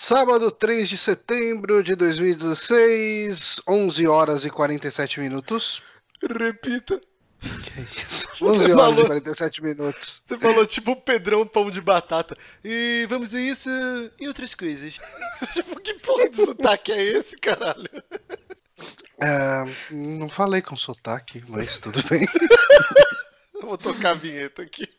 Sábado 3 de setembro de 2016, 11 horas e 47 minutos. Repita. Que isso? Você 11 horas falou- e 47 minutos. Você falou tipo Pedrão Pão de Batata. E vamos ver isso e outras coisas. Tipo, que porra de sotaque é esse, caralho? Não falei com sotaque, mas tudo bem. Eu vou tocar a vinheta aqui.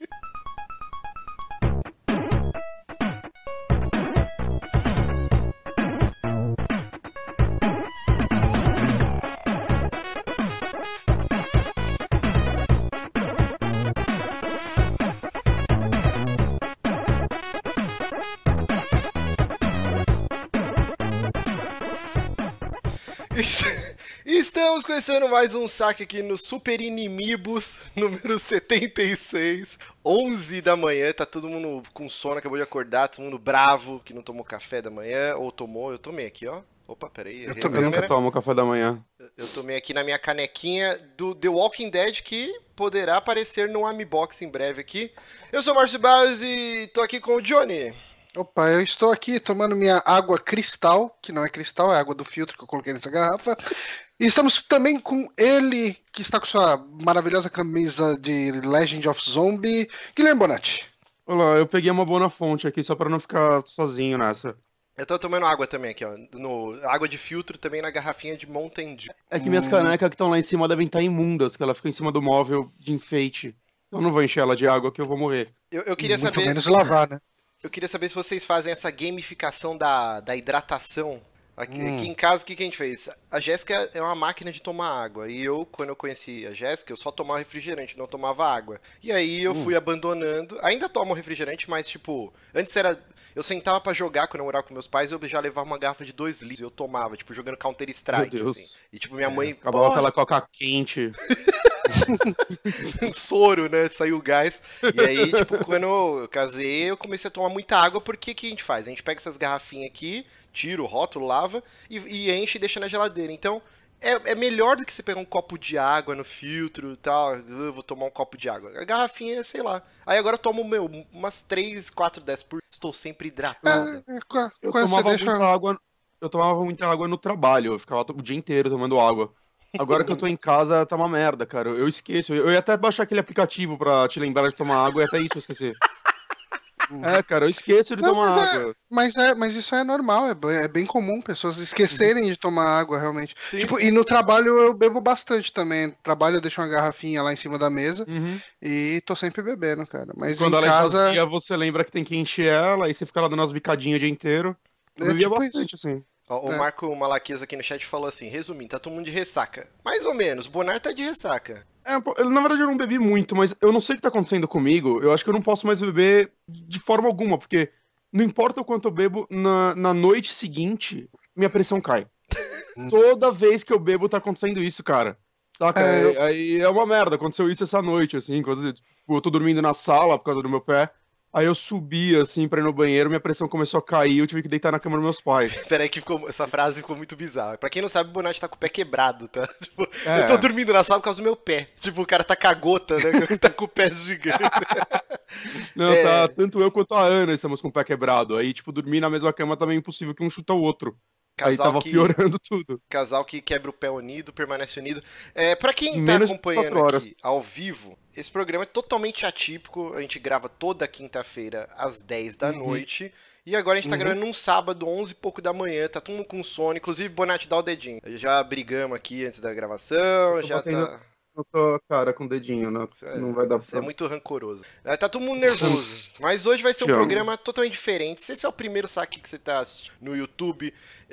Estamos começando mais um saque aqui no Super Inimibus, número 76, 11 da manhã, tá todo mundo com sono, acabou de acordar, todo mundo bravo, que não tomou café da manhã, ou tomou, eu tomei aqui, ó. Opa, peraí, errei a também Eu nunca câmera. tomo café da manhã. Eu tomei aqui na minha canequinha do The Walking Dead, que poderá aparecer no Amibox em breve aqui. Eu sou o Márcio Barros e tô aqui com o Johnny. Opa, eu estou aqui tomando minha água cristal, que não é cristal, é água do filtro que eu coloquei nessa garrafa. E estamos também com ele, que está com sua maravilhosa camisa de Legend of Zombie, Guilherme Bonatti. Olá, eu peguei uma boa fonte aqui só pra não ficar sozinho nessa. Eu tô tomando água também aqui, ó. Água de filtro também na garrafinha de Mountain Dew. É que minhas canecas que estão lá em cima devem estar imundas, que ela fica em cima do móvel de enfeite. Eu não vou encher ela de água que eu vou morrer. Eu queria Muito saber. menos lavar, né? Eu queria saber se vocês fazem essa gamificação da hidratação. Aqui em casa, o que a gente fez? A Jéssica é uma máquina de tomar água. E eu, quando eu conheci a Jéssica, eu só tomava refrigerante, não tomava água. E aí eu fui abandonando. Ainda tomo refrigerante, mas tipo, antes era. Eu sentava pra jogar quando eu morava com meus pais, eu já levava uma garrafa de 2 litros. E eu tomava, tipo, jogando Counter-Strike, Meu Deus. assim. E tipo, minha mãe. Acabava "Pô, aquela coca quente. um soro, né? Saiu o gás. E aí, tipo, quando eu casei, eu comecei a tomar muita água, porque o que a gente faz? A gente pega essas garrafinhas aqui, tira o rótulo, lava e enche e deixa na geladeira. Então, é melhor do que você pegar um copo de água no filtro e tal. Eu vou tomar um copo de água. A garrafinha, sei lá. Aí agora eu tomo, umas 3, 4, 10 por. Estou sempre hidratado. Eu Quando você tomava deixa... muita água. Eu tomava muita água no trabalho, eu ficava o dia inteiro tomando água. Agora que eu tô em casa, tá uma merda, cara. Eu esqueço. Eu ia até baixar aquele aplicativo pra te lembrar de tomar água e até isso eu esqueci. É, cara, eu esqueço de Não, tomar mas água. mas isso é normal, é bem comum pessoas esquecerem de tomar água, realmente. Sim, Tipo, sim. e no trabalho eu bebo bastante também. No trabalho eu deixo uma garrafinha lá em cima da mesa Uhum. e tô sempre bebendo, cara. Mas Quando em ela casa, esvazia, você lembra que tem que encher ela, aí você fica lá dando umas bicadinhas o dia inteiro. Eu é bebia tipo bastante, assim. Ó, o É. Marco Malaquias aqui no chat falou assim, resumindo, tá todo mundo de ressaca. Mais ou menos, o Bonar tá de ressaca. É, pô, na verdade eu não bebi muito, mas eu não sei o que tá acontecendo comigo. Eu acho que eu não posso mais beber de forma alguma, porque não importa o quanto eu bebo, na noite seguinte, minha pressão cai. Toda vez que eu bebo tá acontecendo isso, cara. Saca? É, Aí é uma merda. Aconteceu isso essa noite, assim, coisa, tipo, eu tô dormindo na sala por causa do meu pé. Aí eu subi, assim, pra ir no banheiro, minha pressão começou a cair, eu tive que deitar na cama dos meus pais. Pera aí que essa frase ficou muito bizarra. Pra quem não sabe, o Bonatti tá com o pé quebrado, tá? Tipo, É. eu tô dormindo na sala por causa do meu pé. Tipo, o cara tá cagota, né? Tá com o pé gigante. Não, É. tá, tanto eu quanto a Ana estamos com o pé quebrado. Aí, tipo, dormir na mesma cama também é impossível que um chuta o outro. Aí Casal tava que- piorando tudo. Casal que quebra o pé unido, permanece unido. Pra quem Em tá menos de acompanhando 24 horas. aqui ao vivo, esse programa é totalmente atípico. A gente grava toda quinta-feira às 10 da noite. E agora a gente tá gravando num sábado, 11 e pouco da manhã. Tá todo mundo com sono. Inclusive, Bonatti, dá o dedinho. Já brigamos aqui antes da gravação. Tô Já batendo tá. na sua cara com o dedinho, né? Não vai dar Você pra... é muito rancoroso. Tá todo mundo nervoso. Mas hoje vai ser um Te amo. programa totalmente diferente. Se esse é o primeiro saque que você tá assistindo no YouTube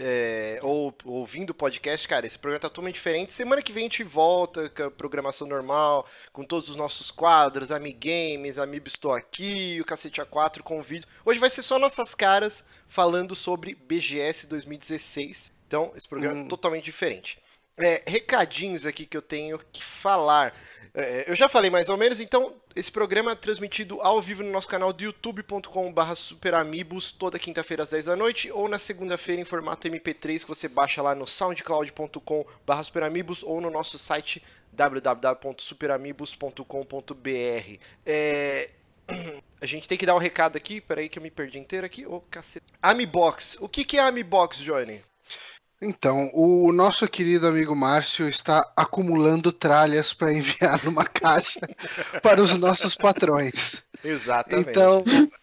ou ouvindo o podcast, cara, esse programa tá totalmente diferente. Semana que vem a gente volta com a programação normal, com todos os nossos quadros, Amigames, Amiibo Estou Aqui, o Cacete A4 com vídeo. Hoje vai ser só nossas caras falando sobre BGS 2016. Então, esse programa é totalmente diferente. Recadinhos aqui que eu tenho que falar. Eu já falei mais ou menos, então esse programa é transmitido ao vivo no nosso canal do youtube.com/superamibos toda quinta-feira às 10 da noite ou na segunda-feira em formato MP3 que você baixa lá no soundcloud.com/superamibos ou no nosso site www.superamibos.com.br. A gente tem que dar um recado aqui, peraí que eu me perdi inteiro aqui. Ô, cacete. Amibox. O que é Amibox, Johnny? Então, o nosso querido amigo Márcio está acumulando tralhas para enviar numa caixa para os nossos patrões. Exatamente. Então,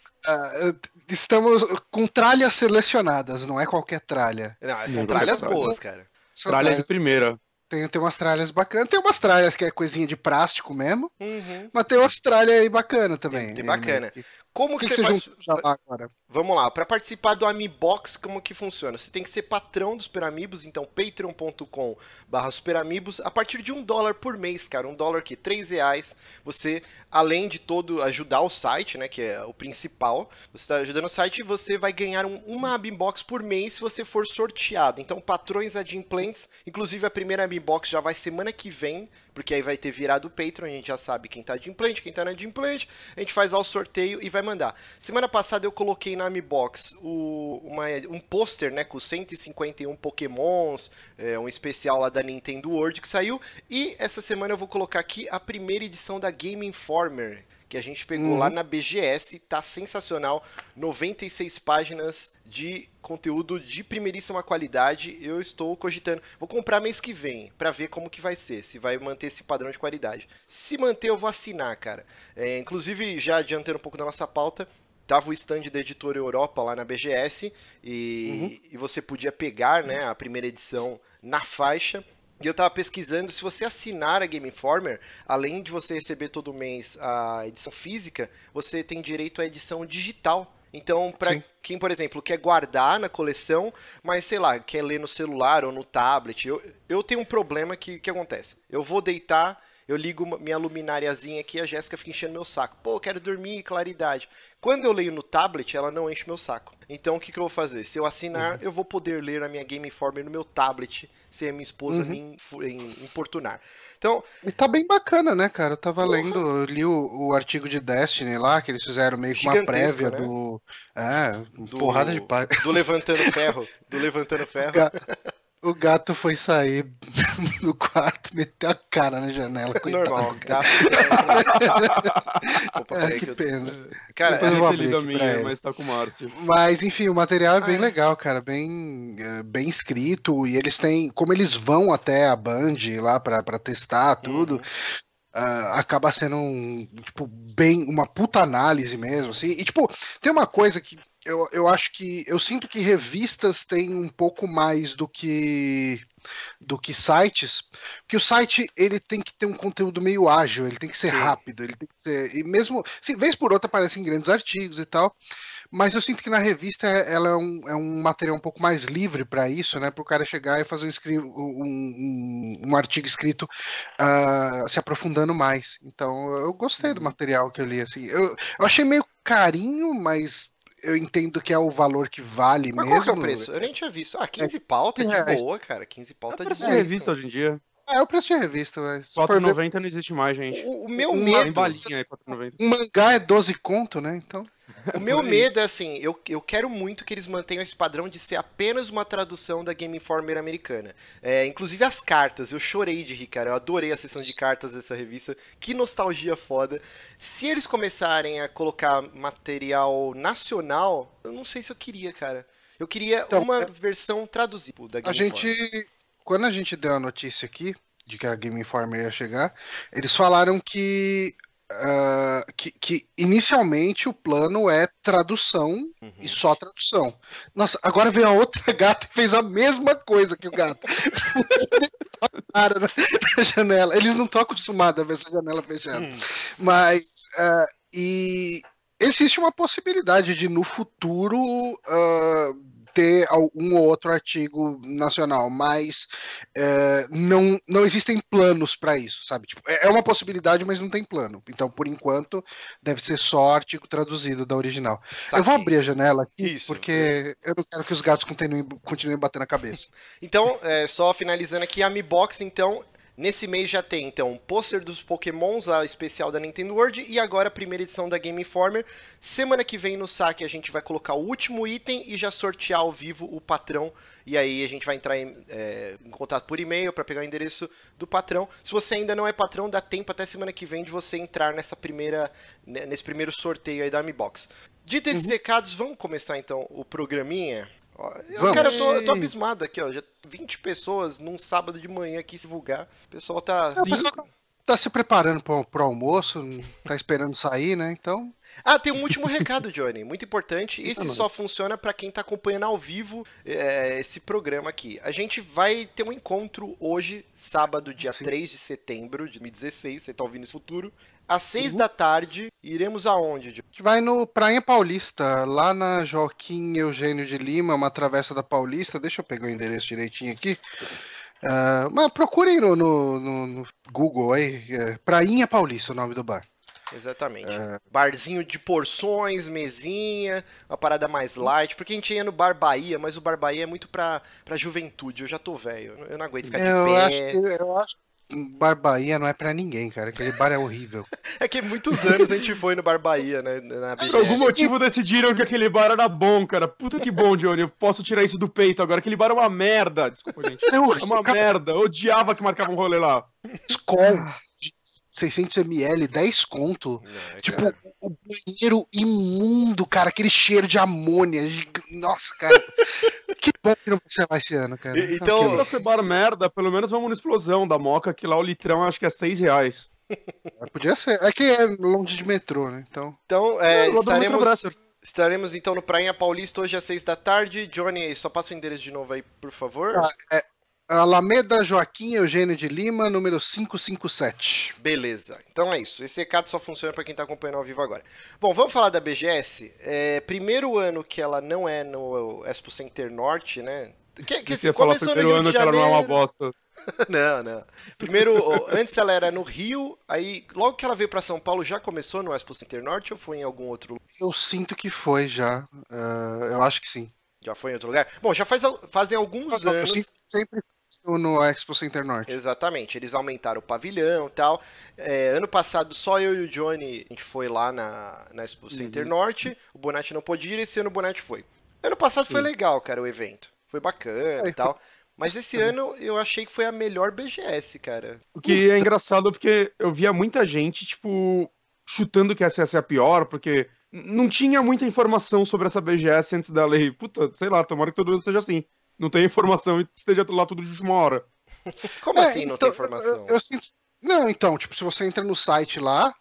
estamos com tralhas selecionadas, não é qualquer tralha. Não, são tralhas boas, cara. São Tralha de primeira. Tem umas tralhas bacanas. Tem umas tralhas que é coisinha de plástico mesmo, Uhum. mas tem umas tralhas aí bacanas também. Tem bacana. O Como que que você você faz? junta agora? Vamos lá, para participar do Amibox, como que funciona? Você tem que ser patrão do Super Amigos, então patreon.com/superamigos, a partir de $1 por mês, cara, $1 aqui, R$3, você, além de todo, ajudar o site, né, que é o principal, você está ajudando o site e você vai ganhar uma Amibox por mês se você for sorteado. Então, patrões adimplentes, inclusive a primeira Amibox já vai semana que vem, porque aí vai ter virado o Patreon, a gente já sabe quem tá adimplente, quem tá na adimplente, a gente faz lá o sorteio e vai mandar. Semana passada eu coloquei na Amibox um pôster, né, com 151 Pokémons, um especial lá da Nintendo World que saiu, e essa semana eu vou colocar aqui a primeira edição da Game Informer, que a gente pegou lá na BGS, tá sensacional, 96 páginas de conteúdo de primeiríssima qualidade. Eu estou cogitando, vou comprar mês que vem pra ver como que vai ser, se vai manter esse padrão de qualidade. Se manter, eu vou assinar, cara. Inclusive, já adiantando um pouco da nossa pauta, tava o stand da Editora Europa lá na BGS e você podia pegar, né, a primeira edição na faixa. E eu tava pesquisando, se você assinar a Game Informer, além de você receber todo mês a edição física, você tem direito à edição digital. Então, para quem, por exemplo, quer guardar na coleção, mas, sei lá, quer ler no celular ou no tablet, eu tenho um problema que acontece. Eu vou deitar, eu ligo minha luminariazinha aqui, a Jéssica fica enchendo meu saco. Pô, eu quero dormir, claridade. Quando eu leio no tablet, ela não enche meu saco. Então, o que eu vou fazer? Se eu assinar, eu vou poder ler a minha Game Informer no meu tablet, sem a minha esposa me importunar. Então, e tá bem bacana, né, cara? Eu tava lendo, eu li o artigo de Destiny lá, que eles fizeram meio que uma prévia, né? Porrada de pai. Do Levantando Ferro. Do Levantando Ferro. O gato foi sair do quarto, meteu a cara na janela. Normal, gato. Opa, que pena. Cara, eu vou abrir aqui minha, mas tá com o Márcio. Mas, enfim, o material é bem legal, cara. Bem escrito. E eles têm. Como eles vão até a Band lá pra testar tudo. Acaba sendo bem uma puta análise mesmo, assim. E, tem uma coisa que eu acho que eu sinto que revistas têm um pouco mais do que sites, porque o site ele tem que ter um conteúdo meio ágil, ele tem que ser rápido, ele tem que ser, e mesmo, assim, vez por outra aparecem grandes artigos e tal, mas eu sinto que na revista ela é um material um pouco mais livre para isso, né, para o cara chegar e fazer um artigo escrito se aprofundando mais. Então eu gostei do material que eu li, assim, eu achei meio carinho, mas eu entendo que é o valor que vale mas mesmo. Qual que é o preço? Eu nem tinha visto. 15 pau tá de boa, cara. 15 pau tá de boa. É revista hoje em dia. É o preço de revista, velho. R$4,90 não existe mais, gente. O meu medo... Em balinha é R$4,90. Um mangá é 12 conto, né? Então... O meu medo é assim, eu quero muito que eles mantenham esse padrão de ser apenas uma tradução da Game Informer americana. Inclusive as cartas, eu chorei de rir, cara. Eu adorei a seção de cartas dessa revista. Que nostalgia foda. Se eles começarem a colocar material nacional, eu não sei se eu queria, cara. Eu queria uma versão traduzida da Game Informer. Quando a gente deu a notícia aqui de que a Game Informer ia chegar, eles falaram que inicialmente o plano é tradução e só tradução. Nossa, agora veio a outra gata e fez a mesma coisa que o gato. Cara na janela. Eles não estão acostumados a ver essa janela fechada. Mas e existe uma possibilidade de no futuro ter um ou outro artigo nacional, mas não existem planos para isso, sabe? É uma possibilidade, mas não tem plano. Então, por enquanto, deve ser só artigo traduzido da original. Saquei. Eu vou abrir a janela aqui, porque eu não quero que os gatos continuem batendo a cabeça. Então, só finalizando aqui, a Amibox, então, Nesse mês já tem, então, um pôster dos Pokémons, a especial da Nintendo World, e agora a primeira edição da Game Informer. Semana que vem no saque a gente vai colocar o último item e já sortear ao vivo o patrão. E aí a gente vai entrar em contato por e-mail para pegar o endereço do patrão. Se você ainda não é patrão, dá tempo até semana que vem de você entrar nesse primeiro sorteio aí da Amiibox. Dito esses recados, vamos começar então o programinha? Cara, eu tô abismado aqui, ó. Já 20 pessoas num sábado de manhã aqui se divulgar. O pessoal tá. O pessoal tá se preparando pro almoço, tá esperando sair, né? Então. Ah, tem um último recado, Johnny, muito importante. Esse só funciona para quem tá acompanhando ao vivo esse programa aqui. A gente vai ter um encontro hoje, sábado, dia 3 de setembro de 2016. Você tá ouvindo isso no futuro. Às 6 da tarde, iremos aonde? A gente vai no Prainha Paulista, lá na Joaquim Eugênio de Lima, uma travessa da Paulista. Deixa eu pegar o endereço direitinho aqui. Mas procurem no Google aí. Prainha Paulista, o nome do bar. Exatamente. Barzinho de porções, mesinha, uma parada mais light. Porque a gente ia no Bar Bahia, mas o Bar Bahia é muito pra juventude. Eu já tô velho, eu não aguento ficar de pé. Eu acho que Bar Bahia não é pra ninguém, cara. Aquele bar é horrível. É que muitos anos a gente foi no Bar Bahia, né? Na Por algum motivo decidiram que aquele bar era bom, cara. Puta que bom, Johnny. Eu posso tirar isso do peito agora. Aquele bar é uma merda. Desculpa, gente. É uma merda. Eu odiava que marcava um rolê lá. Skol de 600ml, 10 conto. Tipo, o banheiro imundo, cara. Aquele cheiro de amônia. Nossa, cara. Que bom que não vai ser lá esse ano, cara. Então, pra ser bar merda, pelo menos vamos na Explosão da Moca, que lá o litrão acho que é R$6. Podia ser. É que é longe de metrô, né? Então estaremos então no Prainha Paulista hoje às 6 da tarde. Johnny, só passa o endereço de novo aí, por favor. Alameda Joaquim Eugênio de Lima, número 557. Beleza, então é isso. Esse recado só funciona para quem tá acompanhando ao vivo agora. Bom, vamos falar da BGS. Primeiro ano que ela não é no Expo Center Norte, né? Que começou no Rio de Janeiro. Que ela não é uma bosta. Não. Primeiro, antes ela era no Rio, aí logo que ela veio para São Paulo já começou no Expo Center Norte ou foi em algum outro lugar? Eu sinto que foi já. Eu acho que sim. Já foi em outro lugar? Bom, já fazem alguns anos. Eu sempre no Expo Center Norte. Exatamente, eles aumentaram o pavilhão e tal. Ano passado só eu e o Johnny, a gente foi lá na Expo Center Norte, o Bonatti não pôde ir, esse ano o Bonatti foi. Ano passado foi legal, cara, o evento. Foi bacana e tal. Mas esse ano eu achei que foi a melhor BGS, cara. O que é engraçado porque eu via muita gente, tipo, chutando que essa ia ser a pior, porque não tinha muita informação sobre essa BGS antes da lei. Puta, sei lá, tomara que todo mundo seja assim. Não tem informação e esteja lá tudo de última hora. Como assim não tem informação? Eu sinto. Não, então, tipo, se você entra no site lá,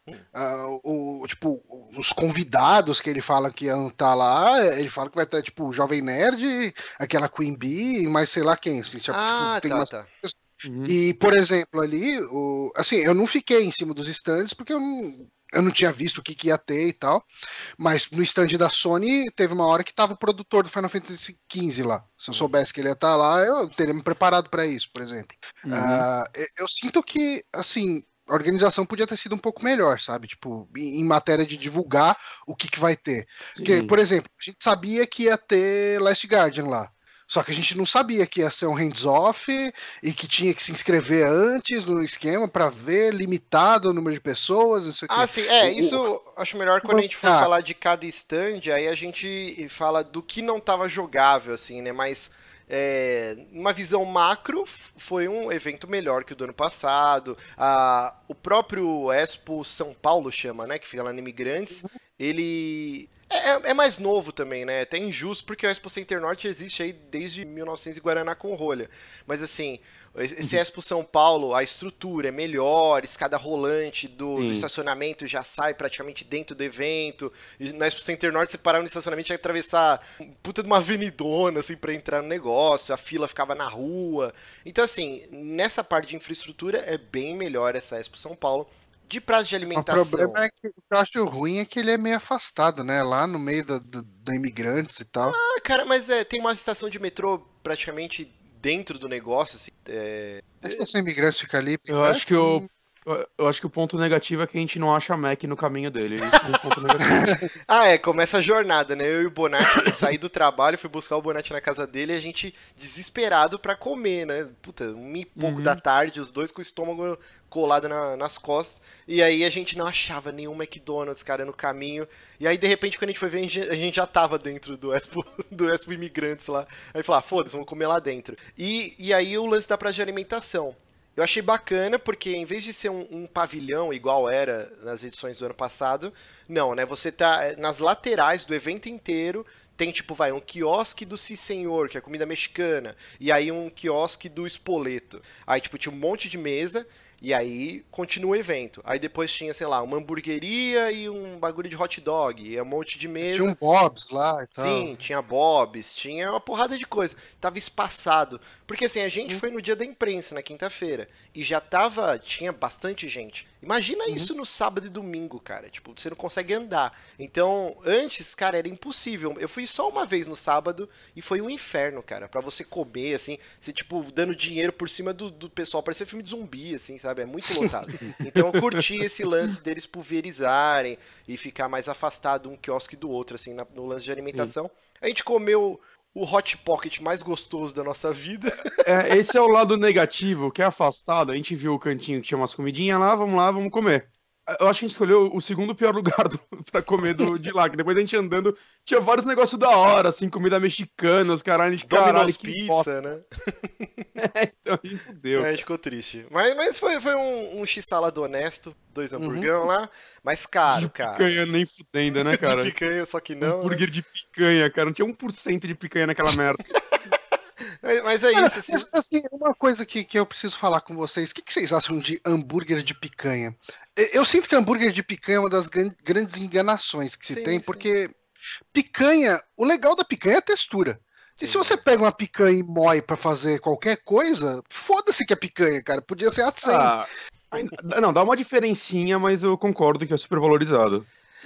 os convidados que ele fala que iam estar lá, ele fala que vai ter, tipo, o Jovem Nerd, aquela Queen Bee, mas sei lá quem. Assim, tá. E, por exemplo, ali, assim, eu não fiquei em cima dos stands porque eu não tinha visto o que ia ter e tal, mas no stand da Sony teve uma hora que tava o produtor do Final Fantasy XV lá. Se eu soubesse que ele ia estar lá, eu teria me preparado para isso, por exemplo. Eu sinto que, assim, a organização podia ter sido um pouco melhor, sabe? Tipo, em matéria de divulgar o que vai ter. Porque, por exemplo, a gente sabia que ia ter Last Guardian lá. Só que a gente não sabia que ia ser um hands-off e que tinha que se inscrever antes no esquema para ver limitado o número de pessoas, não sei o quê. Sim, isso acho melhor quando a gente for falar de cada stand, aí a gente fala do que não estava jogável, assim, né? Mas uma visão macro, foi um evento melhor que o do ano passado. O próprio Expo São Paulo chama, né? Que fica lá no Imigrantes. Ele... É mais novo também, né? É até injusto, porque o Expo Center Norte existe aí desde 1900 e Guaraná com rolha. Mas assim, esse Expo São Paulo, a estrutura é melhor, escada rolante do estacionamento já sai praticamente dentro do evento. E na Expo Center Norte, você parava no estacionamento e ia atravessar puta de uma avenidona, assim, pra entrar no negócio, a fila ficava na rua. Então, assim, nessa parte de infraestrutura é bem melhor essa Expo São Paulo. De prazo de alimentação. O problema é que o que eu acho ruim é que ele é meio afastado, né? Lá no meio da Imigrantes e tal. Cara, mas tem uma estação de metrô praticamente dentro do negócio, assim. A estação Imigrantes fica ali. Eu acho que Eu acho que o ponto negativo é que a gente não acha Mac no caminho dele. Isso é um ponto negativo. Começa a jornada, né? Eu e o Bonatti, eu saí do trabalho, fui buscar o Bonatti na casa dele e a gente desesperado pra comer, né? Puta, 1h e pouco da tarde, os dois com o estômago colado nas costas. E aí a gente não achava nenhum McDonald's, cara, no caminho. E aí, de repente, quando a gente foi ver, a gente já tava dentro do Expo, do Expo Imigrantes lá. Aí falou, foda-se, vamos comer lá dentro. E aí o lance da praça de alimentação. Eu achei bacana porque em vez de ser um pavilhão igual era nas edições do ano passado, não, né? Você tá nas laterais do evento inteiro, tem tipo, um quiosque do Si Senhor, que é comida mexicana, e aí um quiosque do Espoleto. Aí tipo, tinha um monte de mesa. E aí continua o evento. Aí depois tinha, sei lá, uma hamburgueria e um bagulho de hot dog, e um monte de mesa. Tinha um Bob's lá e tal. Sim, tinha Bob's, tinha uma porrada de coisa. Tava espaçado. Porque assim, a gente foi no dia da imprensa, na quinta-feira, e já tinha bastante gente. Imagina isso no sábado e domingo, cara. Tipo, você não consegue andar. Então, antes, cara, era impossível. Eu fui só uma vez no sábado e foi um inferno, cara. Pra você comer, assim, você, tipo, dando dinheiro por cima do pessoal. Parecia filme de zumbi, assim, sabe? É muito lotado. Então, eu curti esse lance deles pulverizarem e ficar mais afastado um quiosque do outro, assim, no lance de alimentação. A gente comeu o Hot Pocket mais gostoso da nossa vida. Esse é o lado negativo, que é afastado. A gente viu o cantinho que tinha umas comidinhas lá, vamos comer. Eu acho que a gente escolheu o segundo pior lugar pra comer de lá, que depois a gente andando, tinha vários negócios da hora, assim, comida mexicana, os caralho, Domino's que Pizza, bosta. né? Então a gente fudeu. A gente ficou triste. Mas foi um x-salada honesto, 2 hamburgão lá, mas caro, cara. Picanha nem fudendo, né, cara? De picanha, só que não. Hambúrguer de picanha, cara. Não tinha 1% de picanha naquela merda. Mas é isso, assim. Mas, assim, uma coisa que eu preciso falar com vocês. O que vocês acham de hambúrguer de picanha? Eu sinto que hambúrguer de picanha é uma das grandes enganações que se tem, porque picanha, o legal da picanha é a textura. E se você pega uma picanha e moe pra fazer qualquer coisa, foda-se que é picanha, cara. Podia ser a 100. Não, dá uma diferencinha, mas eu concordo que é super valorizado.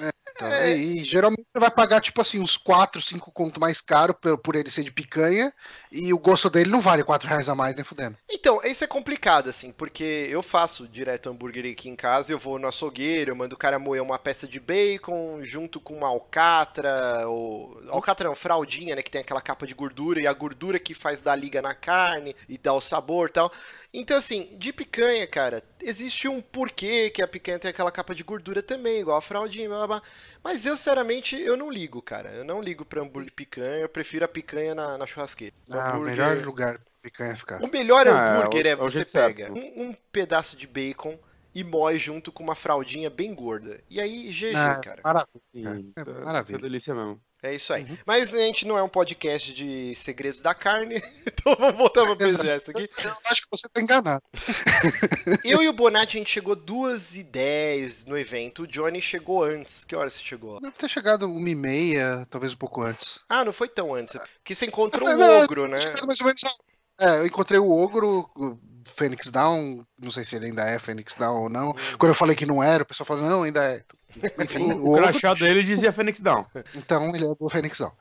E geralmente você vai pagar, tipo assim, uns 4, 5 conto mais caro por ele ser de picanha, e o gosto dele não vale R$4 a mais, nem fudendo. Então, isso é complicado, assim, porque eu faço direto hambúrguer aqui em casa, eu vou no açougueiro, eu mando o cara moer uma peça de bacon junto com uma alcatra, ou... alcatra não, fraldinha, né, que tem aquela capa de gordura, e a gordura que faz dar liga na carne, e dá o sabor e tal. Então, assim, de picanha, cara, existe um porquê que a picanha tem aquela capa de gordura também, igual a fraldinha, blá, blá, blá. Mas eu, sinceramente, eu não ligo, cara. Eu não ligo pra hambúrguer de picanha, eu prefiro a picanha na churrasqueira. O melhor lugar pra picanha ficar. O melhor hambúrguer você pega certo. um pedaço de bacon e moe junto com uma fraldinha bem gorda. E aí, GG, cara. Maravilha. Isso é Maravilha. delícia mesmo. É isso aí. Mas a gente não é um podcast de segredos da carne, então vamos voltar pra BGS aqui. Eu acho que você tá enganado. Eu e o Bonatti, a gente chegou 2h10 no evento. O Johnny chegou antes. Que hora você chegou? Deve ter chegado 1h30, talvez um pouco antes. Ah, não foi tão antes. Porque você encontrou o Ogro, né? Mais ou menos, eu encontrei o Ogro, o Phoenix Down, não sei se ele ainda é Phoenix Down ou não. Quando eu falei que não era, o pessoal falou, não, ainda é. Enfim, O crachá dele dizia Phoenix Down. Então ele é do Phoenix Down.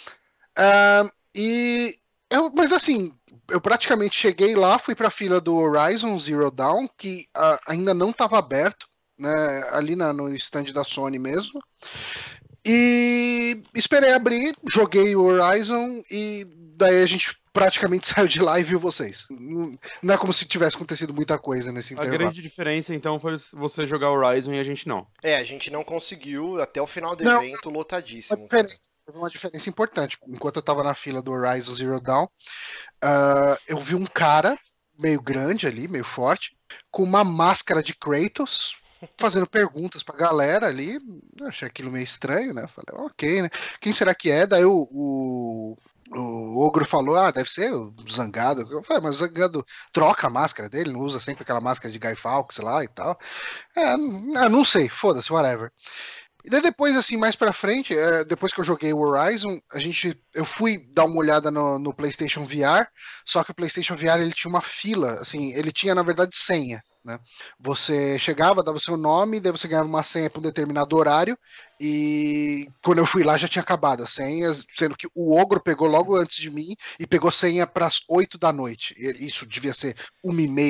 Mas assim, eu praticamente cheguei lá, fui pra fila do Horizon Zero Dawn, que ainda não estava aberto, né, ali no stand da Sony mesmo. E esperei abrir, joguei o Horizon e daí a gente praticamente saiu de lá e viu vocês. Não é como se tivesse acontecido muita coisa nesse A intervalo. grande diferença, então, foi você jogar Horizon e a gente não. A gente não conseguiu até o final do evento lotadíssimo. Uma diferença importante. Enquanto eu tava na fila do Horizon Zero Dawn, eu vi um cara meio grande ali, meio forte, com uma máscara de Kratos, fazendo perguntas pra galera ali. Eu achei aquilo meio estranho, né? Eu falei, ok, né? Quem será que é? Daí o Ogro falou, deve ser o Zangado. Eu falei, mas o Zangado troca a máscara dele, não usa sempre aquela máscara de Guy Fawkes lá e tal. Não sei, foda-se, whatever. E daí depois, assim, mais pra frente, depois que eu joguei o Horizon, eu fui dar uma olhada no PlayStation VR, só que o PlayStation VR ele tinha uma fila, assim, ele tinha, na verdade, senha, né? Você chegava, dava o seu nome, daí você ganhava uma senha para um determinado horário, e quando eu fui lá já tinha acabado a senha, sendo que o Ogro pegou logo antes de mim e pegou senha para as 8 da noite. Isso devia ser 1h30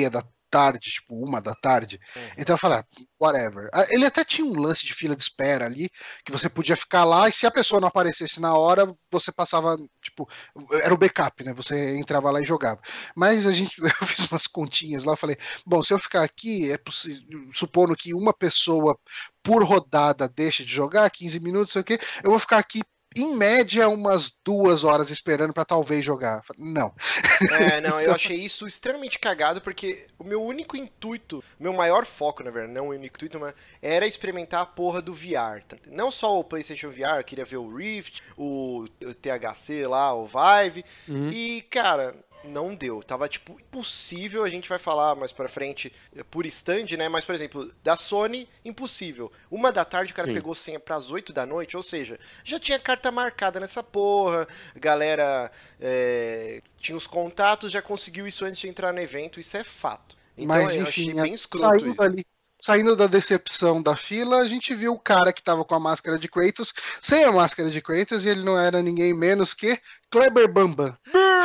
tarde, tipo 1 da tarde. Então eu falei, whatever. Ele até tinha um lance de fila de espera ali, que você podia ficar lá e se a pessoa não aparecesse na hora, você passava, tipo, era o backup, né? Você entrava lá e jogava. Mas eu fiz umas continhas lá, eu falei, bom, se eu ficar aqui, supondo que uma pessoa por rodada deixa de jogar, 15 minutos, sei o quê, eu vou ficar aqui em média, umas 2 horas esperando pra talvez jogar. Não. Não, eu achei isso extremamente cagado, porque o meu único intuito, meu maior foco, na verdade, não o único intuito, mas era experimentar a porra do VR. Não só o PlayStation VR, eu queria ver o Rift, o THC lá, o Vive, e, cara, não deu. Tava, tipo, impossível, a gente vai falar mais pra frente por stand, né? Mas, por exemplo, da Sony, impossível. 1 da tarde o cara pegou senha pras 8 da noite, ou seja, já tinha carta marcada nessa porra, galera tinha os contatos, já conseguiu isso antes de entrar no evento, isso é fato. Então, Mas, eu enfim, achei bem escroto isso. Saindo da decepção da fila, a gente viu o cara que tava com a máscara de Kratos, sem a máscara de Kratos, e ele não era ninguém menos que Kleber Bambam.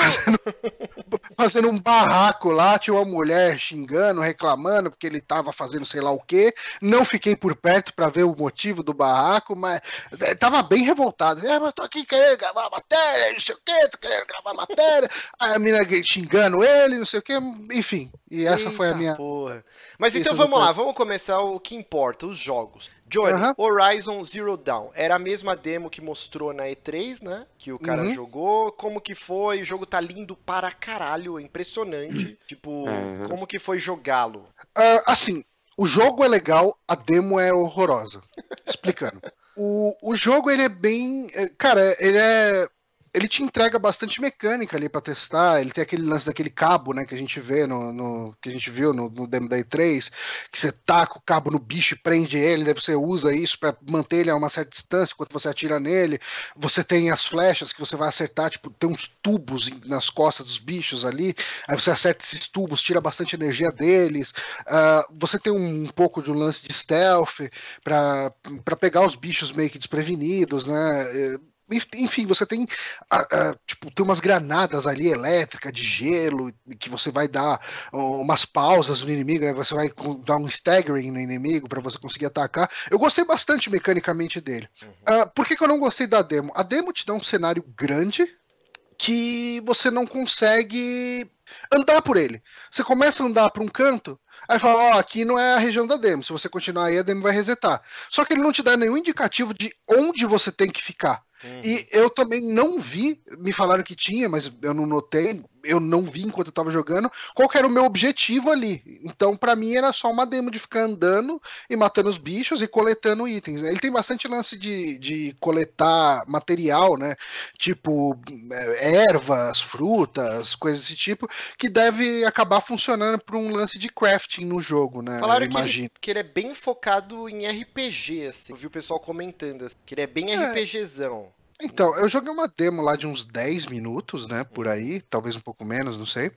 Fazendo um barraco lá, tinha uma mulher xingando, reclamando, porque ele tava fazendo sei lá o quê. Não fiquei por perto para ver o motivo do barraco, mas tava bem revoltado. Mas tô aqui querendo gravar matéria, não sei o quê, tô querendo gravar matéria. Aí a mina xingando ele, não sei o quê, enfim. E essa foi a minha. Porra. Mas então vamos lá, vamos começar o que importa, os jogos. Johnny, Horizon Zero Dawn, era a mesma demo que mostrou na E3, né? Que o cara jogou. Como que foi? O jogo tá lindo para caralho, é impressionante. Tipo, como que foi jogá-lo? Assim, o jogo é legal, a demo é horrorosa. Explicando. O jogo, ele é bem... Cara, ele te entrega bastante mecânica ali pra testar. Ele tem aquele lance daquele cabo, né, que a gente vê que a gente viu no demo da E3, que você taca o cabo no bicho e prende ele, daí você usa isso pra manter ele a uma certa distância enquanto você atira nele. Você tem as flechas que você vai acertar, tipo, tem uns tubos nas costas dos bichos ali, aí você acerta esses tubos, tira bastante energia deles. Você tem um pouco de um lance de stealth pra pegar os bichos meio que desprevenidos, né? Enfim, você tem tipo, tem umas granadas ali elétricas de gelo que você vai dar umas pausas no inimigo, né? Você vai dar um staggering no inimigo para você conseguir atacar. Eu gostei bastante mecanicamente dele. Por que eu não gostei da demo? A demo te dá um cenário grande que você não consegue andar por ele. Você começa a andar para um canto, aí fala, aqui não é a região da demo. Se você continuar aí, a demo vai resetar. Só que ele não te dá nenhum indicativo de onde você tem que ficar. E eu também não vi, me falaram que tinha, mas eu não notei, eu não vi enquanto eu tava jogando, qual que era o meu objetivo ali. Então, pra mim, era só uma demo de ficar andando e matando os bichos e coletando itens. Ele tem bastante lance de coletar material, né? Tipo, ervas, frutas, coisas desse tipo, que deve acabar funcionando por um lance de crafting no jogo, né? Falaram que ele é bem focado em RPG, assim. Eu vi o pessoal comentando, assim, que ele é bem RPGzão. Então, eu joguei uma demo lá de uns 10 minutos, né, por aí, talvez um pouco menos, não sei.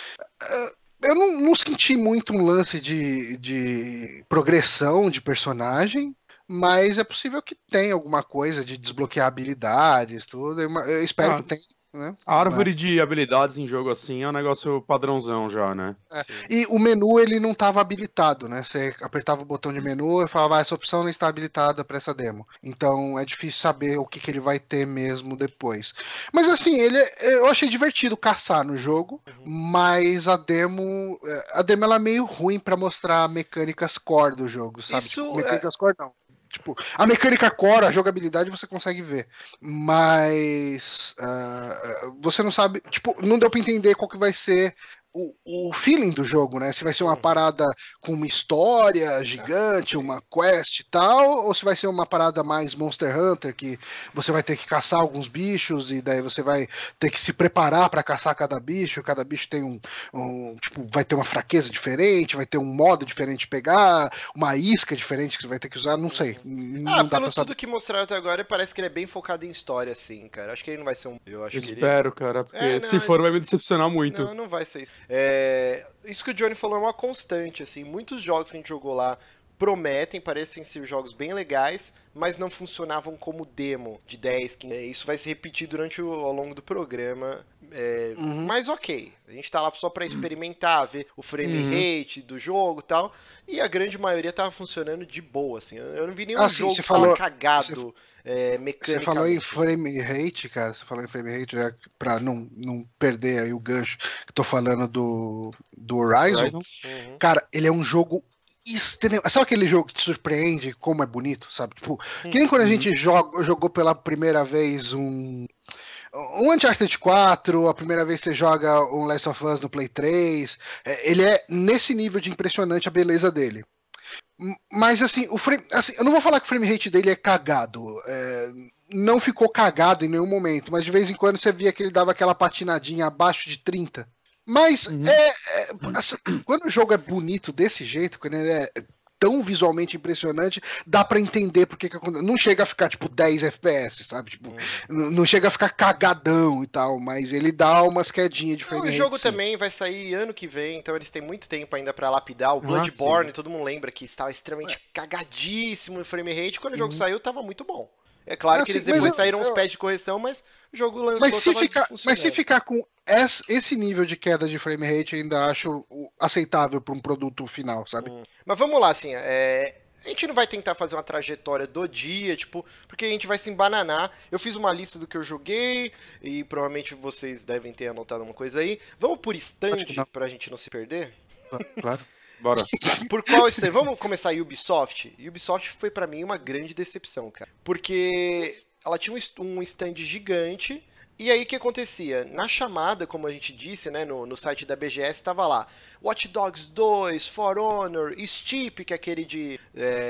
Eu não senti muito um lance de progressão de personagem, mas é possível que tenha alguma coisa de desbloquear habilidades, tudo. Eu espero que tenha, né? A árvore de habilidades em jogo assim é um negócio padrãozão já, né? E o menu, ele não estava habilitado, né? Você apertava o botão de menu e falava, essa opção não está habilitada para essa demo. Então é difícil saber o que ele vai ter mesmo depois. Mas assim, eu achei divertido caçar no jogo, mas a demo ela é meio ruim para mostrar mecânicas core do jogo, sabe? Tipo, mecânicas core não. Tipo, a mecânica core, a jogabilidade você consegue ver, mas você não sabe, tipo, não deu pra entender qual que vai ser o feeling do jogo, né? Se vai ser uma parada com uma história gigante, uma quest e tal, ou se vai ser uma parada mais Monster Hunter, que você vai ter que caçar alguns bichos e daí você vai ter que se preparar para caçar cada bicho tem tipo, vai ter uma fraqueza diferente, vai ter um modo diferente de pegar, uma isca diferente que você vai ter que usar, não sei. Não dá pelo tudo que mostraram até agora, parece que ele é bem focado em história, assim, cara. Acho que ele não vai ser eu espero, cara, porque se for vai me decepcionar muito. Não vai ser isso. Isso que o Johnny falou é uma constante, assim, muitos jogos que a gente jogou lá prometem, parecem ser jogos bem legais, mas não funcionavam como demo de 10, 15. Isso vai se repetir ao longo do programa. mas ok. A gente tá lá só pra experimentar, ver o frame rate do jogo e tal. E a grande maioria tava funcionando de boa, assim. Eu não vi nenhum jogo que tava cagado mecanicamente. Você falou em frame rate, cara. Você falou em frame rate, já pra não perder aí o gancho que tô falando do Horizon. Cara, ele é um jogo extremo. Sabe aquele jogo que te surpreende como é bonito, sabe? Tipo, que nem quando a gente jogou pela primeira vez um Uncharted 4, a primeira vez que você joga um Last of Us no Play 3, ele é nesse nível de impressionante a beleza dele. Mas assim, eu não vou falar que o frame rate dele é cagado. Não ficou cagado em nenhum momento, mas de vez em quando você via que ele dava aquela patinadinha abaixo de 30. Mas assim, quando o jogo é bonito desse jeito, quando ele é tão visualmente impressionante, dá pra entender porque que acontece. Não chega a ficar tipo 10 FPS, sabe? Tipo, não chega a ficar cagadão e tal, mas ele dá umas quedinhas de frame rate. O jogo também vai sair ano que vem, então eles têm muito tempo ainda pra lapidar. O Bloodborne, todo mundo lembra que estava extremamente cagadíssimo em frame rate. Quando o jogo saiu, tava muito bom. É claro que eles depois saíram uns patches de correção, mas o jogo lançou, mas se ficar com esse nível de queda de frame rate, ainda acho aceitável para um produto final, sabe? Mas vamos lá, assim, a gente não vai tentar fazer uma trajetória do dia, tipo, porque a gente vai se embananar. Eu fiz uma lista do que eu joguei e provavelmente vocês devem ter anotado uma coisa aí. Vamos por stand pra gente não se perder? Claro. Bora. Por qual stand? Vamos começar a Ubisoft? Ubisoft foi pra mim uma grande decepção, cara. Porque ela tinha um stand gigante. E aí o que acontecia? Na chamada, como a gente disse, né, no site da BGS, estava lá Watch Dogs 2, For Honor, Steep, que é aquele de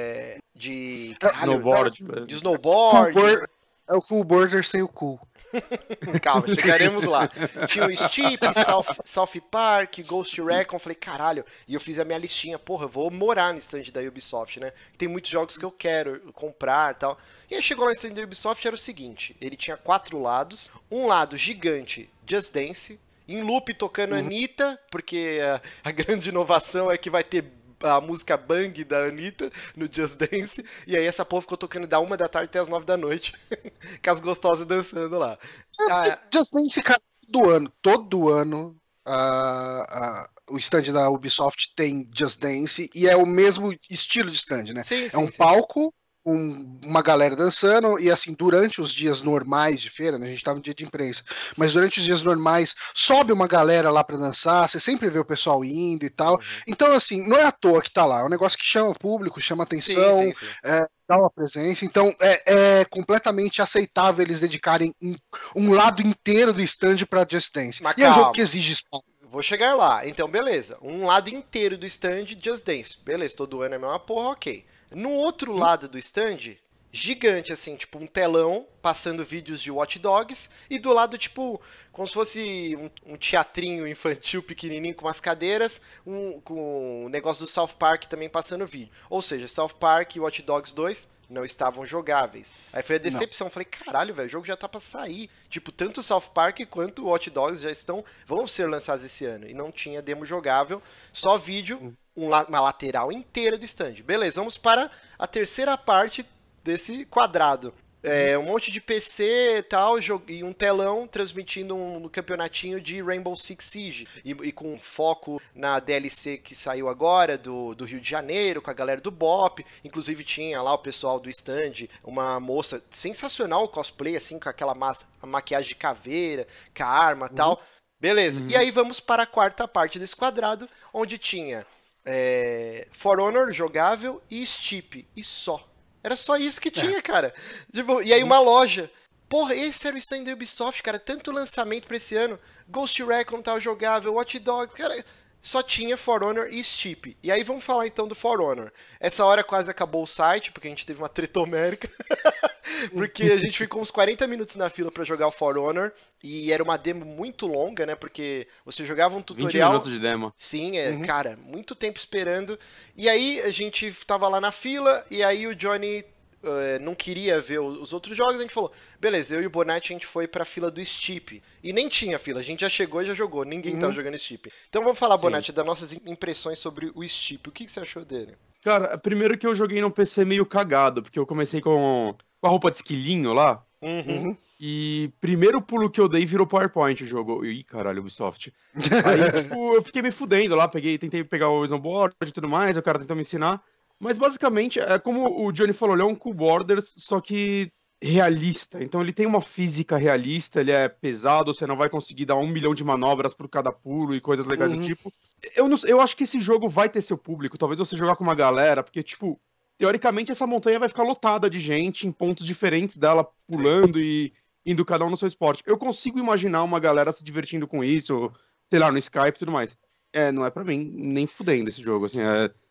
snowboard. É o Cool Border sem o cool. Calma, chegaremos lá. Tinha o Steep, South Park, Ghost Recon. Falei, caralho. E eu fiz a minha listinha. Porra, eu vou morar no stand da Ubisoft, né? Tem muitos jogos que eu quero comprar e tal. E aí chegou lá no stand da Ubisoft, era o seguinte. Ele tinha 4 lados. Um lado gigante, Just Dance. Em loop tocando Anitta, porque a grande inovação é que vai ter a música Bang da Anitta no Just Dance, e aí essa porra ficou tocando da 1 da tarde até as 9 da noite, com as gostosas dançando lá. Just Dance, cara, todo ano o stand da Ubisoft tem Just Dance, e é o mesmo estilo de stand, né? Sim, palco, uma galera dançando, e assim, durante os dias normais de feira, né, a gente tava no dia de imprensa, mas durante os dias normais, sobe uma galera lá pra dançar, você sempre vê o pessoal indo e tal, então assim, não é à toa que tá lá, é um negócio que chama o público, chama atenção, dá uma presença, então é completamente aceitável eles dedicarem um lado inteiro do stand pra Just Dance, mas e é um jogo que exige espaço. Vou chegar lá, então beleza, um lado inteiro do stand Just Dance, beleza, todo ano é a mesma porra, ok. No outro lado do stand, gigante, assim, tipo um telão passando vídeos de Watch Dogs, e do lado, tipo, como se fosse um teatrinho infantil pequenininho com umas cadeiras, com o negócio do South Park também passando vídeo. Ou seja, South Park e Watch Dogs 2 não estavam jogáveis. Aí foi a decepção, falei, caralho, velho, o jogo já tá pra sair. Tipo, tanto o South Park quanto o Watch Dogs vão ser lançados esse ano. E não tinha demo jogável, só vídeo, uma lateral inteira do stand. Beleza, vamos para a terceira parte desse quadrado. Um monte de PC e tal, e um telão transmitindo um campeonatinho de Rainbow Six Siege. E com foco na DLC que saiu agora, do Rio de Janeiro, com a galera do BOP. Inclusive tinha lá o pessoal do stand, uma moça sensacional, cosplay, assim, com aquela a maquiagem de caveira, com a arma e tal. Beleza, e aí vamos para a quarta parte desse quadrado, onde tinha For Honor jogável e Steep, e só. Era só isso que tinha, cara. Tipo, e aí uma loja. Porra, esse era o stand da Ubisoft, cara. Tanto lançamento pra esse ano. Ghost Recon tal jogável, Watch Dogs, cara. Só tinha For Honor e Steep. E aí vamos falar então do For Honor. Essa hora quase acabou o site, porque a gente teve uma treta homérica. Porque a gente ficou uns 40 minutos na fila pra jogar o For Honor. E era uma demo muito longa, né? Porque você jogava um tutorial... 20 minutos de demo. Sim, cara, muito tempo esperando. E aí a gente tava lá na fila, e aí o Johnny não queria ver os outros jogos. A gente falou, beleza, eu e o Bonatti a gente foi pra fila do Steep. E nem tinha fila, a gente já chegou e já jogou. Ninguém tava jogando Steep. Então vamos falar, Bonatti, das nossas impressões sobre o Steep. O que você achou dele? Cara, primeiro que eu joguei num PC meio cagado, porque eu comecei com a roupa de esquilinho lá. E primeiro pulo que eu dei virou PowerPoint o jogo. Ih, caralho, Ubisoft. Aí, tipo, eu fiquei me fudendo lá, tentei pegar o snowboard e tudo mais, o cara tentou me ensinar. Mas basicamente, é como o Johnny falou, ele é um Cool Borders, só que realista. Então ele tem uma física realista, ele é pesado, você não vai conseguir dar 1 milhão de manobras por cada pulo e coisas legais do tipo. Eu acho que esse jogo vai ter seu público, talvez você jogar com uma galera, porque, tipo, teoricamente essa montanha vai ficar lotada de gente em pontos diferentes dela, pulando e indo cada um no seu esporte. Eu consigo imaginar uma galera se divertindo com isso, sei lá, no Skype e tudo mais. Não é pra mim, nem fudendo esse jogo, assim,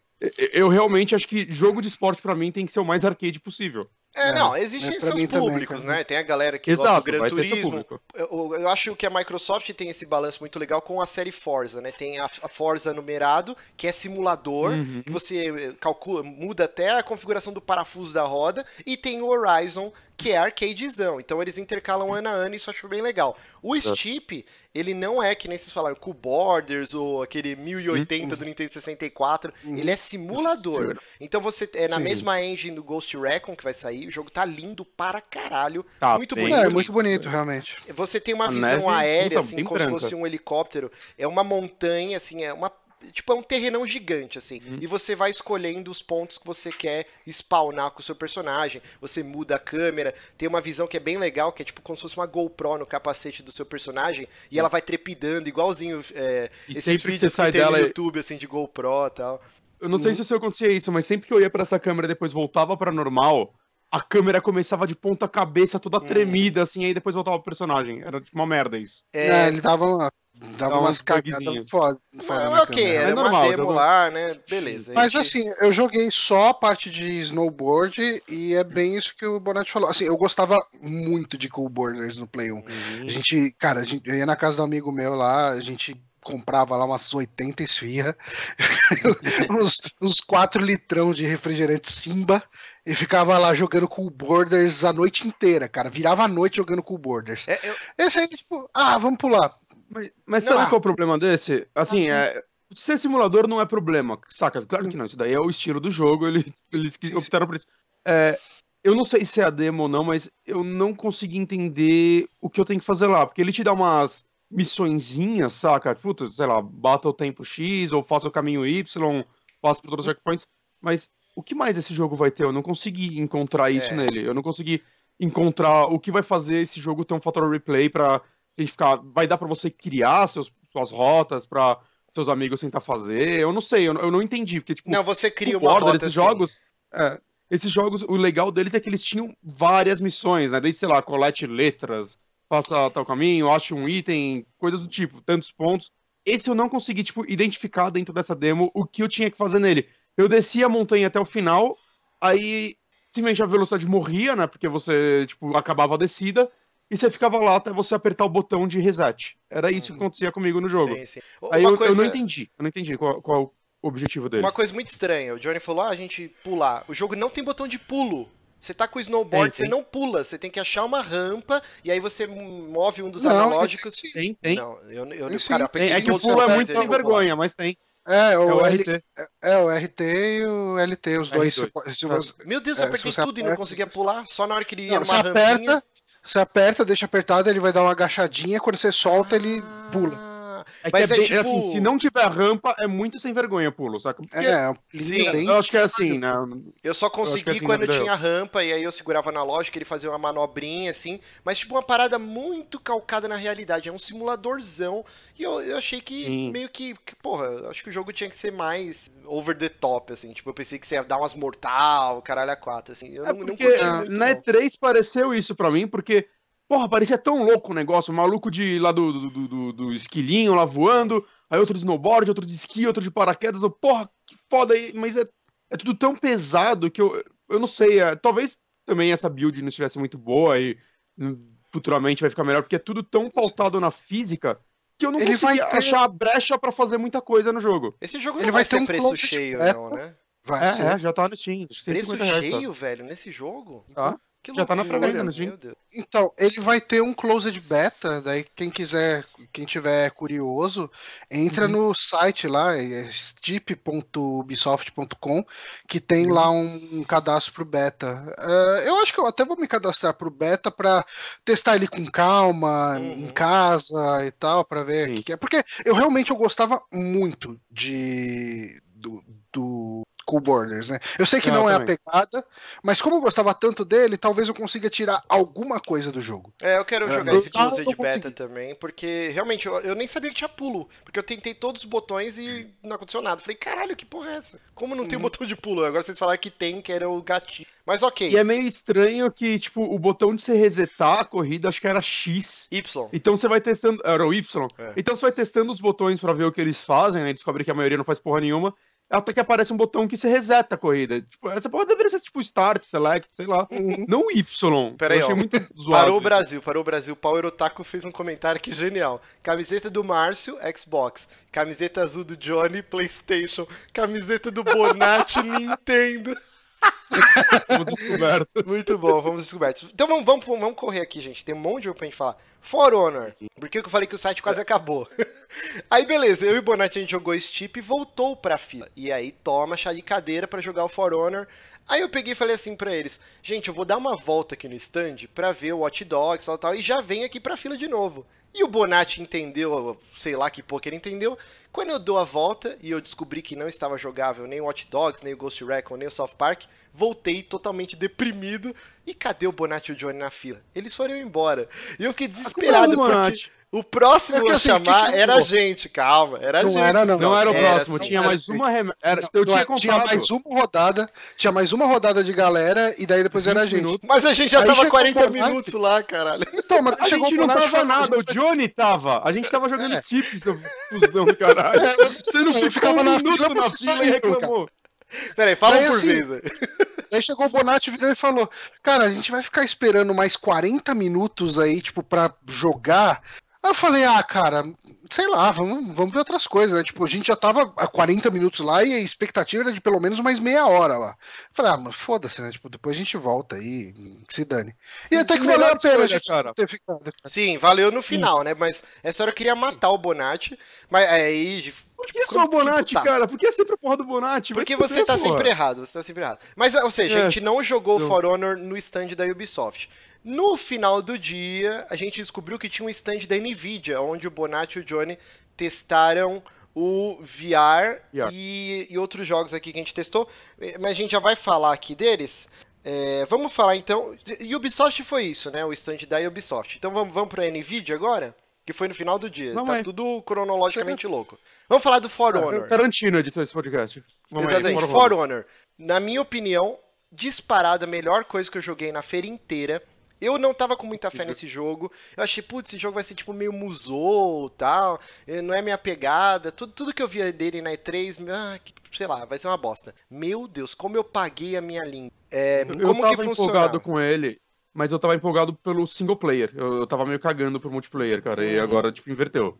eu realmente acho que jogo de esporte pra mim tem que ser o mais arcade possível. Não, existem seus públicos, também, né? Tem a galera que Exato, gosta do Gran Turismo. Eu acho que a Microsoft tem esse balanço muito legal com a série Forza, né? Tem a Forza numerado, que é simulador, que você calcula, muda até a configuração do parafuso da roda, e tem o Horizon, que é arcadezão. Então eles intercalam ano a ano e isso eu acho bem legal. O Steep, ele não é, que nem vocês falaram, Cool Borders ou aquele 1080 do Nintendo 64. Ele é simulador. Então você é na mesma engine do Ghost Recon que vai sair. O jogo tá lindo para caralho. Muito bonito. É muito bonito, realmente. Você tem uma visão aérea, assim, como se fosse um helicóptero. É uma montanha, assim, é um terrenão gigante, assim. E você vai escolhendo os pontos que você quer spawnar com o seu personagem. Você muda a câmera. Tem uma visão que é bem legal, que é tipo como se fosse uma GoPro no capacete do seu personagem. E ela vai trepidando, igualzinho esses vídeos que tem no YouTube, assim, de GoPro e tal. Eu não sei se acontecia isso, mas sempre que eu ia pra essa câmera e depois voltava pra normal, a câmera começava de ponta cabeça, toda tremida, assim, aí depois voltava pro personagem. Era tipo uma merda isso. Ele dava umas cagadas foda. Era normal, uma demo lá, né? Beleza. Mas assim, eu joguei só a parte de snowboard e é bem isso que o Bonatti falou. Assim, eu gostava muito de Cool Borders no Play 1. Eu ia na casa do amigo meu lá, a gente comprava lá umas 80 esfirra, uns 4 litrão de refrigerante Simba, e ficava lá jogando Cool Borders a noite inteira, cara. Virava a noite jogando Cool Borders. Esse aí, tipo, vamos pular. Mas sabe qual é o problema desse? Assim, ser simulador não é problema, saca? Claro que não, isso daí é o estilo do jogo, eles optaram por isso. Eu não sei se é a demo ou não, mas eu não consegui entender o que eu tenho que fazer lá, porque ele te dá umas missõezinhas, saca? Puta, sei lá, bata o tempo X, ou faça o caminho Y, passe por todos os checkpoints, mas o que mais esse jogo vai ter? Eu não consegui encontrar isso nele, eu não consegui encontrar o que vai fazer esse jogo ter um fator replay pra vai dar pra você criar suas rotas pra seus amigos tentar fazer, eu não sei, eu não entendi, porque tipo... Não, você cria uma rota esses jogos, o legal deles é que eles tinham várias missões, né, desde, sei lá, colete letras, faça tal caminho, ache um item, coisas do tipo, tantos pontos. Esse eu não consegui, tipo, identificar dentro dessa demo o que eu tinha que fazer nele. Eu descia a montanha até o final, aí simplesmente a velocidade morria, né, porque você, tipo, acabava a descida, e você ficava lá até você apertar o botão de reset. Era isso que acontecia comigo no jogo. Sim. Aí eu não entendi qual o objetivo dele. Uma coisa muito estranha, o Johnny falou, a gente pular. O jogo não tem botão de pulo. Você tá com o snowboard, você não pula, você tem que achar uma rampa e aí você move um dos analógicos. Tem. Não, cara, é que o pulo é muito sem vergonha, mas tem. O RT. O RT e o LT, os dois. Meu Deus, eu apertei tudo e não conseguia pular, só na hora que ele ia numa rampinha. Você aperta, deixa apertado, ele vai dar uma agachadinha, quando você solta, ele pula. Mas tipo... assim, se não tiver rampa, é muito sem vergonha o pulo, saca? Porque, sim. Eu acho que é assim, né? Eu só consegui quando tinha rampa, e aí eu segurava na lógica, ele fazia uma manobrinha, assim, mas tipo uma parada muito calcada na realidade, é um simuladorzão, e eu achei que meio que, porra, acho que o jogo tinha que ser mais over the top, assim, tipo, eu pensei que você ia dar umas mortal, caralho a 4, assim, eu não curti muito, na E3 pareceu isso pra mim, porque... Porra, parecia tão louco o negócio, o maluco lá do esquilinho lá voando, aí outro de snowboard, outro de esqui, outro de paraquedas, porra, que foda aí, mas é tudo tão pesado que eu não sei, talvez também essa build não estivesse muito boa e futuramente vai ficar melhor, porque é tudo tão pautado na física que eu não consegui achar a brecha pra fazer muita coisa no jogo. Esse jogo não vai ter preço cheio, não, né? Vai ser. Já tá no Steam. Preço cheio, velho, nesse jogo? Tá. Que Já tá na loucura, pré-venda no Steam. meu Deus. Então, ele vai ter um closed beta, daí quem tiver curioso, entra no site lá, é steep.ubisoft.com, que tem lá um cadastro pro beta. Eu acho que eu até vou me cadastrar pro beta pra testar ele com calma, em casa e tal, pra ver o Sim. que é. Porque eu realmente gostava muito do Cool Borders, né? Eu sei que não é a também. pegada, mas como eu gostava tanto dele, talvez eu consiga tirar alguma coisa do jogo. Eu quero jogar no esse caso, closed eu beta consegui. também, porque realmente eu nem sabia que tinha pulo. Porque eu tentei todos os botões e não aconteceu nada. Falei, caralho, que porra é essa? Como não tem um botão de pulo? Agora vocês falaram que tem, que era o gatilho. Mas ok. E é meio estranho que, tipo, o botão de você resetar a corrida, acho que era X. Y. Então você vai testando. Era o Y. É. Então você vai testando os botões pra ver o que eles fazem, né? Descobre que a maioria não faz porra nenhuma. Até que aparece um botão que você reseta a corrida. Tipo, essa porra deveria ser tipo Start, Select, sei lá. Não o Y. Pera aí, eu achei ó. muito zoado. Parou o Brasil. Power Otaku fez um comentário que genial. Camiseta do Márcio, Xbox. Camiseta azul do Johnny, PlayStation. Camiseta do Bonatti, Nintendo. Fomos descobertos. Muito bom, vamos descobertos. Então vamos correr aqui, gente. Tem um monte de jogo pra gente falar. For Honor. Por que eu falei que o site quase acabou? Aí beleza, eu e o Bonatti a gente jogou Steep e voltou pra fila. E aí toma chá de cadeira pra jogar o For Honor. Aí eu peguei e falei assim pra eles: gente, eu vou dar uma volta aqui no stand pra ver o Watch Dogs e tal, e já venho aqui pra fila de novo. E o Bonatti entendeu, sei lá que pouco ele entendeu. Quando eu dou a volta e eu descobri que não estava jogável nem o Watch Dogs, nem o Ghost Recon, nem o South Park, voltei totalmente deprimido. E cadê o Bonatti e o Johnny na fila? Eles foram embora. E eu fiquei desesperado, porque o próximo a chamar era a gente, calma, era a gente. Não era o próximo, assim, tinha mais uma eu tinha contado. Tinha mais uma rodada de galera e daí depois era a gente. minutos. Mas a gente já Aí tava chegou 40 o Bonatti. minutos lá, caralho. Então, mas A chegou gente o não Bonatti e tava falou, nada, o Johnny tava. A gente tava jogando Steep, seu fusão do caralho. Você não eu ficava ficava um na minuto fila, na você fila e saiu, reclamou. Peraí, fala Aí, por assim, vez aí. Aí chegou o Bonatti, virou e falou: cara, a gente vai ficar esperando mais 40 minutos aí, tipo, pra jogar. Aí eu falei: cara, sei lá, vamos ver outras coisas, né? Tipo, a gente já tava há 40 minutos lá e a expectativa era de pelo menos mais meia hora lá. Eu falei: mas foda-se, né? Tipo, depois a gente volta aí, que se dane. E até que valeu a pena a gente cara. ter ficado. Sim, valeu no final, né? Mas essa hora eu queria matar o Bonatti. Mas aí. Por que só o Bonatti, cara? Por que sempre a porra do Bonatti? Porque você tá sempre errado, você tá sempre errado. Mas, ou seja, a gente não jogou For Honor no stand da Ubisoft. No final do dia, a gente descobriu que tinha um stand da Nvidia, onde o Bonatti e o Johnny testaram o VR. E outros jogos aqui que a gente testou. Mas a gente já vai falar aqui deles. Vamos falar então. Ubisoft foi isso, né? O stand da Ubisoft. Então vamos pra Nvidia agora? Que foi no final do dia. Tá tudo cronologicamente louco. Vamos falar do For Honor. Tarantino editou esse podcast. Exatamente. For Honor. Na minha opinião, disparada a melhor coisa que eu joguei na feira inteira. Eu não tava com muita fé nesse jogo. Eu achei, putz, esse jogo vai ser tipo meio Musou e tal. Não é minha pegada. Tudo que eu via dele na E3, sei lá, vai ser uma bosta. Meu Deus, como eu paguei a minha língua. Como eu que tava funciona? empolgado com ele, mas eu tava empolgado pelo single player. Eu tava meio cagando pro multiplayer, cara. E agora, tipo, inverteu.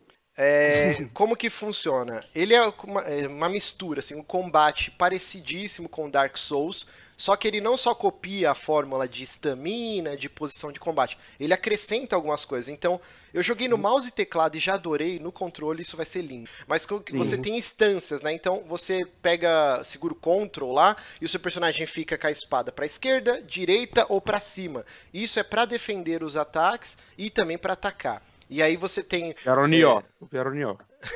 Como que funciona? Ele é uma mistura, assim, um combate parecidíssimo com Dark Souls, só que ele não só copia a fórmula de estamina, de posição de combate, ele acrescenta algumas coisas. Então, eu joguei no mouse e teclado e já adorei, no controle isso vai ser lindo. Mas você tem instâncias, né? Então, você segura o Ctrl lá, e o seu personagem fica com a espada pra esquerda, direita ou pra cima. Isso é pra defender os ataques e também pra atacar. E aí você tem... O Pieronió.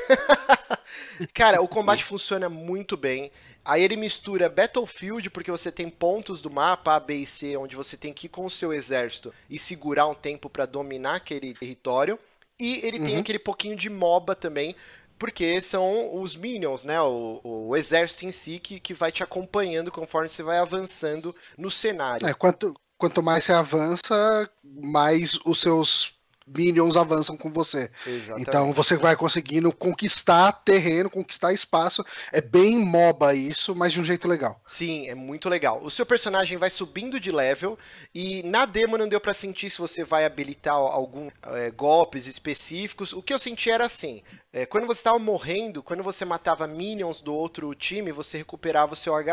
Cara, o combate funciona muito bem. Aí ele mistura Battlefield, porque você tem pontos do mapa A, B e C, onde você tem que ir com o seu exército e segurar um tempo pra dominar aquele território. E ele tem aquele pouquinho de MOBA também, porque são os minions, né? O exército em si que vai te acompanhando conforme você vai avançando no cenário. Quanto mais você avança, mais os seus minions avançam com você. Exatamente. Então você vai conseguindo conquistar terreno, conquistar espaço. É bem MOBA isso, mas de um jeito legal. Sim, é muito legal. O seu personagem vai subindo de level e na demo não deu pra sentir se você vai habilitar alguns golpes específicos. O que eu senti era assim, quando você estava morrendo, quando você matava minions do outro time, você recuperava o seu HP.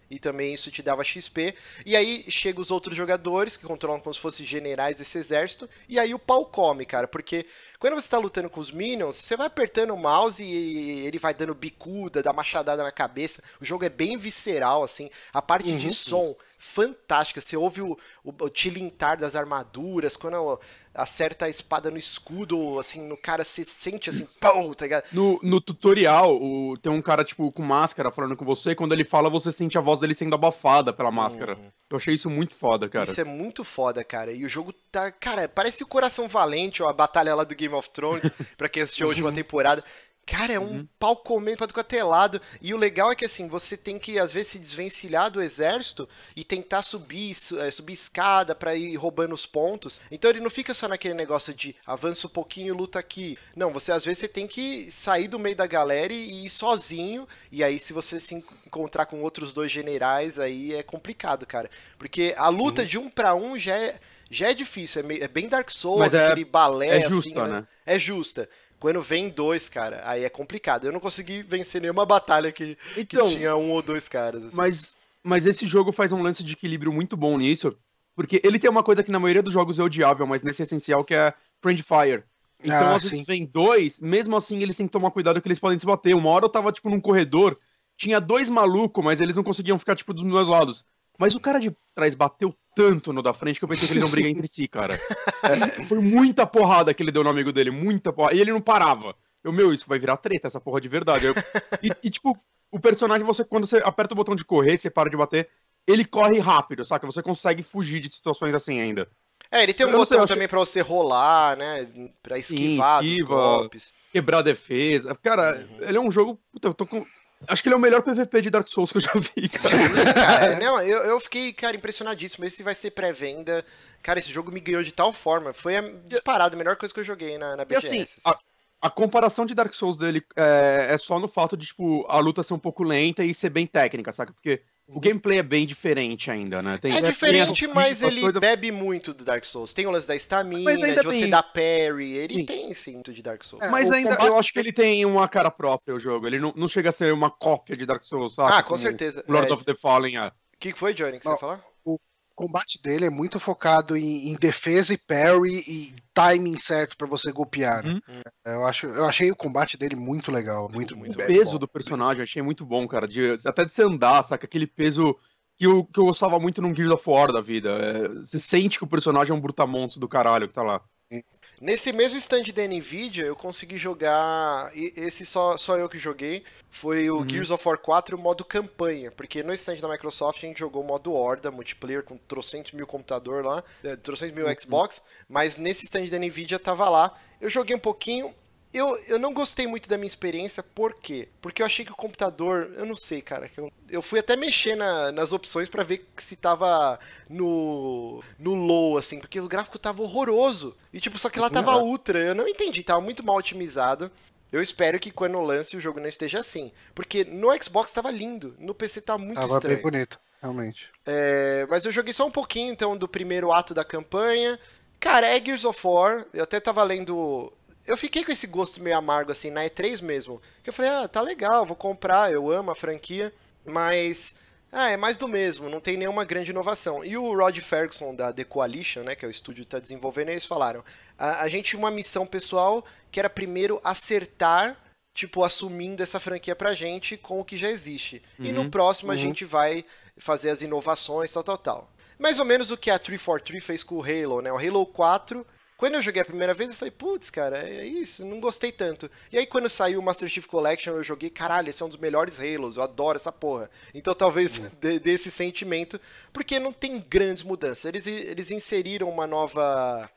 e também isso te dava XP. E aí chegam os outros jogadores que controlam como se fossem generais desse exército, e aí o pau come, cara, porque quando você tá lutando com os minions, você vai apertando o mouse e ele vai dando bicuda, dá machadada na cabeça. O jogo é bem visceral, assim. A parte de som, fantástica. Você ouve o tilintar das armaduras, quando acerta a espada no escudo, assim, no cara, você sente assim, pão, tá ligado? No tutorial, tem um cara, tipo, com máscara falando com você, quando ele fala, você sente a voz dele sendo abafada pela máscara. Eu achei isso muito foda, cara. Isso é muito foda, cara. E o jogo tá, cara, parece o Coração Valente, ou a batalha lá do Game of Thrones, pra quem assistiu a última temporada. Cara, é um pau comendo pra todo é lado. E o legal é que, assim, você tem que, às vezes, se desvencilhar do exército e tentar subir escada pra ir roubando os pontos. Então ele não fica só naquele negócio de avança um pouquinho e luta aqui. Não, às vezes, você tem que sair do meio da galera e ir sozinho. E aí, se você se encontrar com outros 2 generais, aí é complicado, cara. Porque a luta de 1 pra 1 já é difícil. É bem Dark Souls, mas aquele balé, é justa, assim, né? É justa. Quando vem 2, cara, aí é complicado. Eu não consegui vencer nenhuma batalha que tinha 1 ou 2 caras. Assim. Mas esse jogo faz um lance de equilíbrio muito bom nisso, porque ele tem uma coisa que na maioria dos jogos é odiável, mas nesse é essencial, que é Friend Fire. Então, às vezes vem 2, mesmo assim eles têm que tomar cuidado que eles podem se bater. Uma hora eu tava, tipo, num corredor, tinha 2 malucos, mas eles não conseguiam ficar, tipo, dos meus lados. Mas o cara de trás bateu tanto no da frente que eu pensei que eles iam brigar entre si, cara. Foi muita porrada que ele deu no amigo dele, muita porrada. E ele não parava. Isso vai virar treta, essa porra de verdade. Tipo, o personagem, quando você aperta o botão de correr, você para de bater, ele corre rápido, saca? Você consegue fugir de situações assim ainda. Ele tem um botão também pra você rolar, né? Pra esquivar dos golpes. Quebrar a defesa. Cara, ele é um jogo... Puta, acho que ele é o melhor PVP de Dark Souls que eu já vi, cara. Sim, cara. Não, eu fiquei, cara, impressionadíssimo. Esse vai ser pré-venda. Cara, esse jogo me ganhou de tal forma. Foi disparado a melhor coisa que eu joguei na BGS. E assim, a comparação de Dark Souls dele é só no fato de, tipo, a luta ser um pouco lenta e ser bem técnica, saca? Porque o gameplay é bem diferente ainda, né? É diferente, mas ele bebe muito do Dark Souls. Tem o lance da estamina, de você dar parry. Ele tem, sim, muito de Dark Souls. Mas ainda, eu acho que ele tem uma cara própria, o jogo. Ele não chega a ser uma cópia de Dark Souls, sabe? Com certeza. Lord of the Fallen, O que foi, Johnny, que você ia falar? O combate dele é muito focado em defesa e parry e timing certo pra você golpear. Né? Eu achei o combate dele muito legal. Muito o peso bom. Do personagem eu achei muito bom, cara. Até de você andar, saca? Aquele peso que eu gostava muito num Gears of War da vida. Você sente que o personagem é um brutamontes do caralho que tá lá. Nesse mesmo stand da Nvidia, eu consegui jogar, esse só eu que joguei, foi o Gears of War 4 modo campanha, porque no stand da Microsoft a gente jogou o modo Horda, multiplayer, com 300 mil computador lá, 300 mil Xbox, mas nesse stand da Nvidia tava lá, eu joguei um pouquinho. Eu não gostei muito da minha experiência, por quê? Porque eu achei que o computador, eu não sei, cara, eu fui até mexer nas opções pra ver se tava no low, assim, porque o gráfico tava horroroso, e tipo, só que lá tava ultra, eu não entendi, tava muito mal otimizado. Eu espero que quando lance o jogo não esteja assim, porque no Xbox tava lindo, no PC tá muito estranho. Tava bem bonito, realmente. Mas eu joguei só um pouquinho, então, do primeiro ato da campanha. Cara, é Gears of War, eu até tava lendo... Eu fiquei com esse gosto meio amargo, assim, na E3 mesmo. Que eu falei, tá legal, vou comprar, eu amo a franquia, mas... é mais do mesmo, não tem nenhuma grande inovação. E o Rod Ferguson, da The Coalition, né, que é o estúdio que tá desenvolvendo, eles falaram, a gente tinha uma missão pessoal que era primeiro acertar, tipo, assumindo essa franquia pra gente com o que já existe. E no próximo a gente vai fazer as inovações, tal. Mais ou menos o que a 343 fez com o Halo, né? O Halo 4... Quando eu joguei a primeira vez, eu falei, putz, cara, é isso, não gostei tanto. E aí quando saiu o Master Chief Collection, eu joguei, caralho, esse é um dos melhores Halos, eu adoro essa porra. Então talvez dê esse sentimento, porque não tem grandes mudanças. Eles inseriram uma nova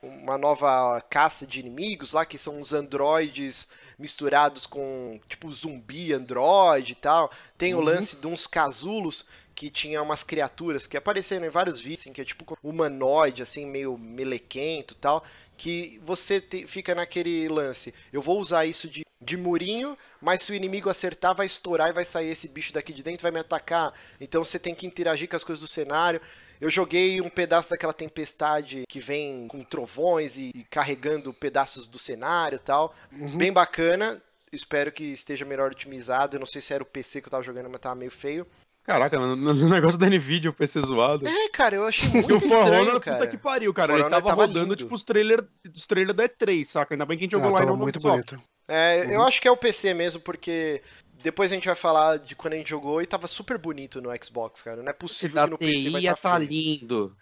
caça de inimigos lá, que são uns androides misturados com, tipo, zumbi android e tal. Tem o lance de uns casulos, que tinha umas criaturas que apareceram em vários vídeos, assim, que é tipo humanoide, assim, meio melequento e tal, que você fica naquele lance, eu vou usar isso de murinho, mas se o inimigo acertar, vai estourar e vai sair esse bicho daqui de dentro, vai me atacar, então você tem que interagir com as coisas do cenário. Eu joguei um pedaço daquela tempestade que vem com trovões e carregando pedaços do cenário e tal, bem bacana, espero que esteja melhor otimizado, eu não sei se era o PC que eu tava jogando, mas tava meio feio. Caraca, no negócio da Nvidia, o PC zoado. Cara, eu achei Porque muito o For estranho, Honor, cara. puta que pariu, cara. For Ele Honor tava rodando, lindo. tipo, os trailers da E3, saca? Ainda bem que a gente jogou lá e tava não no muito Ubisoft. bonito. Eu acho que é o PC mesmo, porque depois a gente vai falar de quando a gente jogou e tava super bonito no Xbox, cara. Não é possível que no PC vai ia estar tá feio. lindo.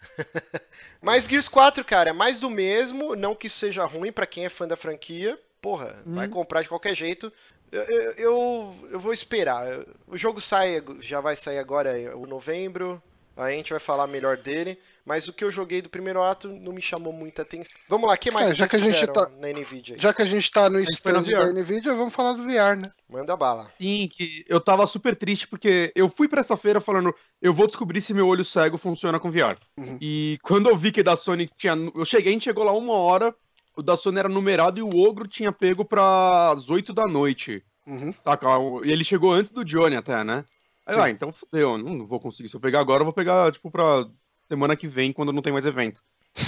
Mas Gears 4, cara, é mais do mesmo. Não que isso seja ruim pra quem é fã da franquia. Porra, vai comprar de qualquer jeito. Eu vou esperar. O jogo já vai sair agora, em novembro. A gente vai falar melhor dele. Mas o que eu joguei do primeiro ato não me chamou muita atenção. Vamos lá, o que mais Já vocês que a gente fizeram tá- na Nvidia aí? Já que a gente tá no gente foi na stand da VR. Nvidia, vamos falar do VR, né? Manda bala. Sim, que eu tava super triste porque eu fui pra essa feira falando, eu vou descobrir se meu olho cego funciona com VR. Uhum. E quando eu vi que da Sony tinha. A gente chegou lá 1 hora, o da Sony era numerado e o Ogro tinha pego pras 8 da noite. Uhum. Saca? E ele chegou antes do Johnny até, né? Aí, Sim. então fudeu, não vou conseguir. Se eu pegar agora, eu vou pegar, tipo, pra semana que vem, quando não tem mais evento.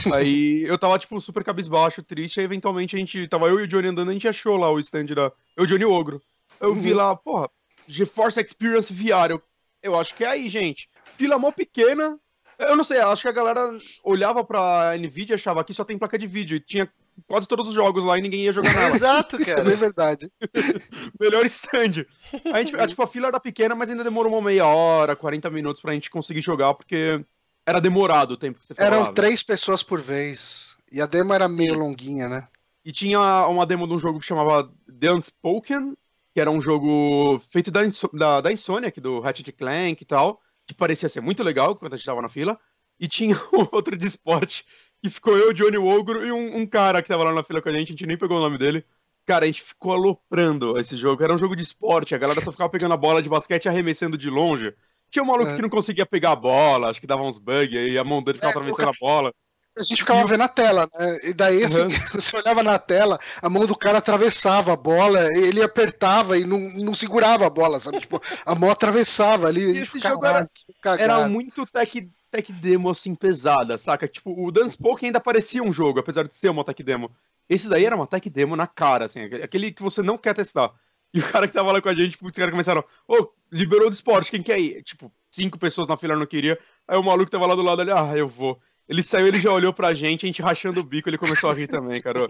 Aí eu tava, tipo, super cabisbaixo, triste, aí eventualmente tava eu e o Johnny andando, a gente achou lá o stand eu, Johnny e o Ogro. Eu vi lá, porra, GeForce Experience VR, eu acho que é aí, gente. Fila mó pequena, eu não sei, acho que a galera olhava pra Nvidia e achava que só tem placa de vídeo, e tinha quase todos os jogos lá e ninguém ia jogar nada. Exato, Isso é cara. bem verdade. Melhor stand. Tipo, a fila era pequena, mas ainda demorou uma meia hora, 40 minutos pra gente conseguir jogar, porque era demorado o tempo que você ficava lá, Eram velho. 3 pessoas por vez. E a demo era meio longuinha, né? E tinha uma demo de um jogo que chamava The Unspoken, que era um jogo feito da Insomnia, aqui do Ratchet Clank e tal, que parecia ser muito legal quando a gente tava na fila. E tinha um outro de esporte, que ficou eu, Johnny Ogro e um cara que tava lá na fila com a gente nem pegou o nome dele. Cara, a gente ficou aloprando esse jogo. Era um jogo de esporte, a galera só ficava pegando a bola de basquete e arremessando de longe. Tinha um maluco que não conseguia pegar a bola, acho que dava uns bugs, aí a mão dele ficava atravessando a bola. A gente ficava vendo a tela, né? E daí, assim, você olhava na tela, a mão do cara atravessava a bola, ele apertava e não segurava a bola, sabe? Tipo, a mão atravessava ali. E esse jogo era muito tech demo, assim, pesada, saca? Tipo, o Dunspoken ainda parecia um jogo, apesar de ser uma tech demo. Esse daí era uma tech demo na cara, assim, aquele que você não quer testar. E o cara que tava lá com a gente, os caras começaram, liberou do esporte, quem quer ir? Tipo, 5 pessoas na fila não queria. Aí o maluco tava lá do lado ali, eu vou. Ele saiu, ele já olhou pra gente, a gente rachando o bico, ele começou a rir também, cara.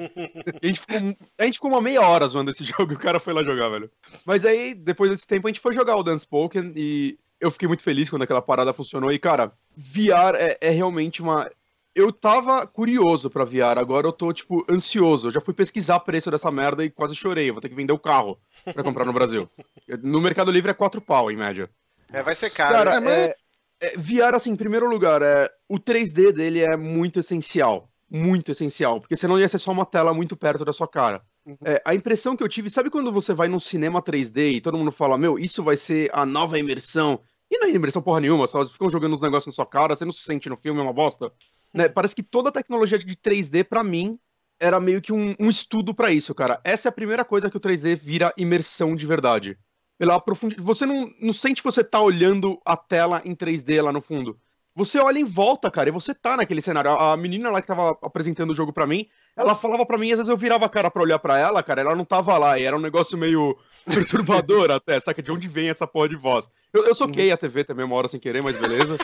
A gente ficou uma meia hora zoando esse jogo e o cara foi lá jogar, velho. Mas aí, depois desse tempo, a gente foi jogar o Dunspoken e eu fiquei muito feliz quando aquela parada funcionou. E, cara, VR é realmente uma... Eu tava curioso pra VR, agora eu tô, tipo, ansioso. Eu já fui pesquisar preço dessa merda e quase chorei. Eu vou ter que vender o carro pra comprar no Brasil. No Mercado Livre é 4 pau, em média. Vai ser caro. Cara, né? VR, assim, em primeiro lugar, o 3D dele é muito essencial. Muito essencial. Porque senão ia ser só uma tela muito perto da sua cara. A impressão que eu tive, sabe quando você vai num cinema 3D e todo mundo fala, meu, isso vai ser a nova imersão? E não é imersão porra nenhuma, só ficam jogando os negócios na sua cara, você não se sente no filme, é uma bosta. Né? Parece que toda a tecnologia de 3D, pra mim, era meio que um estudo pra isso, cara. Essa é a primeira coisa que o 3D vira imersão de verdade. Pela profundidade. Você não sente que você tá olhando a tela em 3D lá no fundo. Você olha em volta, cara, e você tá naquele cenário. A menina lá que tava apresentando o jogo pra mim, ela falava pra mim, e às vezes eu virava a cara pra olhar pra ela, cara, ela não tava lá, e era um negócio meio perturbador até, saca? De onde vem essa porra de voz? Eu soquei a TV também uma hora sem querer, mas beleza.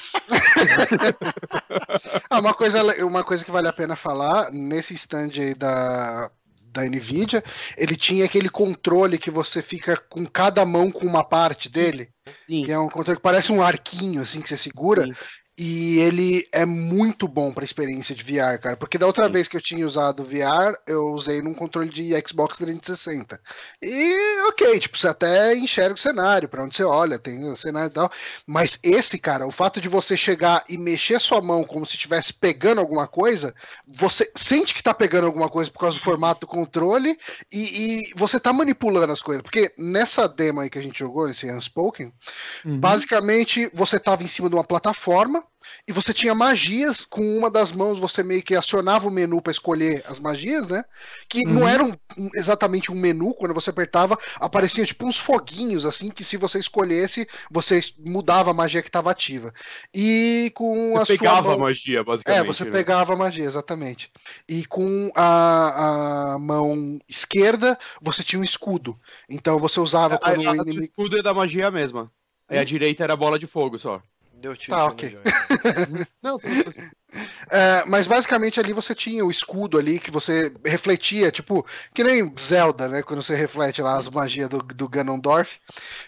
Uma coisa que vale a pena falar, nesse stand aí da Nvidia, ele tinha aquele controle que você fica com cada mão com uma parte dele. Sim. Que é um controle que parece um arquinho, assim, que você segura. Sim. E ele é muito bom pra experiência de VR, cara. Porque da outra vez que eu tinha usado VR, eu usei num controle de Xbox 360. E, ok, tipo, você até enxerga o cenário, pra onde você olha, tem o cenário e tal. Mas esse, cara, o fato de você chegar e mexer sua mão como se estivesse pegando alguma coisa, você sente que tá pegando alguma coisa por causa do formato do controle e você tá manipulando as coisas. Porque nessa demo aí que a gente jogou, nesse Unspoken, basicamente você tava em cima de uma plataforma e você tinha magias, com uma das mãos você meio que acionava o menu para escolher as magias, né? Que não era exatamente um menu, quando você apertava, apareciam tipo uns foguinhos, assim, que se você escolhesse, você mudava a magia que estava ativa. E com você a sua pegava mão... a magia, basicamente. você pegava a magia, exatamente. E com a mão esquerda, você tinha um escudo. Então você usava quando o inimigo... O escudo é da magia mesma. Aí a direita era a bola de fogo só. Deu tilt Tá, no ok. Johnny. Não, Mas basicamente ali você tinha o escudo ali que você refletia, tipo, que nem Zelda, né? Quando você reflete lá as magias do Ganondorf.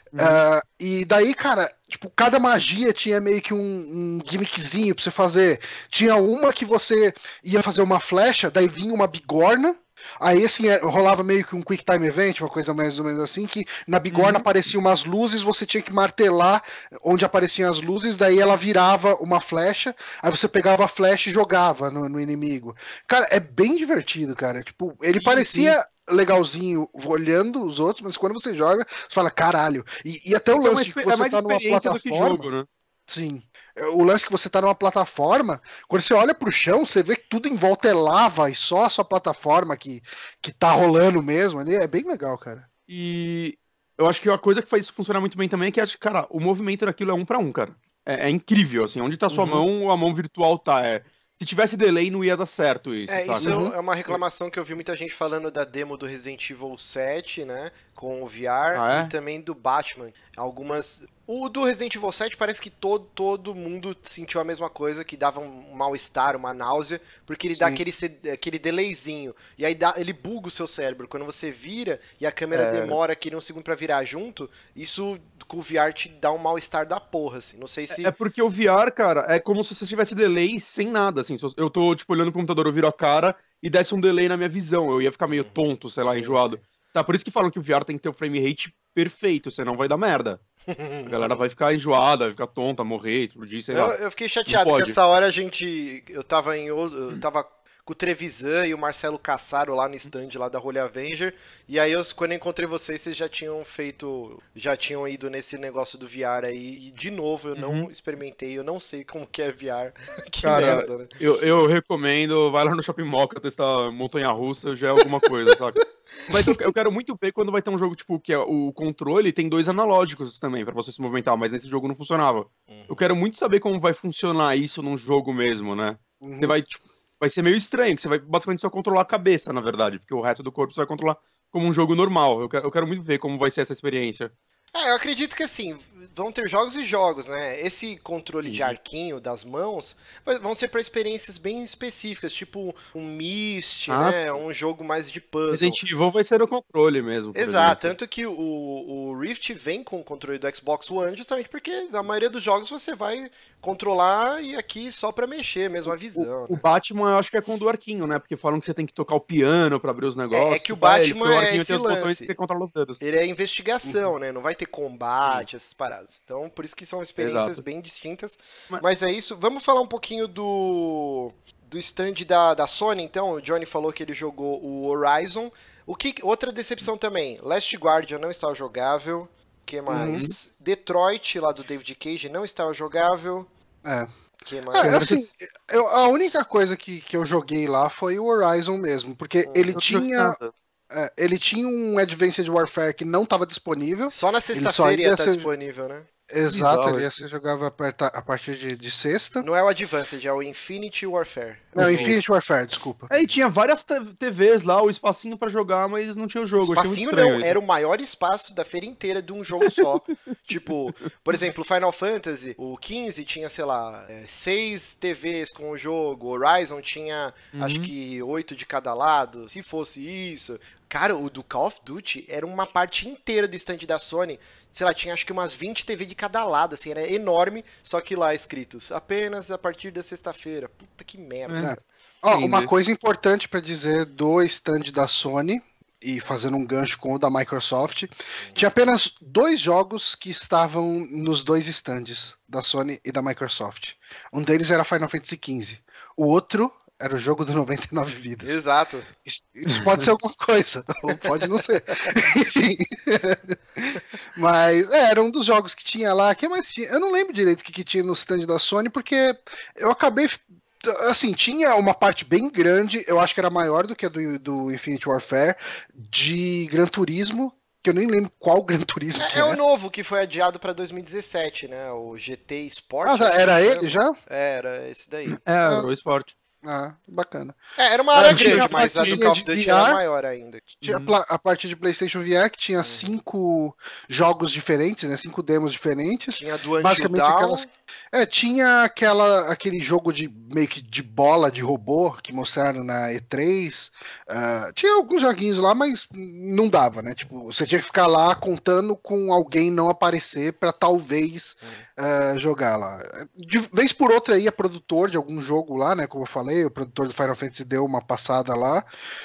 E daí, cara, tipo, cada magia tinha meio que um gimmickzinho pra você fazer. Tinha uma que você ia fazer uma flecha, daí vinha uma bigorna. Aí, assim, rolava meio que um Quick Time Event, uma coisa mais ou menos assim, que na bigorna apareciam umas luzes, você tinha que martelar onde apareciam as luzes, daí ela virava uma flecha, aí você pegava a flecha e jogava no inimigo. Cara, é bem divertido, cara. Tipo, ele parecia legalzinho olhando os outros, mas quando você joga, você fala, caralho. E até o lance de que você mais tá numa experiência do que plataforma. jogo, né? Sim. O lance que você tá numa plataforma, quando você olha pro chão, você vê que tudo em volta é lava e só a sua plataforma que tá rolando mesmo ali. É bem legal, cara. E eu acho que uma coisa que faz isso funcionar muito bem também é que, cara, o movimento daquilo é 1 pra 1, cara. É incrível, assim. Onde tá a sua mão, a mão virtual tá. Se tivesse delay, não ia dar certo isso, saca? Isso é uma reclamação que eu vi muita gente falando da demo do Resident Evil 7, né? Com o VR e também do Batman. Algumas. O do Resident Evil 7 parece que todo mundo sentiu a mesma coisa, que dava um mal-estar, uma náusea, porque ele dá aquele delayzinho. E aí ele buga o seu cérebro. Quando você vira e a câmera demora aquele um segundo pra virar junto, isso com o VR te dá um mal-estar da porra, assim. Não sei se. É porque o VR, cara, é como se você tivesse delay sem nada, assim. Eu tô, tipo, olhando pro computador, eu viro a cara e desse um delay na minha visão. Eu ia ficar meio tonto, sei lá, enjoado. Sim. Tá, por isso que falam que o VR tem que ter o frame rate perfeito, senão vai dar merda. A galera vai ficar enjoada, vai ficar tonta, morrer, explodir, sei lá. Eu fiquei chateado, porque essa hora eu tava com o Trevisan e o Marcelo Cassaro lá no stand lá da Holy Avenger, e aí quando eu encontrei vocês já tinham ido nesse negócio do VR aí, e de novo eu não experimentei, eu não sei como que é VR. Que cara, merda, né? Eu recomendo, vai lá no Shopping Mall pra testar montanha-russa, já é alguma coisa, saca? Mas eu quero muito ver quando vai ter um jogo, tipo, que é o controle tem 2 analógicos também, pra você se movimentar, mas nesse jogo não funcionava. Eu quero muito saber como vai funcionar isso num jogo mesmo, né? Você vai, tipo, vai ser meio estranho, que você vai basicamente só controlar a cabeça, na verdade, porque o resto do corpo você vai controlar como um jogo normal. Eu quero muito ver como vai ser essa experiência. Eu acredito que assim, vão ter jogos e jogos, né? Esse controle de arquinho das mãos vão ser para experiências bem específicas, tipo um Myst, né? Um jogo mais de puzzle. Resident Evil vai ser o controle mesmo. Exato, tanto que o Rift vem com o controle do Xbox One justamente porque a maioria dos jogos você vai controlar e aqui só pra mexer mesmo a visão. O Batman eu acho que é com o do arquinho, né? Porque falam que você tem que tocar o piano pra abrir os negócios. É que o Batman é esse lance. Que você controla os dedos. Ele é investigação, né? Não vai ter combate, essas paradas. Então, por isso que são experiências bem distintas. Mas é isso. Vamos falar um pouquinho do stand da Sony, então. O Johnny falou que ele jogou o Horizon. Outra decepção também. Last Guardian não estava jogável. Que mais? Detroit, lá do David Cage, não estava jogável. Que mais? Assim, a única coisa que eu joguei lá foi o Horizon mesmo, porque ele tinha um Advanced Warfare que não estava disponível. Só na sexta-feira ia estar disponível, né? Exato, ele você jogava a partir de sexta. Não é o Advanced, é o Infinity Warfare. Não, Infinity Warfare, desculpa. E tinha várias TVs lá, o espacinho pra jogar, mas não tinha o jogo. Espacinho não, era o maior espaço da feira inteira de um jogo só. Tipo, por exemplo, Final Fantasy, o 15 tinha, sei lá, 6 TVs com o jogo, o Horizon tinha, acho que 8 de cada lado, se fosse isso. Cara, o do Call of Duty era uma parte inteira do stand da Sony. Sei lá, tinha acho que umas 20 TV de cada lado, assim, era enorme, só que lá escritos, apenas a partir da sexta-feira. Puta que merda. Uma coisa importante pra dizer do stand da Sony, e fazendo um gancho com o da Microsoft, tinha apenas 2 jogos que estavam nos 2 stands da Sony e da Microsoft. Um deles era Final Fantasy XV. O outro era o jogo do 99 vidas. Exato. Isso pode ser alguma coisa, ou pode não ser. Enfim. Mas era um dos jogos que tinha lá. O que mais tinha? Eu não lembro direito o que tinha no stand da Sony, porque eu acabei. Assim, tinha uma parte bem grande, eu acho que era maior do que a do Infinity Warfare, de Gran Turismo, que eu nem lembro qual Gran Turismo que é o novo, que foi adiado pra 2017, né? O GT Sport. Era ele já? Era esse daí. Era o Sport. Ah, bacana. Era uma área tinha grande, mas a do Call of Duty VR, era maior ainda. Tinha a parte de PlayStation VR, que tinha 5 jogos diferentes, né? 5 demos diferentes. Tinha do Until Basicamente Dawn. aquelas. Tinha aquele jogo de meio que de bola de robô que mostraram na E3. Tinha alguns joguinhos lá, mas não dava, né? Tipo, você tinha que ficar lá contando com alguém não aparecer pra talvez jogar lá. De vez por outra ia produtor de algum jogo lá, né? Como eu falei, o produtor do Final Fantasy deu uma passada lá.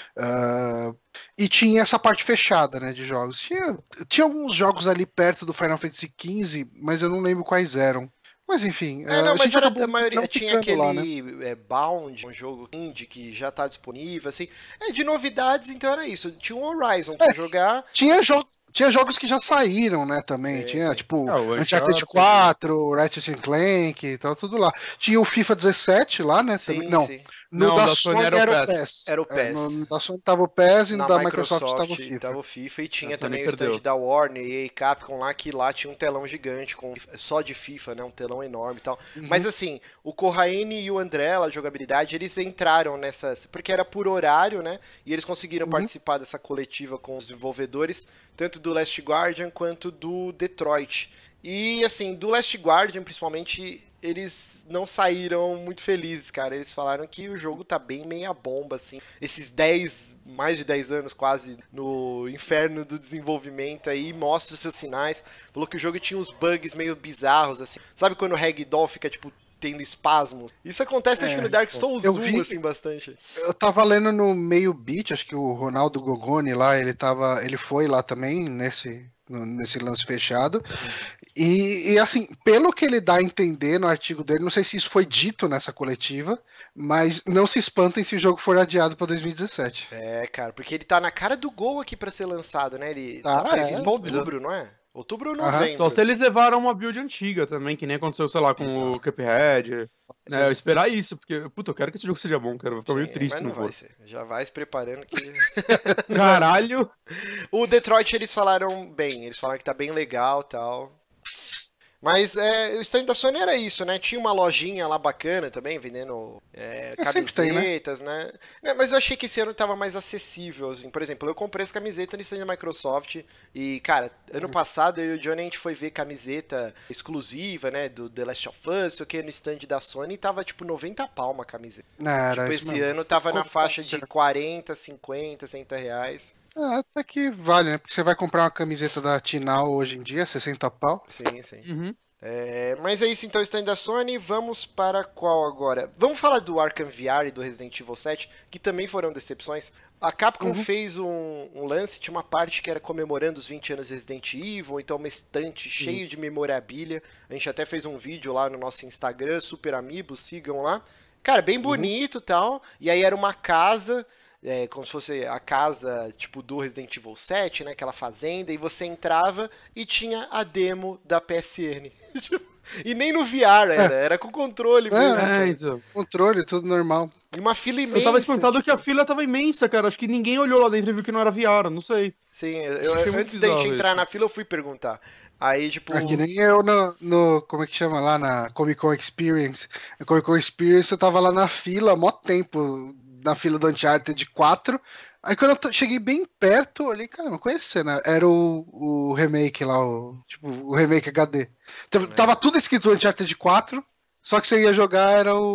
E tinha essa parte fechada, né, de jogos. Tinha alguns jogos ali perto do Final Fantasy XV, mas eu não lembro quais eram. Mas enfim, não, a mas gente era acabou a maioria. não Tinha ficando lá, né? aquele Bound, um jogo indie que já tá disponível, assim. De novidades, então era isso. Tinha um Horizon pra jogar. Tinha jogos que já saíram, né, também. Tinha, sim. tipo, o Uncharted 4, Ratchet Clank e tal, tudo lá. Tinha o FIFA 17 lá, né, Sim, também. Não, sim. no Não, da da Sony Sony era o era o PES. PES. Era o PES. No da Sony tava o PES e Na no da Microsoft tava o FIFA. E tinha A Sony também o stand perdeu. da Warner e Capcom lá, que lá tinha um telão gigante só de FIFA, né? Um telão enorme e tal. Mas assim, o Corraine e o André, a jogabilidade, eles entraram nessa. Porque era por horário, né? E eles conseguiram participar dessa coletiva com os desenvolvedores, tanto do Last Guardian quanto do Detroit. E assim, do Last Guardian, principalmente, eles não saíram muito felizes, cara. Eles falaram que o jogo tá bem meia bomba, assim. Esses mais de 10 anos quase no inferno do desenvolvimento aí, mostra os seus sinais. Falou que o jogo tinha uns bugs meio bizarros, assim. Sabe quando o Ragdoll fica, tipo, tendo espasmos? Isso acontece, acho que no Dark Souls 1, assim, bastante. Eu tava lendo no Meio Beat, acho que o Ronaldo Gogoni lá, ele foi lá também nesse lance fechado. E assim, pelo que ele dá a entender no artigo dele, não sei se isso foi dito nessa coletiva, mas não se espantem se o jogo for adiado para 2017. Cara, porque ele tá na cara do gol aqui pra ser lançado, né? Ele tá previsto pra outubro, não é? Outubro ou novembro? Só se eles levaram uma build antiga também, que nem aconteceu, sei lá, com o Cuphead. Eu esperar isso, porque, puta, eu quero que esse jogo seja bom, cara. Eu tô meio triste, mas não vai for. ser. Já vai se preparando que... Caralho! O Detroit, eles falaram bem. Eles falaram que tá bem legal e tal. Mas o stand da Sony era isso, né? Tinha uma lojinha lá bacana também, vendendo camisetas, né? Mas eu achei que esse ano tava mais acessível, assim. Por exemplo, eu comprei essa camiseta no stand da Microsoft e, cara, ano passado eu e o Johnny, a gente foi ver camiseta exclusiva, né? Do The Last of Us, o que no stand da Sony e tava, tipo, 90 pau uma camiseta. Tipo, esse ano tava na faixa de 40, 50, 60 reais. Até que vale, né? Porque você vai comprar uma camiseta da Tinal hoje em dia, 60 pau. Sim, sim. Uhum. Mas é isso então, o stand da Sony. Vamos para qual agora? Vamos falar do Arkham VR e do Resident Evil 7, que também foram decepções. A Capcom fez um lance, tinha uma parte que era comemorando os 20 anos de Resident Evil, então uma estante cheia de memorabilia. A gente até fez um vídeo lá no nosso Instagram, Super Amigos, sigam lá. Cara, bem bonito e tal. E aí era uma casa... como se fosse a casa, tipo, do Resident Evil 7, né? Aquela fazenda, e você entrava e tinha a demo da PSN. E nem no VR era com controle mesmo. Cara. Então. Controle, tudo normal. E uma fila imensa. Eu tava espantado que a fila tava imensa, cara. Acho que ninguém olhou lá dentro e viu que não era VR, não sei. Sim, antes da gente entrar na fila, eu fui perguntar. Aí, tipo... Que nem eu como é que chama lá, na Comic Con Experience. Na Comic Con Experience eu tava lá na fila há mó tempo, na fila do Uncharted 4. Aí quando eu cheguei bem perto, eu olhei, caramba, conheci, né? Era o remake lá, o remake HD. Tava tudo escrito Uncharted 4, só que você ia jogar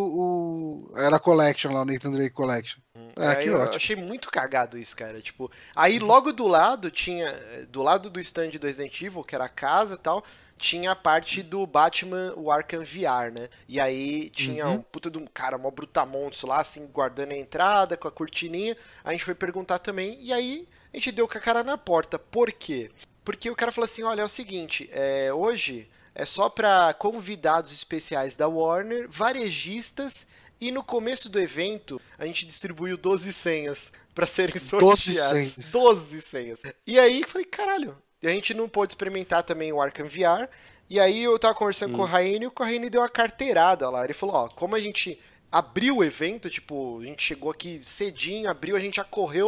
era a Collection lá, o Nathan Drake Collection. Que eu ótimo. achei muito cagado isso, cara. Tipo, aí logo do lado tinha, do lado do stand do Resident Evil, que era a casa e tal, tinha a parte do Batman, o Arkham VR, né? E aí tinha um puta de um cara, mó brutamontes lá, assim, guardando a entrada, com a cortininha. A gente foi perguntar também, e aí a gente deu com a cara na porta. Por quê? Porque o cara falou assim, olha, é o seguinte, hoje é só pra convidados especiais da Warner, varejistas, e no começo do evento a gente distribuiu 12 senhas pra serem sorteadas. 12 senhas. E aí eu falei, caralho... E a gente não pôde experimentar também o Arkham VR. E aí eu tava conversando com o Raine e o Raine deu uma carteirada lá. Ele falou, como a gente abriu o evento, tipo, a gente chegou aqui cedinho, abriu, a gente já correu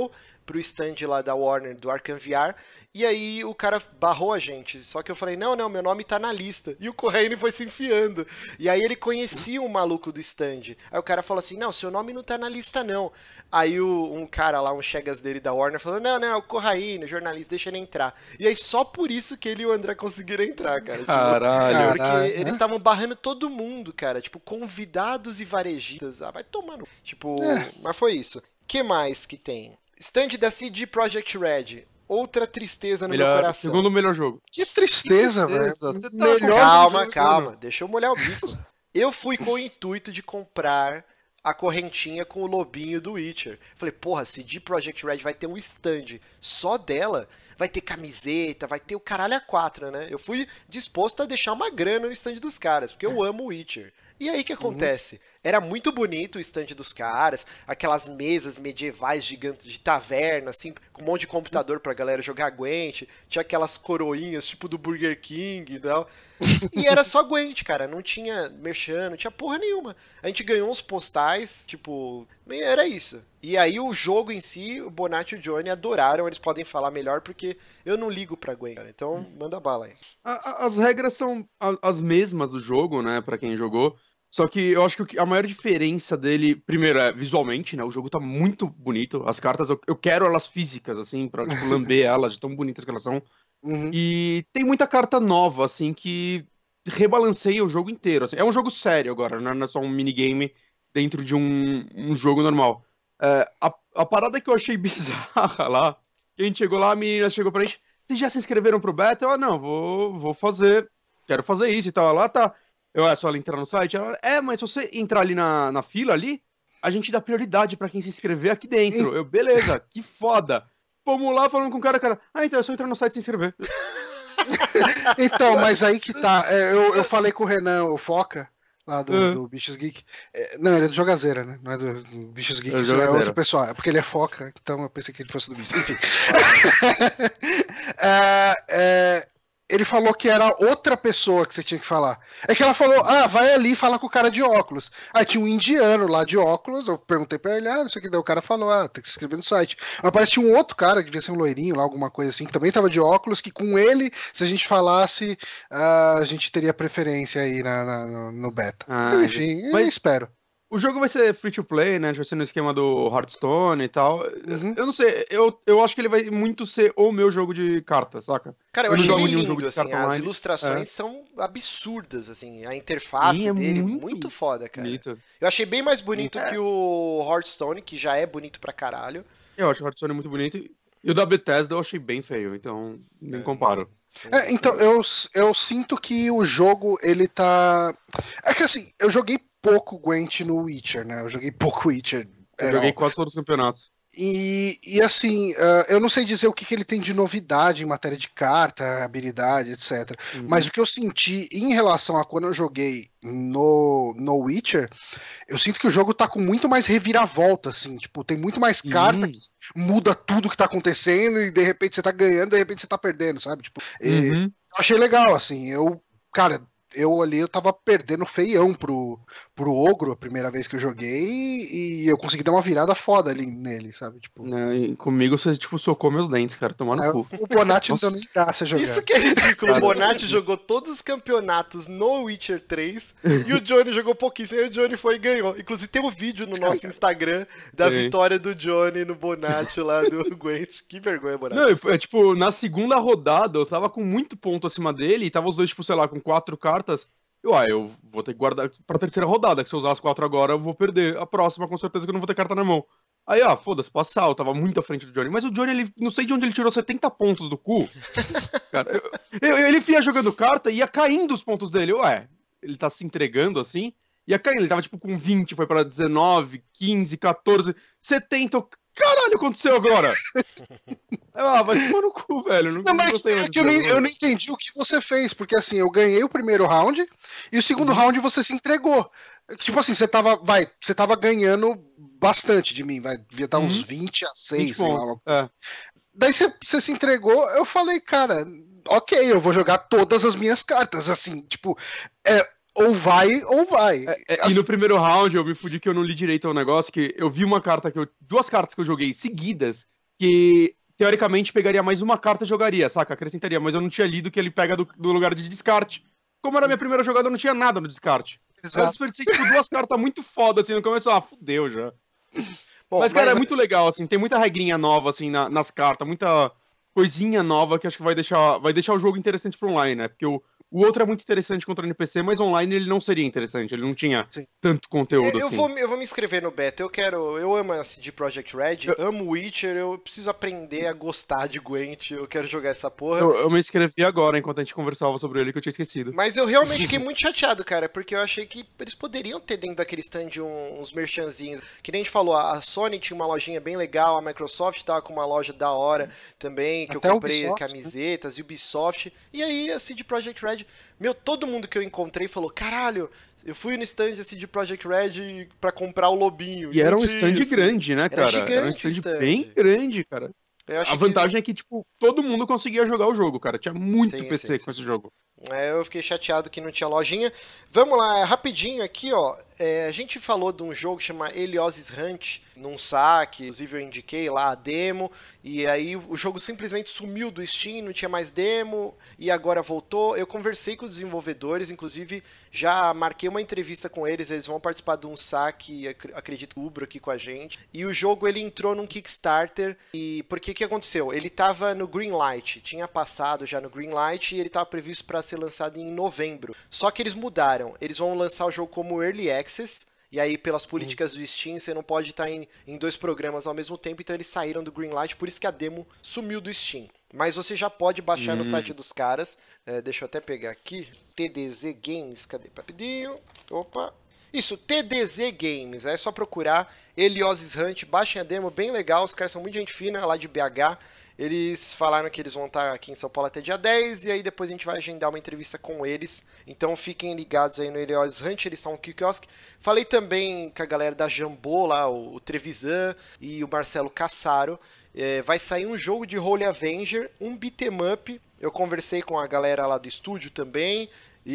pro stand lá da Warner, do Arkham VR, e aí o cara barrou a gente. Só que eu falei, não, meu nome tá na lista. E o Corraine foi se enfiando. E aí ele conhecia o maluco do stand. Aí o cara falou assim, não, seu nome não tá na lista não. Aí um cara lá, um chegas dele da Warner, falou, não, é o Corraine, jornalista, deixa ele entrar. E aí só por isso que ele e o André conseguiram entrar, cara. Tipo, Caralho. porque eles estavam barrando todo mundo, cara. Tipo, convidados e varejistas. Ah, vai tomar no... Tipo, mas foi isso. Que mais que tem? Stand da CD Projekt Red. Outra tristeza no meu coração. Segundo melhor jogo. Que tristeza, velho. Você tá Melhor Calma. Deixa eu molhar o bico. Eu fui com o intuito de comprar a correntinha com o lobinho do Witcher. Falei, porra, CD Projekt Red vai ter um stand só dela, vai ter camiseta, vai ter o caralho a 4, né? Eu fui disposto a deixar uma grana no stand dos caras, porque eu amo o Witcher. E aí o que acontece? Era muito bonito o stand dos caras, aquelas mesas medievais gigantes de taverna, assim, com um monte de computador pra galera jogar Gwent, tinha aquelas coroinhas tipo do Burger King e tal. E era só Gwent, cara, não tinha merchan, não tinha porra nenhuma. A gente ganhou uns postais, tipo, era isso. E aí o jogo em si, o Bonatti e o Johnny adoraram, eles podem falar melhor porque eu não ligo pra Gwent, cara. Então manda bala aí. As regras são as mesmas do jogo, né, pra quem jogou. Só que eu acho que a maior diferença dele, primeiro, é visualmente, né? O jogo tá muito bonito. As cartas, eu quero elas físicas, assim, pra tipo, lamber elas, de tão bonitas que elas são. E tem muita carta nova, assim, que rebalanceia o jogo inteiro. Assim. É um jogo sério agora, não é só um minigame dentro de um jogo normal. A parada que eu achei bizarra lá, que a gente chegou lá, a menina chegou pra gente, vocês já se inscreveram pro beta? Eu, não, vou fazer, quero fazer isso e tal. Lá tá... É só ela entrar no site? Ela, mas se você entrar ali na fila ali, a gente dá prioridade pra quem se inscrever aqui dentro. Eu, beleza, que foda. Vamos lá falando com o cara, então é só entrar no site e se inscrever. Então, mas aí que tá. Eu falei com o Renan, o Foca, lá do Bichos Geek. Não, ele é do Jogazeira, né? Não é do Bichos Geek, isso é outro pessoal. É porque ele é Foca, então eu pensei que ele fosse do Bichos. Enfim. Ele falou que era outra pessoa que você tinha que falar. É que ela falou, vai ali falar com o cara de óculos. Aí tinha um indiano lá de óculos, eu perguntei pra ele, não sei o que, daí o cara falou, tem que se inscrever no site. Mas parece que tinha um outro cara, que devia ser um loirinho lá, alguma coisa assim, que também tava de óculos, que com ele, se a gente falasse, a gente teria preferência aí no beta. Mas enfim, eu espero. O jogo vai ser free to play, né? Vai ser no esquema do Hearthstone e tal. Eu não sei, eu acho que ele vai muito ser o meu jogo de cartas, saca? Cara, eu achei ele lindo, assim, as ilustrações são absurdas, assim, a interface dele, muito foda, cara. Bonito. Eu achei bem mais bonito que o Hearthstone, que já é bonito pra caralho. Eu acho o Hearthstone muito bonito, e o da Bethesda eu achei bem feio, então nem comparo. Então, eu sinto que o jogo, ele tá... É que assim, eu joguei pouco Gwent no Witcher, né? Eu joguei pouco Witcher. Eu joguei quase todos os campeonatos. E assim, eu não sei dizer o que ele tem de novidade em matéria de carta, habilidade, etc. Mas o que eu senti em relação a quando eu joguei no Witcher, eu sinto que o jogo tá com muito mais reviravolta, assim. Tipo, tem muito mais carta que muda tudo que tá acontecendo e de repente você tá ganhando, de repente você tá perdendo, sabe? Tipo, eu achei legal, assim. Cara, eu tava perdendo feião pro Ogro a primeira vez que eu joguei e eu consegui dar uma virada foda ali nele, sabe? Tipo... comigo você, tipo, socou meus dentes, cara, tomar no cu. O Bonatti não deu nem graça jogar. Isso que é ridículo, o Bonatti jogou todos os campeonatos no Witcher 3 e o Johnny jogou pouquíssimo, e o Johnny foi e ganhou. Inclusive tem um vídeo no nosso Instagram da vitória do Johnny no Bonatti lá do Gwent. Que vergonha, Bonatti. Não, tipo, na segunda rodada eu tava com muito ponto acima dele e tava os dois, tipo, sei lá, com 4 cartas. Eu vou ter que guardar pra terceira rodada, que se eu usar as 4 agora, eu vou perder. A próxima, com certeza, que eu não vou ter carta na mão. Aí, foda-se, passar, eu tava muito à frente do Johnny. Mas o Johnny, ele não sei de onde ele tirou 70 pontos do cu. Cara, ele ia jogando carta e ia caindo os pontos dele. Ele tá se entregando assim, ia caindo. Ele tava, tipo, com 20, foi pra 19, 15, 14, 70... Caralho, aconteceu agora? Vai tomar no cu, velho. Não, mas é que eu não entendi o que você fez, porque assim, eu ganhei o primeiro round e o segundo round você se entregou. Tipo assim, você tava ganhando bastante de mim, devia estar uns 20-6, sei lá. Daí você se entregou, eu falei, cara, ok, eu vou jogar todas as minhas cartas, assim, tipo, ou vai, ou vai. E no primeiro round eu me fudi que eu não li direito ao negócio, que eu vi uma carta duas cartas que eu joguei seguidas, que teoricamente pegaria mais uma carta e jogaria, saca? Acrescentaria, mas eu não tinha lido que ele pega do lugar de descarte. Como era a minha primeira jogada, eu não tinha nada no descarte. Eu desperdicei tipo, 2 cartas muito foda, assim, no começo, fudeu já. Bom, mas, cara, é muito legal, assim, tem muita regrinha nova, assim, nas cartas, muita coisinha nova que acho que vai deixar o jogo interessante pro online, né? Porque o outro é muito interessante contra o NPC, mas online ele não seria interessante, ele não tinha tanto conteúdo eu assim. Eu vou me inscrever no beta, eu amo a CD Projekt Red, amo Witcher, eu preciso aprender a gostar de Gwent, eu quero jogar essa porra. Eu me inscrevi agora, enquanto a gente conversava sobre ele, que eu tinha esquecido. Mas eu realmente fiquei muito chateado, cara, porque eu achei que eles poderiam ter dentro daquele stand uns merchanzinhos. Que nem a gente falou, a Sony tinha uma lojinha bem legal, a Microsoft tava com uma loja da hora também, que Até eu comprei Ubisoft, camisetas, Ubisoft. E aí a CD Projekt Red, todo mundo que eu encontrei falou, caralho, eu fui no stand da CD Projekt Red pra comprar o lobinho. E era um stand grande, né, cara? Era um stand bem grande, cara. A vantagem é que, tipo, todo mundo conseguia jogar o jogo, cara. Tinha muito PC com esse jogo. Eu fiquei chateado que não tinha lojinha. Vamos lá, rapidinho aqui, ó. A gente falou de um jogo que chama Helios Hunt, num saque, inclusive eu indiquei lá a demo, e aí o jogo simplesmente sumiu do Steam, não tinha mais demo, e agora voltou. Eu conversei com os desenvolvedores, inclusive já marquei uma entrevista com eles vão participar de um saque, acredito, outubro aqui com a gente. E o jogo, ele entrou num Kickstarter, e porque o que aconteceu? Ele tava no Greenlight, tinha passado já no Greenlight, e ele tava previsto para ser lançado em novembro. Só que eles mudaram, eles vão lançar o jogo como Early Access, e aí pelas políticas do Steam você não pode estar em 2 programas ao mesmo tempo, então eles saíram do Greenlight, por isso que a demo sumiu do Steam. Mas você já pode baixar no site dos caras, deixa eu até pegar aqui, TDZ Games, cadê? Rapidinho, opa, isso, TDZ Games, é só procurar, Helios Hunt, baixem a demo, bem legal, os caras são muito gente fina, lá de BH. Eles falaram que eles vão estar aqui em São Paulo até dia 10, e aí depois a gente vai agendar uma entrevista com eles. Então fiquem ligados aí no Helios Hunt, eles estão no Kiosk. Falei também com a galera da Jambô lá, o Trevisan e o Marcelo Cassaro. Vai sair um jogo de Holy Avenger, um beat'em up. Eu conversei com a galera lá do estúdio também,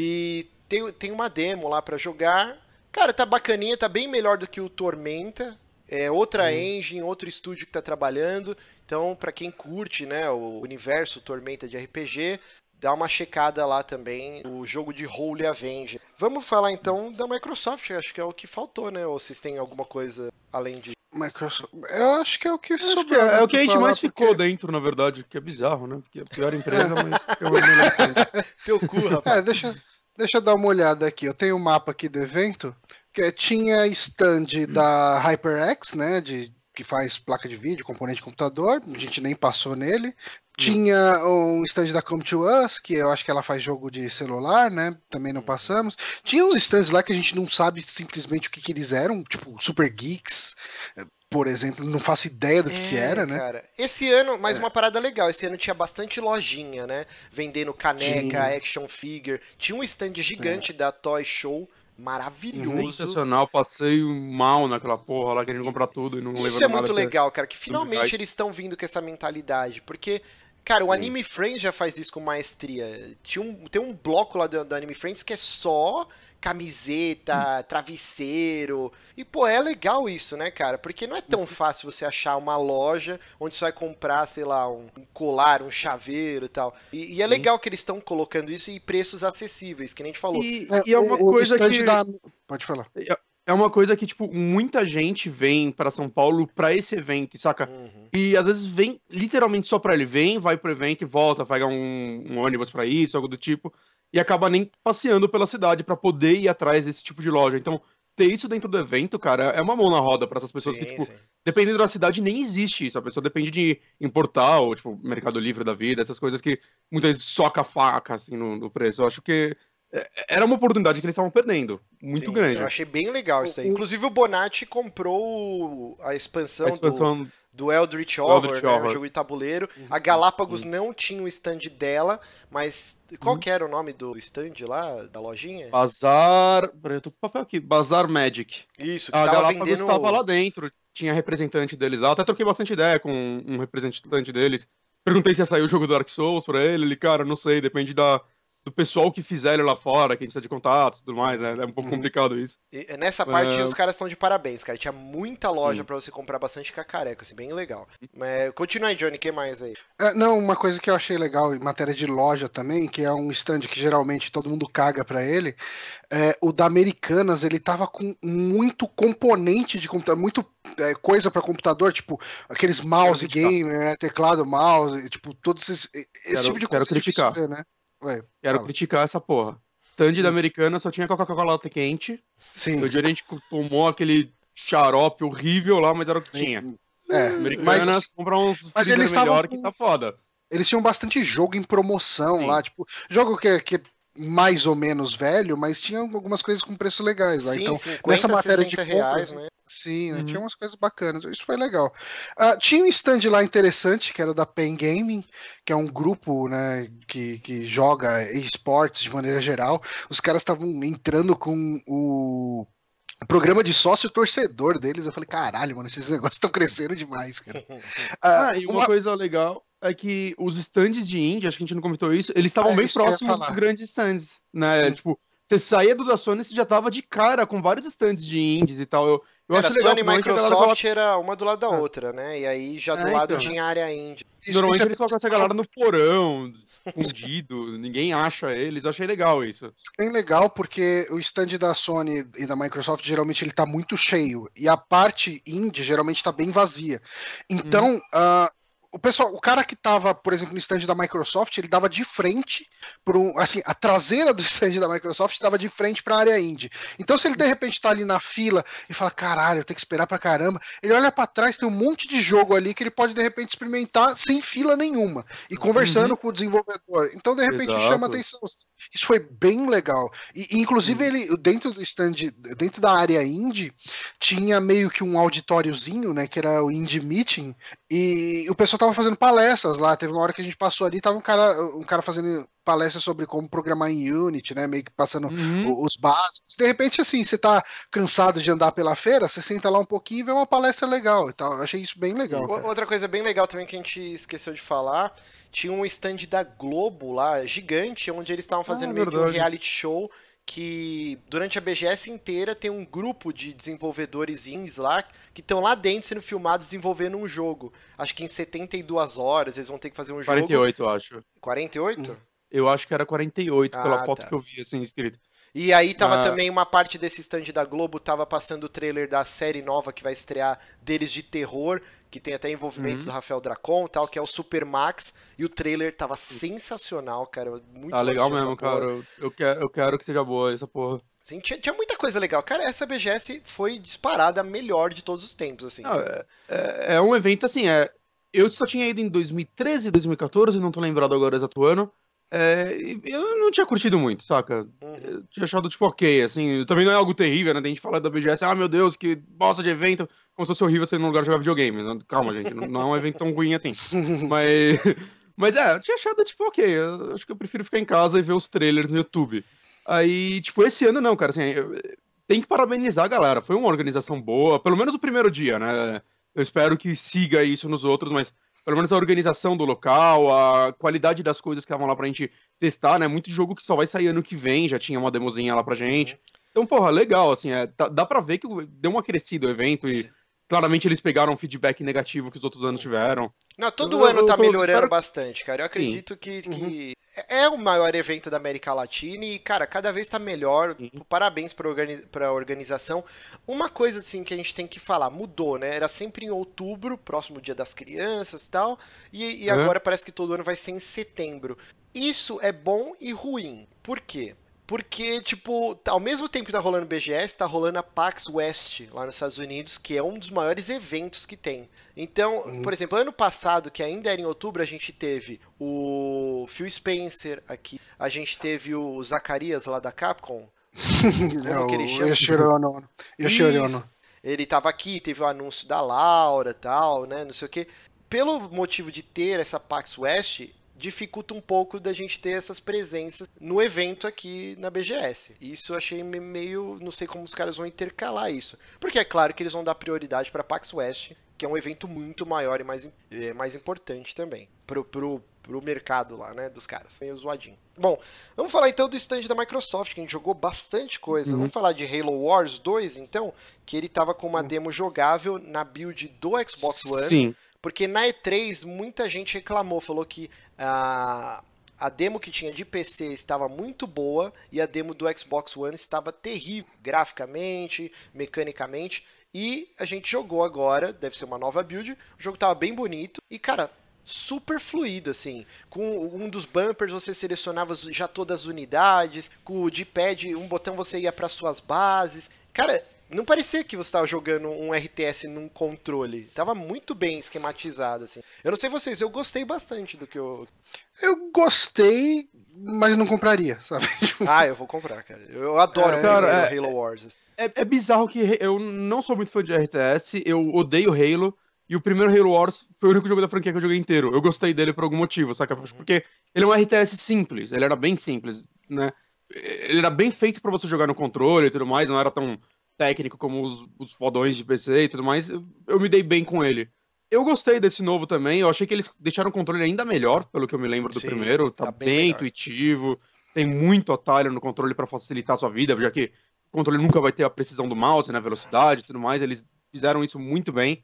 e tem uma demo lá pra jogar. Cara, tá bacaninha, tá bem melhor do que o Tormenta. É outra engine, outro estúdio que tá trabalhando. Então, pra quem curte, né, o universo Tormenta de RPG, dá uma checada lá também, o jogo de Holy Avenger. Vamos falar então da Microsoft, acho que é o que faltou, né? Ou vocês têm alguma coisa além de... Microsoft, eu acho que é o que sobrou. É o que a gente mais ficou dentro, na verdade, que é bizarro, né? Porque é a pior empresa, mas é uma melhor empresa. Teu cu, rapaz. Deixa eu dar uma olhada aqui. Eu tenho um mapa aqui do evento, que tinha stand da HyperX, né, que faz placa de vídeo, componente de computador, a gente nem passou nele. Tinha um stand da Come to Us, que eu acho que ela faz jogo de celular, né? Também não passamos. Tinha uns stands lá que a gente não sabe simplesmente o que eles eram, tipo Super Geeks, por exemplo, não faço ideia do que era, né? Cara, esse ano, mais uma parada legal, esse ano tinha bastante lojinha, né? Vendendo caneca, action figure. Tinha um stand gigante da Toy Show, maravilhoso. Sensacional, passei mal naquela porra lá, querendo comprar tudo e não levando nada. Isso é muito legal, cara, que finalmente eles estão vindo com essa mentalidade, porque, cara, o Anime Friends já faz isso com maestria. Tem um bloco lá do Anime Friends que é só camiseta, travesseiro. E, pô, é legal isso, né, cara? Porque não é tão fácil você achar uma loja onde você vai comprar, sei lá, um colar, um chaveiro e tal. E é legal que eles estão colocando isso em preços acessíveis, que nem a gente falou. E é uma coisa que... Pode falar. É uma coisa que, tipo, muita gente vem pra São Paulo pra esse evento, saca? E às vezes vem literalmente só pra ele. Vem, vai pro evento e volta, pega um ônibus pra isso, algo do tipo. E acaba nem passeando pela cidade pra poder ir atrás desse tipo de loja. Então, ter isso dentro do evento, cara, é uma mão na roda pra essas pessoas que, tipo, dependendo da cidade, nem existe isso. A pessoa depende de importar, ou, tipo, Mercado Livre da vida, essas coisas que muitas vezes soca a faca, assim, no preço. Eu acho que era uma oportunidade que eles estavam perdendo, muito grande. Eu achei bem legal isso aí. Inclusive, o Bonatti comprou a expansão do Eldritch Horror, né, um jogo de tabuleiro. A Galápagos não tinha o stand dela, mas qual que era o nome do stand lá, da lojinha? Bazar... Peraí, eu tô com o papel aqui. Bazar Magic. Isso, que a tava Galápagos vendendo... estava lá dentro, tinha representante deles lá. Até troquei bastante ideia com um representante deles. Perguntei se ia sair o jogo do Dark Souls pra ele. Ele, cara, não sei, depende do pessoal que fizer ele lá fora, que a gente tá de contato e tudo mais, né? É um pouco complicado isso. E nessa parte os caras estão de parabéns, cara. Tinha muita loja pra você comprar bastante cacareco, assim, bem legal. Mas continua aí, Johnny, o que mais aí? Não, uma coisa que eu achei legal em matéria de loja também, que é um stand que geralmente todo mundo caga pra ele, o da Americanas, ele tava com muito componente de computador, muito coisa pra computador, tipo aqueles mouse gamer, né, teclado, mouse, tipo, todos esse tipo de coisa quero criticar. difícil de ver, né? Quero criticar essa porra. Stand da Americana só tinha Coca-Cola quente. Sim. O dia a gente tomou aquele xarope horrível lá, mas era o que tinha. Americanas, comprar uns freezer melhor que tá foda. Eles tinham bastante jogo em promoção lá, tipo, jogo que é mais ou menos velho, mas tinha algumas coisas com preço legais lá. Sim, então, 50, nessa matéria de reais, compra, né? Sim, né, tinha umas coisas bacanas. Isso foi legal. Tinha um stand lá interessante, que era da Pen Gaming, que é um grupo, né, que joga esportes de maneira geral. Os caras estavam entrando com o programa de sócio torcedor deles. Eu falei, caralho, mano, esses negócios estão crescendo demais, cara. E uma coisa legal é que os stands de indie, acho que a gente não comentou isso, eles estavam bem isso que eu ia próximos dos falar. grandes stands, né? Tipo, você saía do da Sony, você já tava de cara com vários stands de indies e tal. Eu Era acho legal. Sony e Microsoft era uma do lado da outra, né? E aí já do lado então. tinha a área indie. Normalmente eles colocam essa galera no porão, escondido, ninguém acha eles. Eu achei legal isso. Bem legal, porque o stand da Sony e da Microsoft geralmente ele tá muito cheio e a parte indie geralmente tá bem vazia. Então, o cara que tava, por exemplo, no stand da Microsoft, ele dava de frente assim, a traseira do stand da Microsoft dava de frente para a área indie. Então, se ele de repente tá ali na fila e fala, caralho, eu tenho que esperar pra caramba, ele olha para trás, tem um monte de jogo ali que ele pode de repente experimentar sem fila nenhuma e conversando com o desenvolvedor. Então, de repente, chama atenção. Isso foi bem legal. E inclusive, ele dentro do stand, dentro da área indie, tinha meio que um auditóriozinho, né, que era o Indie Meeting, e o pessoal tava fazendo palestras lá. Teve uma hora que a gente passou ali, tava um cara fazendo palestra sobre como programar em Unity, né? Meio que passando os básicos. De repente, assim, você tá cansado de andar pela feira, você senta lá um pouquinho e vê uma palestra legal e tal. Eu achei isso bem legal. Outra coisa bem legal também que a gente esqueceu de falar, tinha um stand da Globo lá, gigante, onde eles estavam fazendo meio que um reality show, que durante a BGS inteira tem um grupo de desenvolvedores indies lá, que estão lá dentro sendo filmados desenvolvendo um jogo. Acho que em 72 horas eles vão ter que fazer um 48, jogo. eu acho. 48? Eu acho que era 48, pela foto que eu vi, assim, escrito. E aí tava também uma parte desse stand da Globo, tava passando o trailer da série nova que vai estrear deles de terror, que tem até envolvimento do Rafael Dracon e tal, que é o Super Max, e o trailer tava sensacional, cara, muito legal mesmo, cara, eu quero que seja boa essa porra. Sim, tinha muita coisa legal. Cara, essa BGS foi disparada a melhor de todos os tempos, assim. É um evento, assim, eu só tinha ido em 2013, 2014, não tô lembrado agora o exato ano. Eu não tinha curtido muito, saca? Eu tinha achado, tipo, ok, assim, também não é algo terrível, né? A gente fala da BGS, meu Deus, que bosta de evento, como se fosse horrível você ir num lugar jogar videogame. Calma, gente, não é um evento tão ruim assim. Mas eu tinha achado, tipo, ok, eu acho que eu prefiro ficar em casa e ver os trailers no YouTube. Aí, tipo, esse ano não, cara, assim, tem que parabenizar a galera, foi uma organização boa, pelo menos o primeiro dia, né? Eu espero que siga isso nos outros, mas pelo menos a organização do local, a qualidade das coisas que estavam lá pra gente testar, né? Muito jogo que só vai sair ano que vem, já tinha uma demozinha lá pra gente. Então, porra, legal, assim, dá pra ver que deu uma crescida o evento e claramente eles pegaram um feedback negativo que os outros anos tiveram. Não, todo ano tá melhorando bastante, cara. Eu acredito que é o maior evento da América Latina e, cara, cada vez tá melhor. Parabéns pra organização. Uma coisa, assim, que a gente tem que falar, mudou, né? Era sempre em outubro, próximo Dia das Crianças e tal, e agora parece que todo ano vai ser em setembro. Isso é bom e ruim. Por quê? Porque, tipo, ao mesmo tempo que tá rolando o BGS, tá rolando a PAX West lá nos Estados Unidos, que é um dos maiores eventos que tem. Então, por exemplo, ano passado, que ainda era em outubro, a gente teve o Phil Spencer aqui, a gente teve o Zacarias lá da Capcom. Como que ele chama? Yoshiro Ono. Ele tava aqui, teve o anúncio da Laura e tal, né, não sei o quê. Pelo motivo de ter essa PAX West, dificulta um pouco da gente ter essas presenças no evento aqui na BGS. Isso eu achei meio... Não sei como os caras vão intercalar isso. Porque é claro que eles vão dar prioridade para PAX West, que é um evento muito maior e mais importante também. pro mercado lá, né, dos caras. Meio zoadinho. Bom, vamos falar então do stand da Microsoft, que a gente jogou bastante coisa. Vamos falar de Halo Wars 2, então, que ele tava com uma demo jogável na build do Xbox One. Sim. Porque na E3 muita gente reclamou, falou que a demo que tinha de PC estava muito boa e a demo do Xbox One estava terrível, graficamente, mecanicamente. E a gente jogou agora, deve ser uma nova build, o jogo estava bem bonito e, cara, super fluido, assim. Com um dos bumpers você selecionava já todas as unidades, com o D-pad, um botão você ia para suas bases. Cara, não parecia que você estava jogando um RTS num controle. Tava muito bem esquematizado, assim. Eu não sei vocês, eu gostei bastante do que eu... Eu gostei, mas não compraria, sabe? Ah, eu vou comprar, cara. Eu adoro o primeiro Halo Wars. Assim. É bizarro que eu não sou muito fã de RTS, eu odeio Halo, e o primeiro Halo Wars foi o único jogo da franquia que eu joguei inteiro. Eu gostei dele por algum motivo, saca? Porque ele é um RTS simples, ele era bem simples, né? Ele era bem feito pra você jogar no controle e tudo mais, não era tão técnico como os fodões de PC e tudo mais. Eu me dei bem com ele. Eu gostei desse novo também, eu achei que eles deixaram o controle ainda melhor, pelo que eu me lembro do primeiro. Tá bem intuitivo, tem muito atalho no controle pra facilitar a sua vida, já que o controle nunca vai ter a precisão do mouse, né, velocidade e tudo mais, eles fizeram isso muito bem.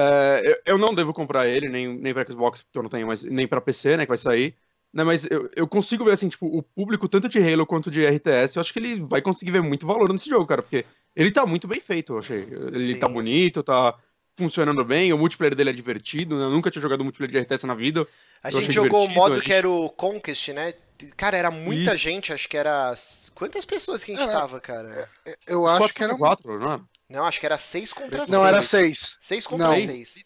Eu não devo comprar ele, nem pra Xbox, porque eu não tenho, mas nem pra PC, né, que vai sair. Né, mas eu consigo ver, assim, tipo, o público, tanto de Halo quanto de RTS, eu acho que ele vai conseguir ver muito valor nesse jogo, cara, porque ele tá muito bem feito, eu achei. Ele tá bonito, tá funcionando bem, o multiplayer dele é divertido, né? Eu nunca tinha jogado multiplayer de RTS na vida. A gente jogou o modo que era o Conquest, né? Cara, era muita gente, acho que era... Quantas pessoas que a gente tava, cara? Eu acho que era... 4, não era? Não, acho que era 6 contra 6. Não, era 6. 6 contra 6.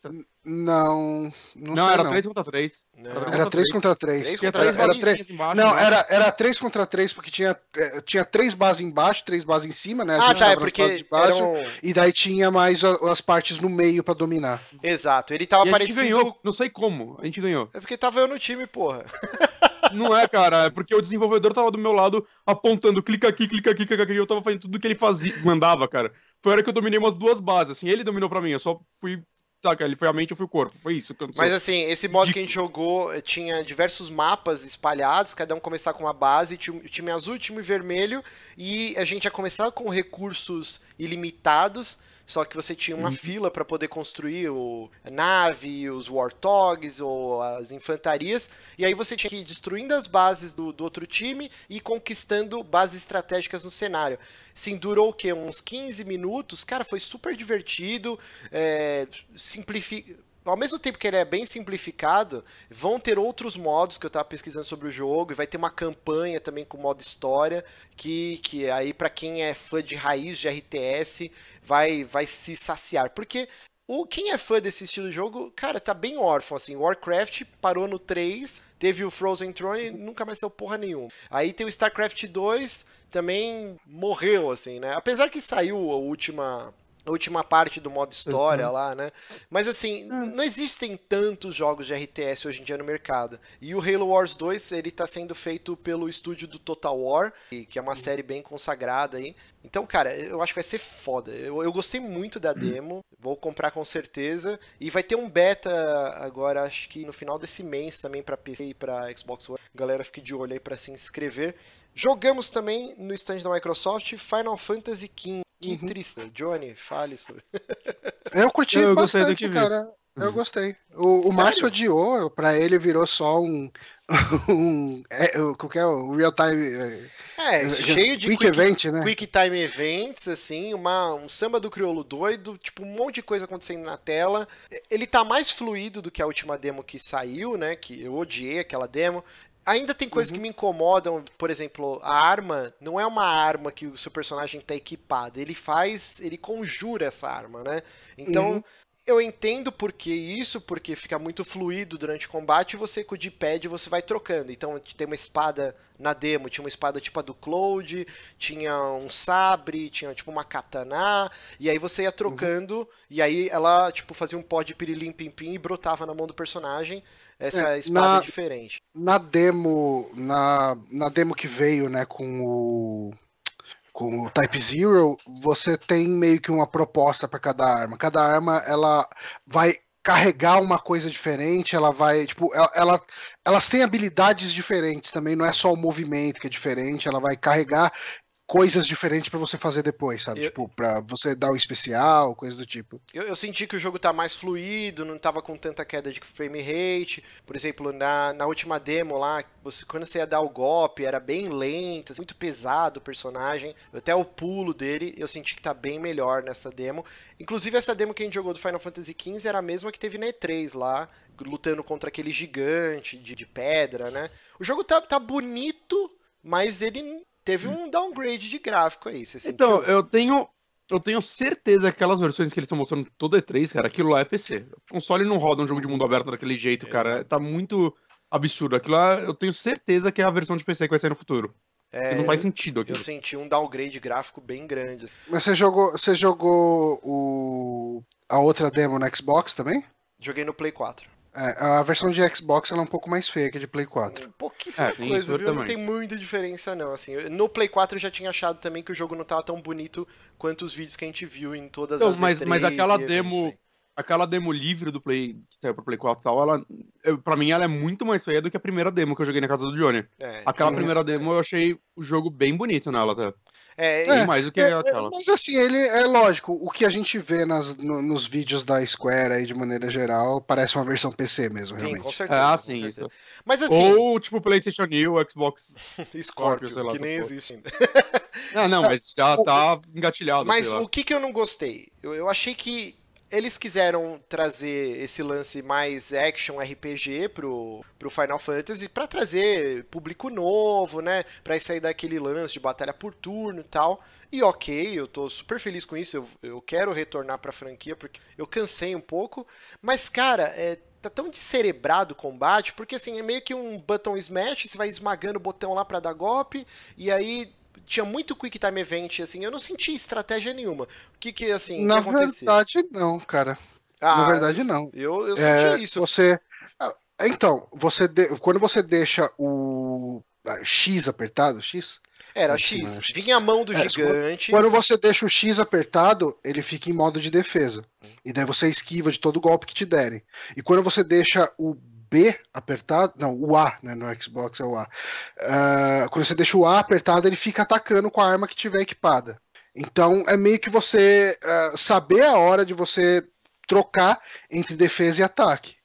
Não era 3 contra 3. Era 3 contra 3. 3 contra 3. Não, era 3 contra 3, porque tinha 3 bases embaixo, 3 bases em cima, né? Ah, tá, é porque baixo, e daí tinha mais as partes no meio pra dominar. Exato, ele tava parecido... A gente ganhou, não sei como, a gente ganhou. É porque tava eu no time, porra. Não é, cara, é porque o desenvolvedor tava do meu lado apontando, clica aqui, e eu tava fazendo tudo que ele mandava, cara. Foi a hora que eu dominei umas 2 bases, assim, ele dominou pra mim, eu só fui, saca, ele foi a mente, eu fui o corpo, foi isso que aconteceu. Mas assim, esse modo que a gente jogou tinha diversos mapas espalhados, cada um começar com uma base, tinha o time azul, o time vermelho, e a gente ia começar com recursos ilimitados, só que você tinha uma fila para poder construir a nave, os Warthogs ou as infantarias, e aí você tinha que ir destruindo as bases do outro time e conquistando bases estratégicas no cenário. Sim, durou o quê? Uns 15 minutos? Cara, foi super divertido, ao mesmo tempo que ele é bem simplificado, vão ter outros modos que eu tava pesquisando sobre o jogo, e vai ter uma campanha também com modo história, que aí pra quem é fã de raiz de RTS, vai se saciar. Porque quem é fã desse estilo de jogo, cara, tá bem órfão, assim. Warcraft parou no 3, teve o Frozen Throne e nunca mais saiu porra nenhuma. Aí tem o StarCraft 2, também morreu, assim, né? Apesar que saiu a última parte do modo história lá, né? Mas assim, não existem tantos jogos de RTS hoje em dia no mercado. E o Halo Wars 2, ele tá sendo feito pelo estúdio do Total War, que é uma série bem consagrada aí. Então, cara, eu acho que vai ser foda. Eu gostei muito da demo, vou comprar com certeza. E vai ter um beta agora, acho que no final desse mês também pra PC e pra Xbox One. Galera, fique de olho aí pra se inscrever. Jogamos também no stand da Microsoft Final Fantasy XV. Que triste. Johnny, fale sobre. Eu curti bastante, cara. Eu gostei. O Márcio odiou, pra ele virou só qualquer real time. Cheio de quick event, né? Quick time events, assim, um samba do crioulo doido, tipo, um monte de coisa acontecendo na tela. Ele tá mais fluido do que a última demo que saiu, né? Que eu odiei aquela demo. Ainda tem coisas que me incomodam, por exemplo, a arma não é uma arma que o seu personagem tá equipado, ele conjura essa arma, né? Então, eu entendo porque fica muito fluido durante o combate e você com o D-pad você vai trocando. Então, tem uma espada na demo, tinha uma espada tipo a do Cloud, tinha um sabre, tinha tipo uma katana, e aí você ia trocando, e aí ela tipo fazia um pó de pirilim-pim-pim e brotava na mão do personagem. Essa espada é diferente. Na demo que veio, né, com o Type Zero, você tem meio que uma proposta para cada arma. Cada arma, ela vai carregar uma coisa diferente, ela vai, tipo, elas têm habilidades diferentes também, não é só o movimento que é diferente, ela vai carregar coisas diferentes pra você fazer depois, sabe? Tipo, pra você dar um especial, coisa do tipo. Eu senti que o jogo tá mais fluido, não tava com tanta queda de frame rate. Por exemplo, na última demo lá, quando você ia dar o golpe, era bem lento, muito pesado o personagem. Até o pulo dele, eu senti que tá bem melhor nessa demo. Inclusive, essa demo que a gente jogou do Final Fantasy XV era a mesma que teve na E3 lá, lutando contra aquele gigante de pedra, né? O jogo tá bonito, mas ele teve um downgrade de gráfico aí, você sentiu? Então, eu tenho certeza que aquelas versões que eles estão mostrando todo E3, cara, aquilo lá é PC. O console não roda um jogo de mundo aberto daquele jeito, cara. Tá muito absurdo. Aquilo lá, eu tenho certeza que é a versão de PC que vai sair no futuro. Porque não faz sentido aquilo. Eu senti um downgrade gráfico bem grande. Mas você jogou a outra demo no Xbox também? Joguei no Play 4. A versão de Xbox ela é um pouco mais feia que a de Play 4. Pouquíssima coisa, viu? Não tem muita diferença, não. Assim, no Play 4 eu já tinha achado também que o jogo não tava tão bonito quanto os vídeos que a gente viu em todas as E3. Mas aquela demo livre do Play, que saiu pro Play 4 e tal, pra mim ela é muito mais feia do que a primeira demo que eu joguei na casa do Johnny. Aquela primeira demo eu achei o jogo bem bonito nela até. Mais do que aquela. Mas assim, ele é lógico, o que a gente vê nos vídeos da Square aí, de maneira geral, parece uma versão PC mesmo, realmente. Sim, com certeza. Sim, isso. Mas assim... Ou tipo PlayStation New, Xbox Scorpio, sei lá, que nem existe ainda. Não, mas já tá engatilhado. Mas o que eu não gostei? Eu achei que eles quiseram trazer esse lance mais action RPG pro Final Fantasy pra trazer público novo, né? Pra sair daquele lance de batalha por turno e tal. E ok, eu tô super feliz com isso. Eu quero retornar pra franquia porque eu cansei um pouco. Mas, cara, tá tão descerebrado o combate, porque assim, é meio que um button smash, você vai esmagando o botão lá pra dar golpe, e aí tinha muito Quick Time Event, assim, eu não senti estratégia nenhuma. O que assim, Na que acontecia? verdade, não, cara. Na verdade, não. Eu senti isso. Então, quando você deixa o X apertado, X? Era X. Vinha a mão do gigante. Quando você deixa o X apertado, ele fica em modo de defesa. E daí você esquiva de todo golpe que te derem. E quando você deixa o B apertado, não, o A, né, no Xbox é o A. Quando você deixa o A apertado, ele fica atacando com a arma que tiver equipada. Então é meio que você saber a hora de você trocar entre defesa e ataque.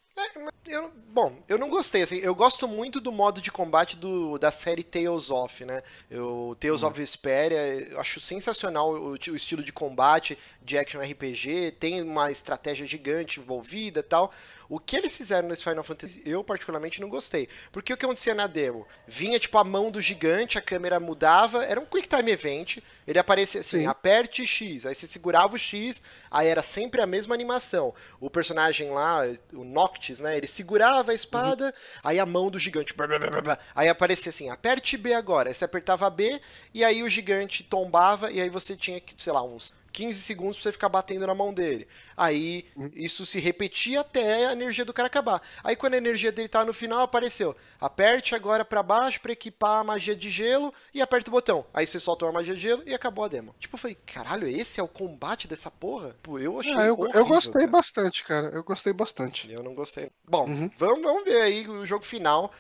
Eu não gostei, assim, eu gosto muito do modo de combate da série Tales of, né? O Tales of Vesperia, eu acho sensacional o estilo de combate de action RPG, tem uma estratégia gigante envolvida e tal. O que eles fizeram nesse Final Fantasy, eu particularmente não gostei. Porque o que acontecia na demo? Vinha, tipo, a mão do gigante, a câmera mudava, era um Quick Time Event, ele aparecia assim, aperte X, aí você segurava o X, aí era sempre a mesma animação. O personagem lá, o Noctis, né, ele segurava a espada, aí a mão do gigante, aí aparecia assim, aperte B agora, aí você apertava B, e aí o gigante tombava, e aí você tinha, sei lá, uns 15 segundos pra você ficar batendo na mão dele. Aí isso se repetia até a energia do cara acabar. Aí quando a energia dele tava no final, apareceu: aperte agora pra baixo pra equipar a magia de gelo e aperta o botão. Aí você soltou a magia de gelo e acabou a demo. Tipo, eu falei, caralho, esse é o combate dessa porra? Pô, eu achei horrível, eu gostei bastante, cara. Eu gostei bastante. Eu não gostei. Bom, vamos ver aí o jogo final.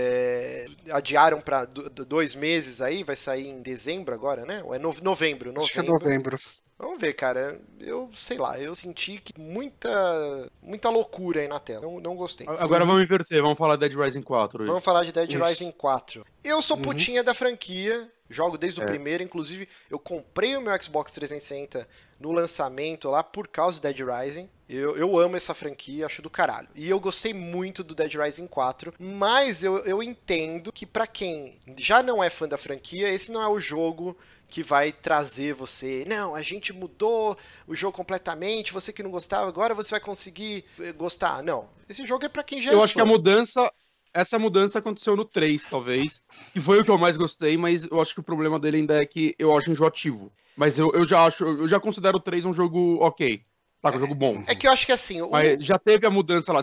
Adiaram pra 2 meses aí, vai sair em dezembro agora, né? Ou é novembro? Acho que é novembro. Vamos ver, cara. Eu sei lá, eu senti que muita loucura aí na tela. Não gostei. Agora vamos inverter, vamos falar de Dead Rising 4. Vamos falar de Dead Rising 4. Eu sou putinha da franquia, jogo desde o primeiro, inclusive eu comprei o meu Xbox 360 no lançamento lá por causa do Dead Rising. Eu amo essa franquia, acho do caralho. E eu gostei muito do Dead Rising 4, mas eu entendo que pra quem já não é fã da franquia, esse não é o jogo que vai trazer você. Não, a gente mudou o jogo completamente, você que não gostava, agora você vai conseguir gostar. Não, esse jogo é pra quem já é fã. Eu acho que essa mudança aconteceu no 3, talvez, que foi o que eu mais gostei, mas eu acho que o problema dele ainda é que eu acho enjoativo. Mas eu já considero o 3 um jogo ok. Tá, um jogo bom. É que eu acho que assim... Mas já teve a mudança lá, tipo,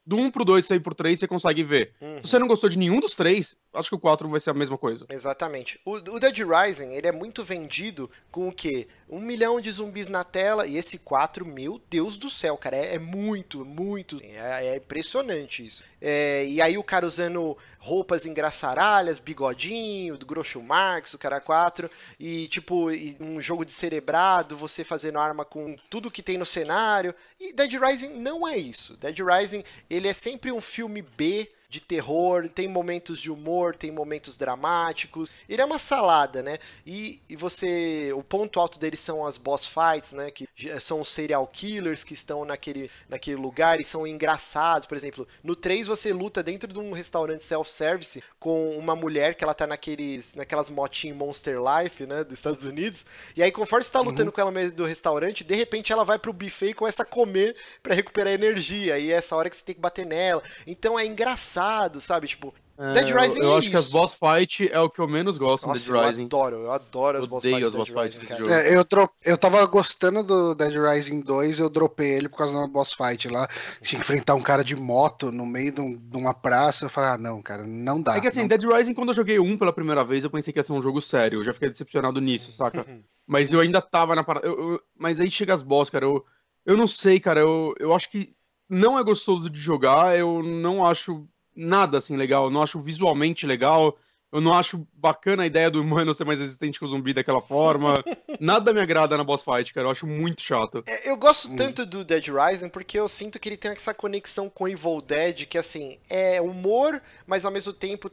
do 1 pro 2 sair pro 3, você consegue ver. Se você não gostou de nenhum dos 3, acho que o 4 vai ser a mesma coisa. Exatamente. O Dead Rising, ele é muito vendido com o quê? 1 milhão de zumbis na tela, e esse 4, meu Deus do céu, cara, é muito, muito, é impressionante isso. E aí o cara usando roupas engraçaralhas, bigodinho, do Groucho Marx, o cara 4, e tipo, um jogo de cerebrado, você fazendo arma com tudo que tem no cenário, e Dead Rising não é isso. Dead Rising, ele é sempre um filme B, de terror, tem momentos de humor, tem momentos dramáticos. Ele é uma salada, né? E você... O ponto alto dele são as boss fights, né? Que são os serial killers que estão naquele lugar e são engraçados. Por exemplo, no 3 você luta dentro de um restaurante self-service com uma mulher que ela tá naquelas motinhas Monster Life, né? Dos Estados Unidos. E aí, conforme você tá lutando com ela no meio do restaurante, de repente ela vai pro buffet e começa a comer pra recuperar energia. E é essa hora que você tem que bater nela. Então é engraçado, sabe? Tipo, Dead Rising eu acho que as boss fight é o que eu menos gosto no Dead Rising. Eu adoro as boss fights. Odeio as boss fights desse jogo. Eu tava gostando do Dead Rising 2, eu dropei ele por causa de uma boss fight lá. Tinha que enfrentar um cara de moto no meio de uma praça. Eu falei, não, cara, não dá. É que assim, Dead Rising, quando eu joguei 1 pela primeira vez, eu pensei que ia ser um jogo sério. Eu já fiquei decepcionado nisso, saca? Mas eu ainda tava na parada. Mas aí chega as boss, cara. Eu não sei, cara. Eu acho que não é gostoso de jogar. Eu não acho nada assim legal, eu não acho visualmente legal, eu não acho bacana a ideia do humano ser mais resistente que o zumbi daquela forma, nada me agrada na boss fight, cara, eu acho muito chato. Eu gosto tanto do Dead Rising porque eu sinto que ele tem essa conexão com Evil Dead, que assim, é humor, mas ao mesmo tempo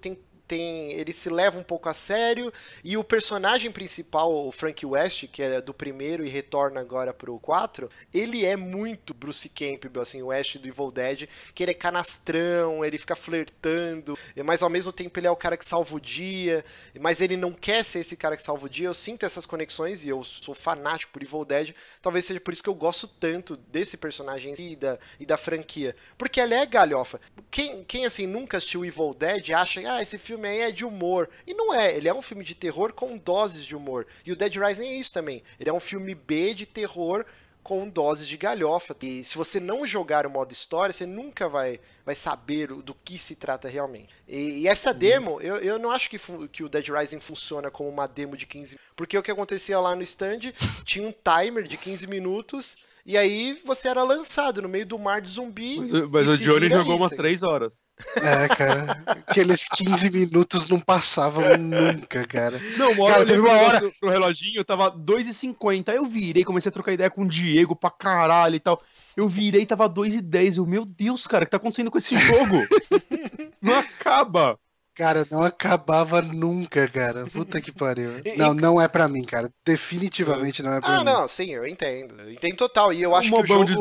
ele se leva um pouco a sério, e o personagem principal, o Frank West, que é do primeiro e retorna agora pro 4, ele é muito Bruce Campbell, assim, o West do Evil Dead, que ele é canastrão, ele fica flertando, mas ao mesmo tempo ele é o cara que salva o dia, mas ele não quer ser esse cara que salva o dia. Eu sinto essas conexões, e eu sou fanático por Evil Dead, talvez seja por isso que eu gosto tanto desse personagem e da franquia, porque ela é galhofa. Quem assim, nunca assistiu Evil Dead, acha, esse filme aí é de humor. E não é, ele é um filme de terror com doses de humor. E o Dead Rising é isso também. Ele é um filme B de terror com doses de galhofa. E se você não jogar o modo história, você nunca vai saber do que se trata realmente. E essa demo, eu não acho que o Dead Rising funciona como uma demo de 15 minutos. Porque o que acontecia lá no stand, tinha um timer de 15 minutos... E aí você era lançado no meio do mar de zumbi. Mas o Johnny jogou umas 3 horas. Cara. Aqueles 15 minutos não passavam nunca, cara. Não, uma hora eu teve uma hora pro reloginho, tava 2h50. Aí eu virei, comecei a trocar ideia com o Diego pra caralho e tal. Eu virei, tava 2h10. Meu Deus, cara, o que tá acontecendo com esse jogo? Não acaba. Cara, não acabava nunca, cara. Puta que pariu. Não é pra mim, cara. Definitivamente não é pra mim. Não, sim, eu entendo. Eu entendo total. E eu acho que o jogo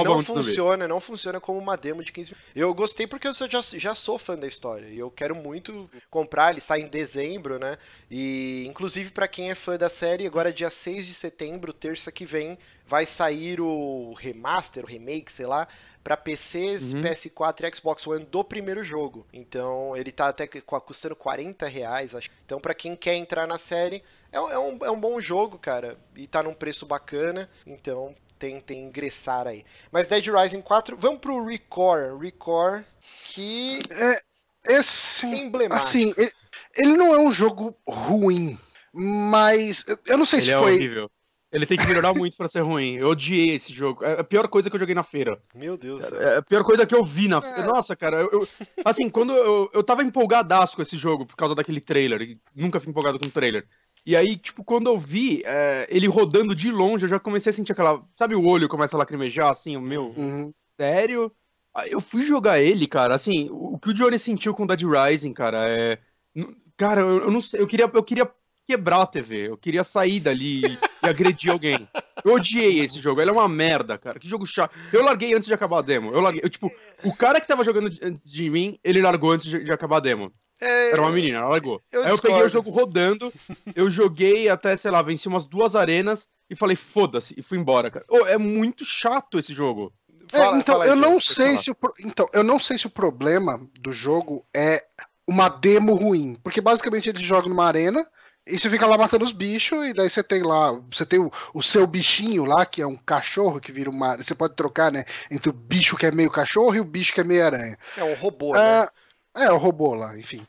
não funciona como uma demo de 15 minutos. Eu gostei porque eu já sou fã da história. E eu quero muito comprar. Ele sai em dezembro, né? E, inclusive, pra quem é fã da série, agora dia 6 de setembro, terça que vem, vai sair o remaster, o remake, sei lá, para PCs, PS4 e Xbox One do primeiro jogo. Então, ele tá até custando R$40, acho. Então, para quem quer entrar na série, é um bom jogo, cara. E tá num preço bacana. Então, tentem ingressar aí. Mas Dead Rising 4, vamos pro Recore. Recore, que é emblemático. Assim, ele não é um jogo ruim, mas eu não sei se foi... horrível. Ele tem que melhorar muito pra ser ruim. Eu odiei esse jogo. É a pior coisa que eu joguei na feira. Meu Deus. É a pior coisa que eu vi na feira. Nossa, cara, assim, quando eu tava empolgadaço com esse jogo por causa daquele trailer. Nunca fui empolgado com o trailer. E aí, tipo, quando eu vi ele rodando de longe, eu já comecei a sentir aquela... Sabe, o olho começa a lacrimejar, assim, o meu... Sério? Aí eu fui jogar ele, cara, assim, o que o Johnny sentiu com Dead Rising, cara, Cara, eu não sei, eu queria quebrar a TV, eu queria sair dali e agredir alguém. Eu odiei esse jogo, ele é uma merda, cara, que jogo chato. Eu larguei antes de acabar a demo, o cara que tava jogando de mim, ele largou antes de acabar a demo. Era uma menina, ela largou. Aí eu peguei o jogo rodando, eu joguei até, sei lá, venci umas 2 arenas e falei, foda-se, e fui embora, cara. É muito chato esse jogo. Eu não sei se o problema do jogo é uma demo ruim. Porque basicamente ele joga numa arena e você fica lá matando os bichos, e daí você tem lá, você tem o seu bichinho lá, que é um cachorro que vira uma. Você pode trocar, né? Entre o bicho que é meio cachorro e o bicho que é meio aranha. É um robô, né? É, o robô lá, enfim.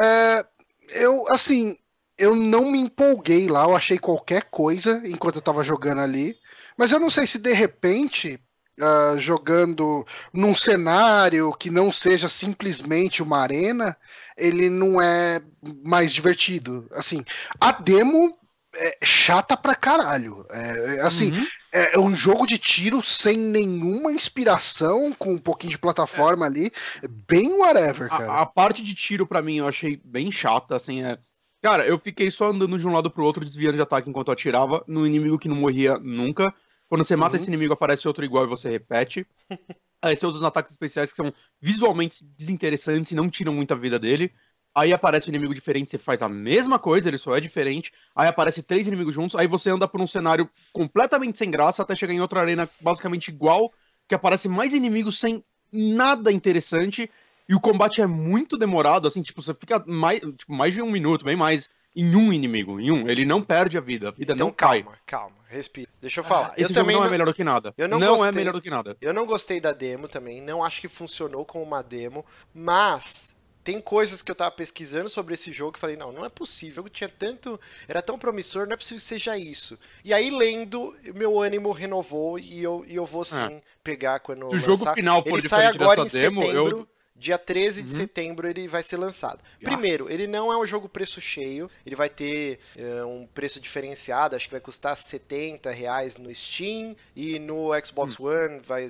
Assim, eu não me empolguei lá, eu achei qualquer coisa enquanto eu tava jogando ali. Mas eu não sei se de repente, jogando num cenário que não seja simplesmente uma arena, ele não é mais divertido. Assim, a demo é chata pra caralho. Assim, Uhum. é um jogo de tiro sem nenhuma inspiração, com um pouquinho de plataforma ali, bem whatever, cara. A parte de tiro, pra mim, eu achei bem chata, assim, Cara, eu fiquei só andando de um lado pro outro, desviando de ataque enquanto eu atirava, no inimigo que não morria nunca. Quando você mata esse inimigo, aparece outro igual e você repete. Aí você usa os ataques especiais que são visualmente desinteressantes e não tiram muita vida dele. Aí aparece um inimigo diferente, você faz a mesma coisa, ele só é diferente. Aí aparece 3 inimigos juntos, aí você anda por um cenário completamente sem graça até chegar em outra arena basicamente igual, que aparece mais inimigos sem nada interessante. E o combate é muito demorado, assim, tipo, você fica mais de 1 minuto, bem mais, em um inimigo, Ele não perde a vida Então não cai. calma, respira. Deixa eu falar. Esse Eu jogo também não é melhor do que nada. Eu não é gostei. melhor do que nada. Eu não gostei da demo também, não acho que funcionou como uma demo, mas tem coisas que eu tava pesquisando sobre esse jogo que falei, não é possível, era tão promissor, não é possível que seja isso. E aí lendo, meu ânimo renovou e eu vou sim pegar quando Se o lançar. jogo final for ele sai diferente agora dessa em demo, setembro. Dia 13 de setembro ele vai ser lançado. Primeiro, ele não é um jogo preço cheio, ele vai ter um preço diferenciado, acho que vai custar R$70 no Steam e no Xbox One vai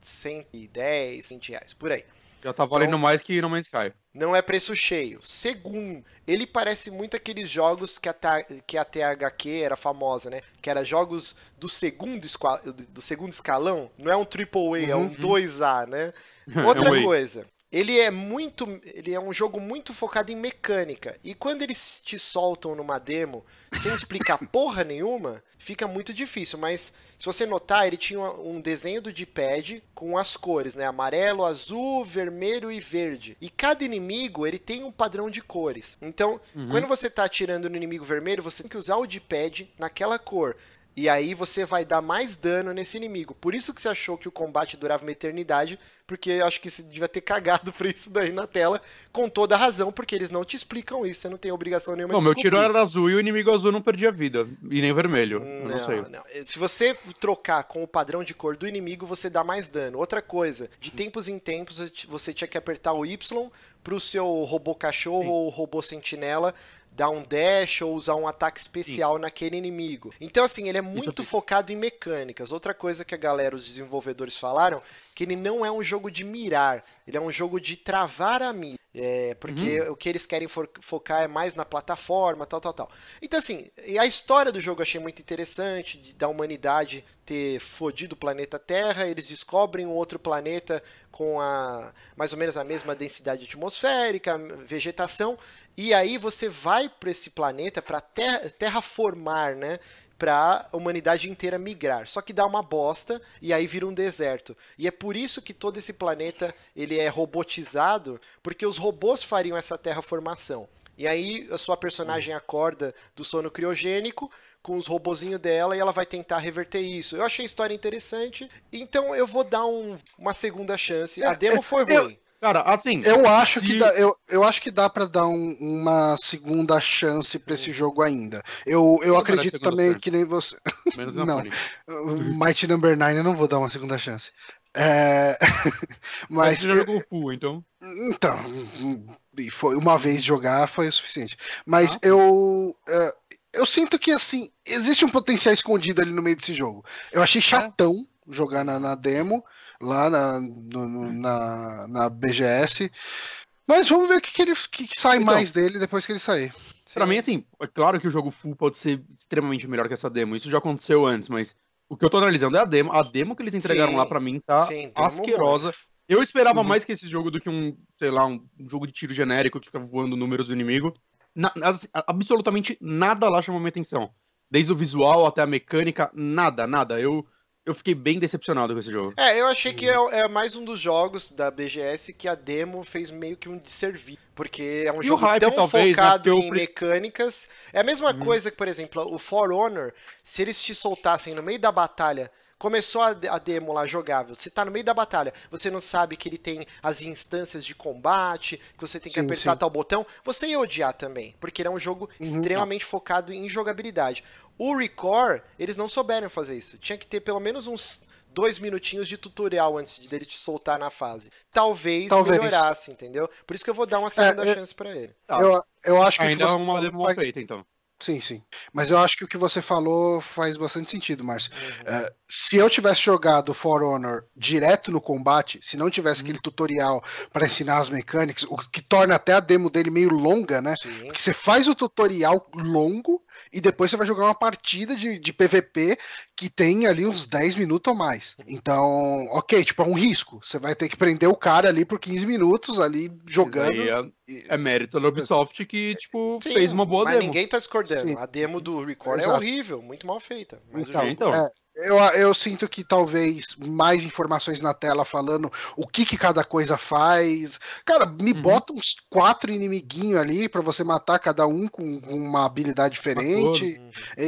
110, R$100, por aí. Já tá valendo mais que No Man's Sky. Não é preço cheio. Segundo, ele parece muito aqueles jogos que a THQ era famosa, né? Que era jogos do segundo escalão. Não é um AAA, é um 2A, né? Outra coisa. Ele é um jogo muito focado em mecânica. E quando eles te soltam numa demo sem explicar porra nenhuma, fica muito difícil. Mas se você notar, ele tinha um desenho do D-pad com as cores, né? Amarelo, azul, vermelho e verde. E cada inimigo, ele tem um padrão de cores. Então, quando você tá atirando no inimigo vermelho, você tem que usar o D-pad naquela cor. E aí você vai dar mais dano nesse inimigo. Por isso que você achou que o combate durava uma eternidade, porque eu acho que você devia ter cagado pra isso daí na tela, com toda a razão, porque eles não te explicam isso, você não tem obrigação nenhuma de descobrir. Meu tiro era azul e o inimigo azul não perdia vida, e nem vermelho, eu não sei. Não. Se você trocar com o padrão de cor do inimigo, você dá mais dano. Outra coisa, de tempos em tempos você tinha que apertar o Y pro seu robô cachorro ou robô sentinela dar um dash ou usar um ataque especial naquele inimigo. Então, assim, ele é muito focado em mecânicas. Outra coisa que a galera, os desenvolvedores falaram, que ele não é um jogo de mirar, ele é um jogo de travar a mira. Porque o que eles querem focar é mais na plataforma, tal. Então, assim, a história do jogo eu achei muito interessante, da humanidade ter fodido o planeta Terra, eles descobrem um outro planeta com mais ou menos a mesma densidade atmosférica, vegetação, e aí você vai para esse planeta para terraformar, né? Para a humanidade inteira migrar. Só que dá uma bosta e aí vira um deserto. E é por isso que todo esse planeta ele é robotizado, porque os robôs fariam essa terraformação. E aí a sua personagem acorda do sono criogênico com os robozinhos dela e ela vai tentar reverter isso. Eu achei a história interessante, então eu vou dar uma segunda chance. A demo foi ruim. Cara, assim... Eu acho que dá pra dar uma segunda chance pra esse jogo ainda. Eu acredito também que nem você. Menos não, Mighty Number 9 eu não vou dar uma segunda chance. Mas você já jogou full, então? Então, foi uma vez jogar foi o suficiente. Mas eu sinto que, assim, existe um potencial escondido ali no meio desse jogo. Eu achei chatão jogar na demo, lá na BGS. Mas vamos ver o que sai mais dele depois que ele sair. Pra mim, assim, é claro que o jogo full pode ser extremamente melhor que essa demo. Isso já aconteceu antes, mas o que eu tô analisando é a demo. A demo que eles entregaram lá pra mim tá asquerosa. Eu esperava mais que esse jogo do que um jogo de tiro genérico que fica voando números do inimigo. Absolutamente nada lá chamou minha atenção. Desde o visual até a mecânica, nada. Eu eu fiquei bem decepcionado com esse jogo. Eu achei que é mais um dos jogos da BGS que a demo fez meio que um desserviço. Porque é um jogo hype, tão talvez, focado né? em mecânicas. É a mesma coisa que, por exemplo, o For Honor, se eles te soltassem no meio da batalha, começou a demo lá jogável, você tá no meio da batalha, você não sabe que ele tem as instâncias de combate, que você tem que apertar tal botão, você ia odiar também, porque ele é um jogo extremamente focado em jogabilidade. O Recore, eles não souberam fazer isso. Tinha que ter pelo menos uns 2 minutinhos de tutorial antes dele te soltar na fase. Talvez melhorasse, entendeu? Por isso que eu vou dar uma segunda chance pra ele. Eu acho que ainda é uma demo mal feita, então. Sim, sim. Mas eu acho que o que você falou faz bastante sentido, Márcio. Se eu tivesse jogado For Honor direto no combate, se não tivesse aquele tutorial para ensinar as mecânicas, o que torna até a demo dele meio longa, né? Sim. Porque você faz o tutorial longo e depois você vai jogar uma partida de PVP que tem ali uns 10 minutos ou mais. Então, ok, tipo, é um risco. Você vai ter que prender o cara ali por 15 minutos ali jogando. É mérito da Ubisoft que, tipo, Sim, fez uma boa mas demo. ninguém tá discordando. Sim. A demo do Record é Exato. horrível, muito mal feita. Mas Então. Eu sinto que talvez mais informações na tela falando o que cada coisa faz. Cara, me bota uns 4 inimiguinhos ali pra você matar cada um com uma habilidade diferente.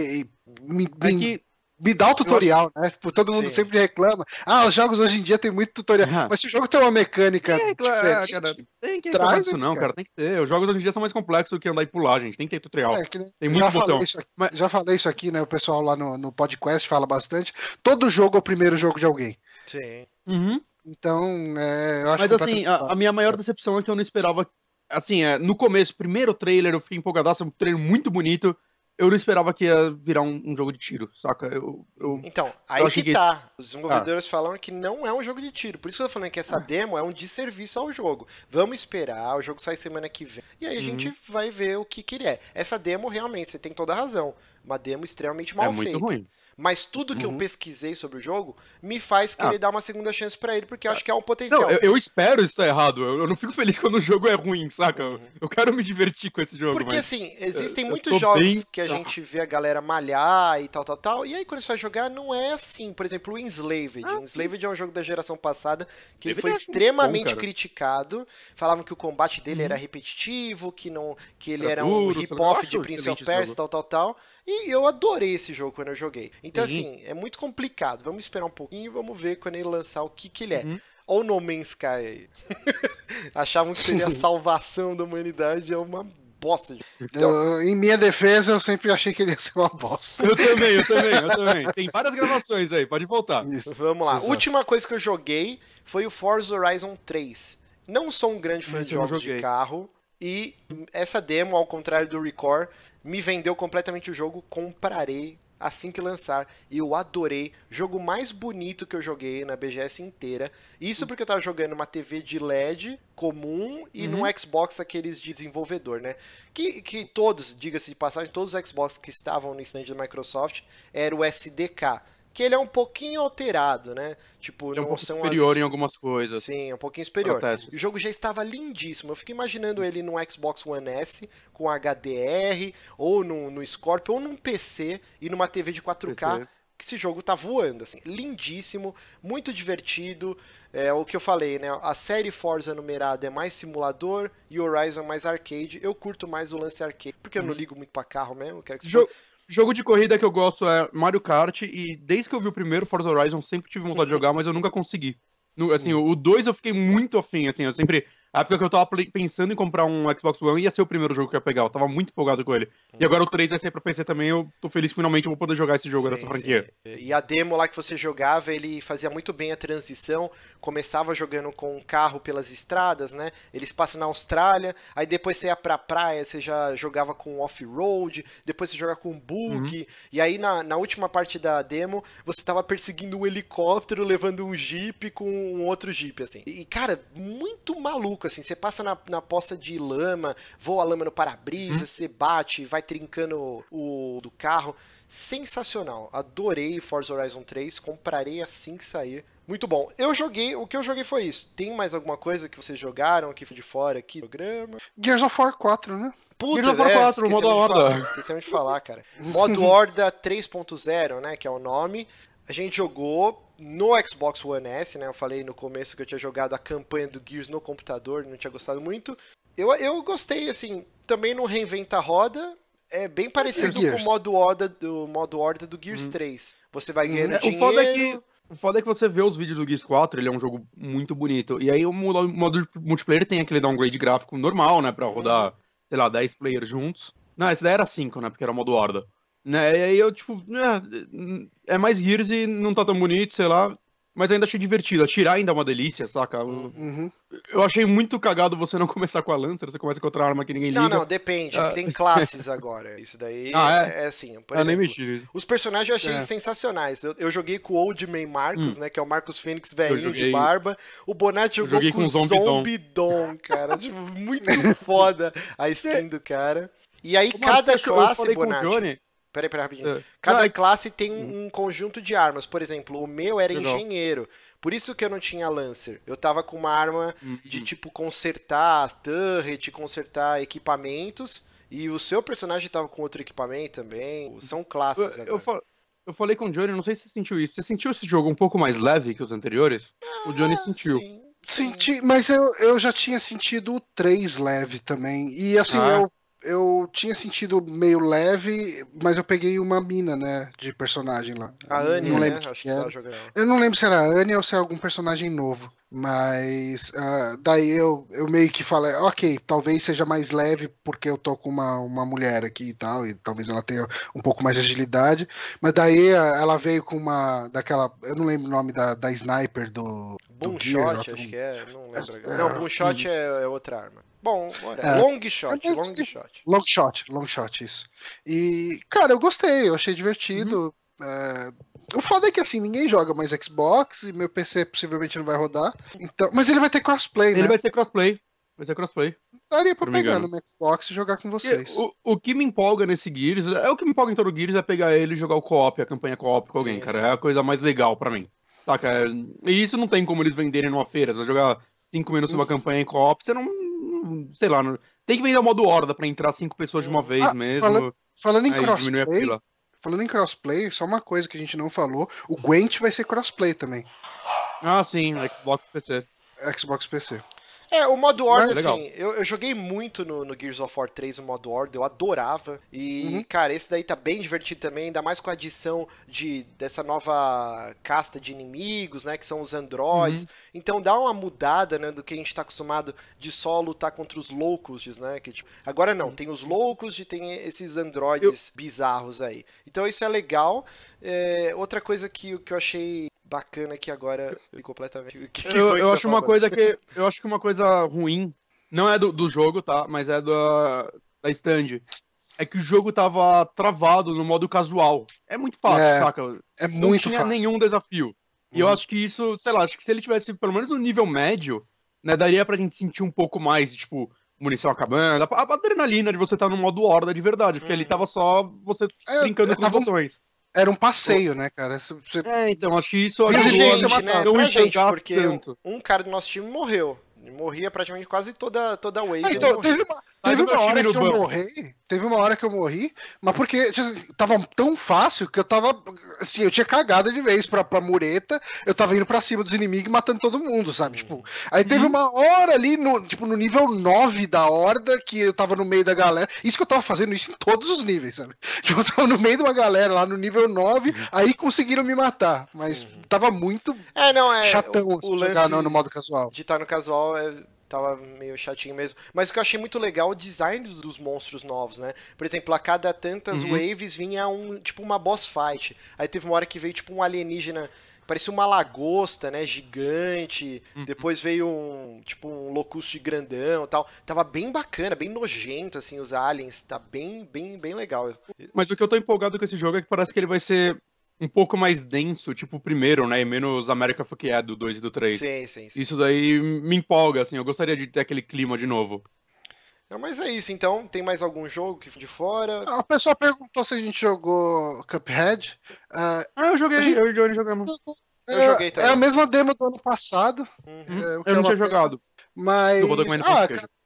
Me dá o tutorial, né? Tipo, todo mundo sempre reclama. Os jogos hoje em dia tem muito tutorial. Mas se o jogo tem uma mecânica diferente, cara, tem que traz isso não, cara. Tem que ter. Os jogos hoje em dia são mais complexos do que andar e pular, gente. Tem que ter tutorial. Tem muito botão. Já falei isso aqui, né? O pessoal lá no podcast fala bastante. Todo jogo é o primeiro jogo de alguém. Sim. Então, eu acho Mas assim, a minha maior decepção é que eu não esperava. Assim, no começo, primeiro trailer, eu fiquei empolgadaço, um trailer muito bonito. Eu não esperava que ia virar um jogo de tiro, saca? Então, aí que tá. Os desenvolvedores falaram que não é um jogo de tiro. Por isso que eu tô falando que essa demo é um desserviço ao jogo. Vamos esperar, o jogo sai semana que vem. E aí a gente vai ver o que ele é. Essa demo, realmente, você tem toda a razão. Uma demo extremamente mal feita. É muito ruim. Mas tudo que eu pesquisei sobre o jogo me faz querer dar uma segunda chance pra ele, porque eu acho que é um potencial. Não, eu espero isso errado. Eu não fico feliz quando o jogo é ruim, saca? Eu quero me divertir com esse jogo. Porque assim, existem muitos jogos que a gente vê a galera malhar e tal. E aí quando você vai jogar, não é assim. Por exemplo, o Enslaved. Enslaved é um jogo da geração passada que ele foi extremamente criticado. Falavam que o combate dele era repetitivo, que ele era um rip-off de Prince of Persia, tal. E eu adorei esse jogo quando eu joguei. Então, assim, é muito complicado. Vamos esperar um pouquinho e vamos ver quando ele lançar o que ele é. Olha o No Man's Sky aí. Achavam que seria a salvação da humanidade, é uma bosta. Então... em minha defesa, eu sempre achei que ele ia ser uma bosta. Eu também. Tem várias gravações aí, pode voltar. Isso, vamos lá. Exato. Última coisa que eu joguei foi o Forza Horizon 3. Não sou um grande fã de jogos de carro. E essa demo, ao contrário do Record, me vendeu completamente o jogo, comprarei assim que lançar. E eu adorei. Jogo mais bonito que eu joguei na BGS inteira. Isso porque eu tava jogando uma TV de LED comum e num Xbox aqueles de desenvolvedor, né? Que todos, diga-se de passagem, todos os Xbox que estavam no stand da Microsoft era o SDK. Que ele é um pouquinho alterado, né? Tipo, é um pouco superior em algumas coisas. Sim, é um pouquinho superior. O jogo já estava lindíssimo. Eu fico imaginando ele num Xbox One S com HDR, ou no Scorpio, ou num PC e numa TV de 4K. Que esse jogo tá voando, assim. Lindíssimo, muito divertido. É o que eu falei, né? A série Forza numerada é mais simulador e Horizon mais arcade. Eu curto mais o lance arcade, porque eu não ligo muito pra carro mesmo. Quero que Jogo de corrida que eu gosto é Mario Kart, e desde que eu vi o primeiro Forza Horizon, sempre tive vontade de jogar, mas eu nunca consegui. Assim, o 2 eu fiquei muito afim, assim, eu sempre... A época que eu tava pensando em comprar um Xbox One, ia ser o primeiro jogo que eu ia pegar, eu tava muito empolgado com ele. E agora o 3 vai ser pra PC também, eu tô feliz que finalmente eu vou poder jogar esse jogo dessa franquia. E a demo lá que você jogava, ele fazia muito bem a transição, começava jogando com um carro pelas estradas, né? Eles passam na Austrália, aí depois você ia pra praia, você já jogava com off-road, depois você joga com bug, e aí na última parte da demo, você tava perseguindo um helicóptero, levando um jeep com um outro jeep, assim. E, cara, muito maluco, assim, você passa na poça de lama, voa a lama no para-brisa, você bate, vai trincando o do carro. Sensacional, adorei Forza Horizon 3, comprarei assim que sair. Muito bom. O que eu joguei foi isso. Tem mais alguma coisa que vocês jogaram que foi de fora aqui no programa? Gears of War 4, né? Puta, Gears of War 4, modo Horda. Esquecemos de falar, cara. Modo Horda 3.0, né, que é o nome. A gente jogou no Xbox One S, né? Eu falei no começo que eu tinha jogado a campanha do Gears no computador, não tinha gostado muito. Eu gostei, assim, também não reinventa a roda. É bem parecido com o modo horda do Gears 3. Você vai ganhando dinheiro... O foda é que você vê os vídeos do Gears 4, ele é um jogo muito bonito. E aí o modo multiplayer tem aquele downgrade gráfico normal, né? Pra rodar, sei lá, 10 players juntos. Não, esse daí era 5, né? Porque era o modo horda. Né? E aí eu, tipo, é mais Gears e não tá tão bonito, sei lá. Mas ainda achei divertido. Atirar ainda é uma delícia, saca? Eu achei muito cagado você não começar com a Lancer, você começa com outra arma que ninguém liga. Não, depende. Tem classes agora. Isso daí é assim. Por exemplo, nem mexi. Os personagens eu achei sensacionais. Eu joguei com o Old Man Marcos, né? Que é o Marcos Fênix velhinho de barba. O Bonatti jogou com o Zombidon, cara. Tipo, muito foda a skin do cara. E aí cada classe, Bonatti... Peraí, rapidinho. Cada classe tem um conjunto de armas. Por exemplo, o meu era engenheiro. Por isso que eu não tinha Lancer. Eu tava com uma arma de, tipo, consertar as turret, consertar equipamentos. E o seu personagem tava com outro equipamento também. São classes agora. Eu falei com o Johnny, não sei se você sentiu isso. Você sentiu esse jogo um pouco mais leve que os anteriores? O Johnny sentiu. Sim. Senti, mas eu já tinha sentido o 3 leve também. E assim, eu tinha sentido meio leve, mas eu peguei uma mina, né, de personagem lá. A Anya, né? Acho que era. você jogando. Eu não lembro se era a Anya ou se é algum personagem novo. Mas daí eu meio que falei, ok, talvez seja mais leve porque eu tô com uma mulher aqui e tal, e talvez ela tenha um pouco mais de agilidade. Mas daí ela veio com uma daquela, eu não lembro o nome da sniper do Boomshot, acho que é, não lembro. Não, Boomshot é outra arma. Bom, Longshot, isso. E, cara, eu gostei, eu achei divertido. O foda é que, assim, ninguém joga mais Xbox e meu PC possivelmente não vai rodar. Então, mas ele vai ter crossplay, né? Ele vai ser crossplay. Daria pra pegar no Xbox e jogar com vocês. O que me empolga nesse Gears, o que me empolga em todo o Gears é pegar ele e jogar o co-op, a campanha co-op com alguém, cara. É a coisa mais legal pra mim. Saca? E isso não tem como eles venderem numa feira. Você vai jogar 5 minutos numa campanha em co-op, você não... Sei lá, tem que vender o modo horda pra entrar 5 pessoas de uma vez mesmo. Falando em crossplay, só uma coisa que a gente não falou, o Gwent vai ser crossplay também. Ah, sim, Xbox PC. Xbox PC. O modo Horda, assim, eu joguei muito no Gears of War 3, o modo Horda, eu adorava. E, cara, esse daí tá bem divertido também, ainda mais com a adição dessa nova casta de inimigos, né, que são os androids. Então dá uma mudada, né, do que a gente tá acostumado de só lutar contra os locusts, né, que, tipo, agora não, tem os locusts e tem esses androids bizarros aí. Então isso é legal. Outra coisa que eu achei bacana que agora completamente. Eu acho que uma coisa ruim, não é do jogo, tá? Mas é da stand. É que o jogo tava travado no modo casual. É muito fácil, saca? É muito fácil. Não tinha nenhum desafio. E eu acho que isso, sei lá, acho que se ele tivesse pelo menos no nível médio, né, daria pra gente sentir um pouco mais de, tipo, munição acabando, a adrenalina de você estar no modo horda de verdade, porque ali tava só você brincando com os botões. Era um passeio, né, cara? Então, acho que isso pra gente, né? não pra gente, porque tanto. Um cara do nosso time morreu. Morria praticamente quase toda a wave. Então, teve uma hora que eu morri, mas porque tava tão fácil que eu tava, assim, eu tinha cagado de vez pra mureta, eu tava indo pra cima dos inimigos e matando todo mundo, sabe? Tipo, aí teve uma hora ali, no nível 9 da horda, que eu tava no meio da galera, isso que eu tava fazendo isso em todos os níveis, sabe? Tipo, eu tava no meio de uma galera lá no nível 9, aí conseguiram me matar, mas tava muito chatão o jogar no modo casual. De estar no casual tava meio chatinho mesmo. Mas o que eu achei muito legal é o design dos monstros novos, né? Por exemplo, a cada tantas waves vinha tipo uma boss fight. Aí teve uma hora que veio tipo um alienígena, parecia uma lagosta, né? Gigante. Depois veio um locuste grandão e tal. Tava bem bacana, bem nojento, assim, os aliens. Tá bem legal. Mas o que eu tô empolgado com esse jogo é que parece que ele vai ser um pouco mais denso, tipo o primeiro, né? E menos America Fuck Yeah do 2 e do 3. Sim. Isso daí me empolga, assim. Eu gostaria de ter aquele clima de novo. Não, mas é isso, então. Tem mais algum jogo que de fora? A pessoa perguntou se a gente jogou Cuphead. Eu joguei, eu e o Johnny jogamos. Eu joguei também. É a mesma demo do ano passado. Eu não tinha jogado. Mas.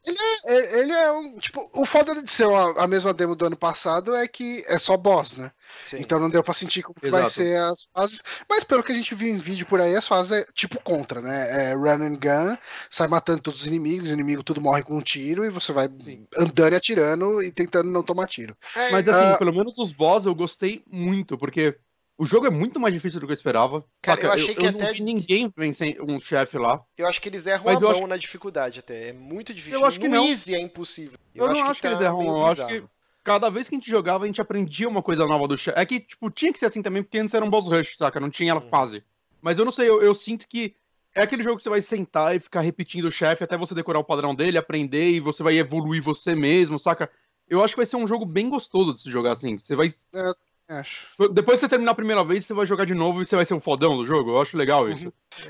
Ele é um. Tipo, o foda de ser a mesma demo do ano passado é que é só boss, né? Sim. Então não deu pra sentir como que vai Exato. ser as fases. Mas pelo que a gente viu em vídeo por aí, as fases é tipo contra, né? É run and gun, sai matando todos os inimigos tudo morre com um tiro e você vai Sim. andando e atirando e tentando não tomar tiro. Mas assim, pelo menos os boss eu gostei muito, porque o jogo é muito mais difícil do que eu esperava. Cara, Saca? eu achei que eu até- não vi ninguém vencer um chefe lá. Eu acho que eles erram Mas a eu mão acho- na dificuldade até. É muito difícil. Eu acho que no não. Easy é impossível. Eu não acho que eles erram, meio eu acho bizarro. que cada vez que a gente jogava, a gente aprendia uma coisa nova do chefe. É que, tipo, tinha que ser assim também, porque antes era um boss rush, saca? Não tinha fase. Mas eu não sei, eu sinto que é aquele jogo que você vai sentar e ficar repetindo o chefe até você decorar o padrão dele, aprender e você vai evoluir você mesmo, saca? Eu acho que vai ser um jogo bem gostoso de se jogar assim. Você vai. Acho. Depois que você terminar a primeira vez, você vai jogar de novo e você vai ser um fodão do jogo. Eu acho legal isso.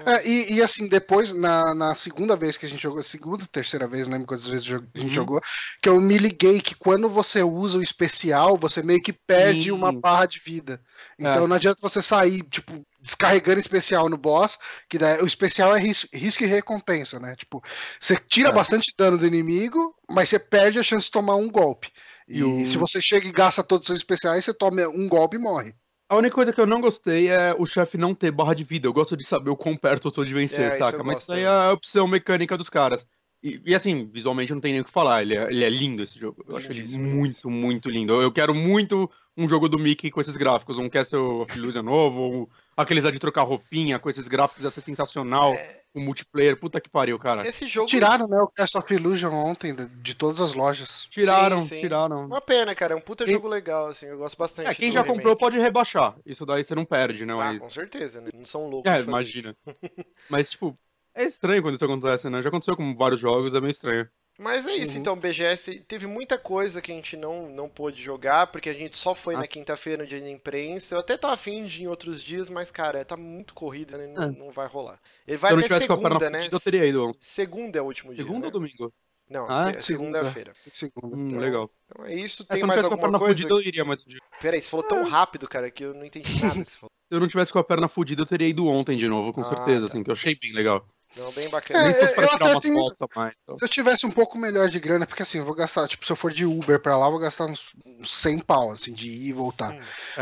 E assim, depois, na segunda vez que a gente jogou, segunda, terceira vez, não lembro quantas vezes a gente jogou, que eu me liguei que quando você usa o especial, você meio que perde Sim. uma barra de vida. Então não adianta você sair, tipo, descarregando especial no boss, que daí, o especial é risco e recompensa, né? Tipo, você tira bastante dano do inimigo, mas você perde a chance de tomar um golpe. E se você chega e gasta todos os seus especiais, você toma um golpe e morre. A única coisa que eu não gostei é o chefe não ter barra de vida. Eu gosto de saber o quão perto eu tô de vencer, isso saca? eu Mas gosto isso aí é também. a opção mecânica dos caras. E assim, visualmente não tem nem o que falar. Ele é lindo esse jogo. Eu acho ele Lindíssimo, muito, muito lindo. Eu quero muito um jogo do Mickey com esses gráficos. Um Castle of Illusion novo, ou aqueles lá de trocar roupinha com esses gráficos, ia ser sensacional. O multiplayer, puta que pariu, cara. Esse jogo. Tiraram, né, o Cast of Illusion ontem de todas as lojas. Tiraram. Uma pena, cara. É um puta jogo legal, assim. Eu gosto bastante. Quem do já remake. comprou pode rebaixar. Isso daí você não perde, né? Ah, com certeza, né? Não são loucos. de fazer Imagina. Mas, tipo, é estranho quando isso acontece, né? Já aconteceu com vários jogos, é meio estranho. Mas é isso, então, BGS teve muita coisa que a gente não pôde jogar, porque a gente só foi na quinta-feira, no dia da imprensa. Eu até tava afim de ir em outros dias, mas, cara, tá muito corrida, né? Não vai rolar. Ele vai Se eu não até tivesse com a perna segunda, né? fudida, eu teria ido ontem. Segunda é o último dia, Segunda né? ou domingo? Não, Ah, segunda-feira. Segunda. Legal. Então é isso. Se Tem eu não mais tivesse com a alguma perna coisa? fudida, eu iria mais um dia. Peraí, você falou tão rápido, cara, que eu não entendi nada que você falou. Se eu não tivesse com a perna fudida, eu teria ido ontem de novo, com certeza, tá. assim, que eu achei bem legal. Não, bem bacana. Nem se fosse pra eu tirar até umas tenho- fotos a mais. Então. Se eu tivesse um pouco melhor de grana, porque assim, eu vou gastar, tipo, se eu for de Uber pra lá, eu vou gastar uns 100 pau, assim, de ir e voltar.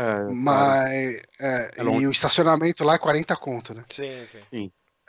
Mas, e o estacionamento lá é 40 conto, né? Sim.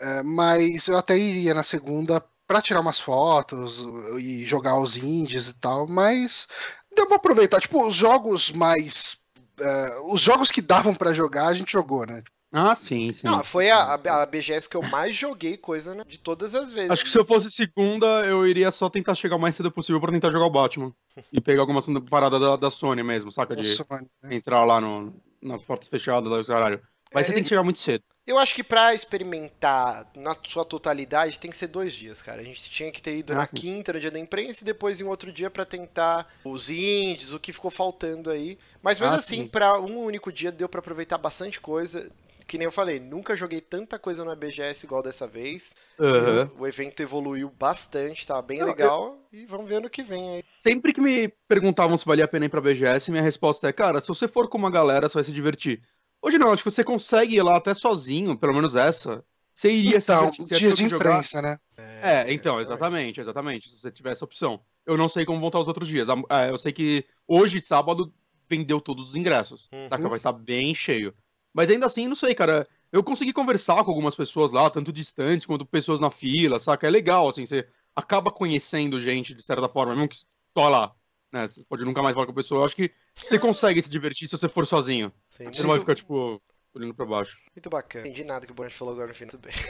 Mas eu até iria na segunda pra tirar umas fotos e jogar os indies e tal, mas deu pra aproveitar. Tipo, os jogos mais... os jogos que davam pra jogar, a gente jogou, né? Ah, sim. Não, foi a BGS que eu mais joguei coisa, né? De todas as vezes. Acho que se eu fosse segunda, eu iria só tentar chegar o mais cedo possível pra tentar jogar o Batman. E pegar alguma parada da Sony mesmo, saca? De entrar lá nas portas fechadas, lá, caralho. Mas você tem que chegar muito cedo. Eu acho que pra experimentar na sua totalidade tem que ser 2 dias, cara. A gente tinha que ter ido na quinta, no dia da imprensa, e depois em outro dia pra tentar os indies, o que ficou faltando aí. Mas mesmo assim, pra um único dia deu pra aproveitar bastante coisa. Que nem eu falei, nunca joguei tanta coisa no BGS igual dessa vez. O evento evoluiu bastante, tá bem legal. E vamos ver ano que vem aí. Sempre que me perguntavam se valia a pena ir pra BGS, minha resposta é, cara, se você for com uma galera, você vai se divertir. Hoje não, acho que você consegue ir lá até sozinho, pelo menos essa. Você iria se divertir. Dia de imprensa, né? Então, exatamente. Se você tiver essa opção. Eu não sei como vão estar os outros dias. Eu sei que hoje, sábado, vendeu todos os ingressos. Saca? Vai estar bem cheio. Mas ainda assim, não sei, cara. Eu consegui conversar com algumas pessoas lá, tanto distantes quanto pessoas na fila, saca? É legal, assim, você acaba conhecendo gente, de certa forma, mesmo que só lá, né? Você pode nunca mais falar com a pessoa. Eu acho que você consegue se divertir se você for sozinho. Você não vai ficar, tipo, olhando pra baixo. Muito bacana. Não entendi nada que o Bonner falou agora no final. Tudo bem.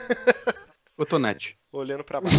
Cotonete. Olhando pra baixo.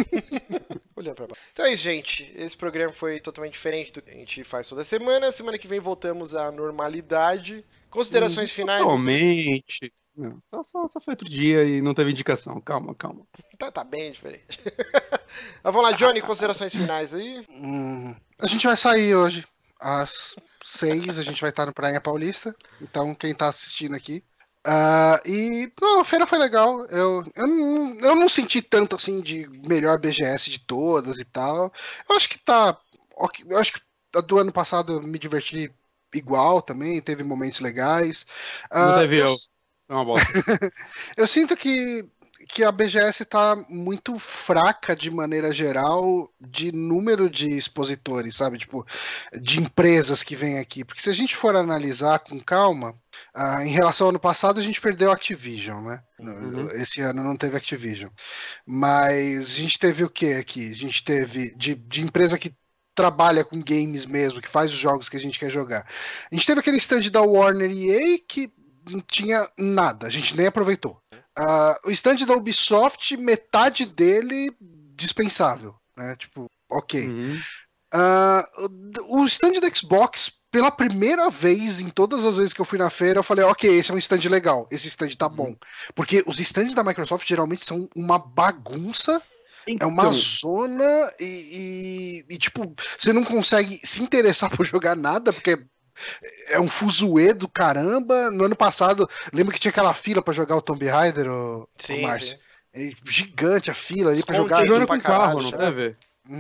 Olhando pra baixo. Então é isso, gente. Esse programa foi totalmente diferente do que a gente faz toda semana. Semana que vem voltamos à normalidade. Considerações finais? Totalmente. Não, só foi outro dia e não teve indicação. Calma. Tá bem diferente. Mas vamos lá, Johnny, considerações finais aí? A gente vai sair hoje. Às 6 a gente vai estar no Praia Paulista. Então, quem tá assistindo aqui. A feira foi legal. Eu não senti tanto assim de melhor BGS de todas e tal. Eu acho que tá. Eu acho que a do ano passado eu me diverti igual também, teve momentos legais. Não teve eu. É uma bosta. Eu sinto que que a BGS tá muito fraca de maneira geral de número de expositores, sabe? Tipo, de empresas que vêm aqui. Porque se a gente for analisar com calma, em relação ao ano passado a gente perdeu a Activision, né? Esse ano não teve Activision. Mas a gente teve o que aqui? A gente teve de empresa que trabalha com games mesmo, que faz os jogos que a gente quer jogar. A gente teve aquele stand da Warner EA que não tinha nada, a gente nem aproveitou. O stand da Ubisoft, metade dele dispensável, né? Tipo, ok. O stand da Xbox, pela primeira vez em todas as vezes que eu fui na feira, eu falei, ok, esse é um stand legal, esse stand tá bom. Porque os stands da Microsoft geralmente são uma bagunça. Então, é uma zona e, tipo, você não consegue se interessar por jogar nada, porque é um fuzuê do caramba. No ano passado, lembra que tinha aquela fila pra jogar o Tomb Raider, o Márcio? É gigante a fila ali pra jogar. Jogando com carro, não teve?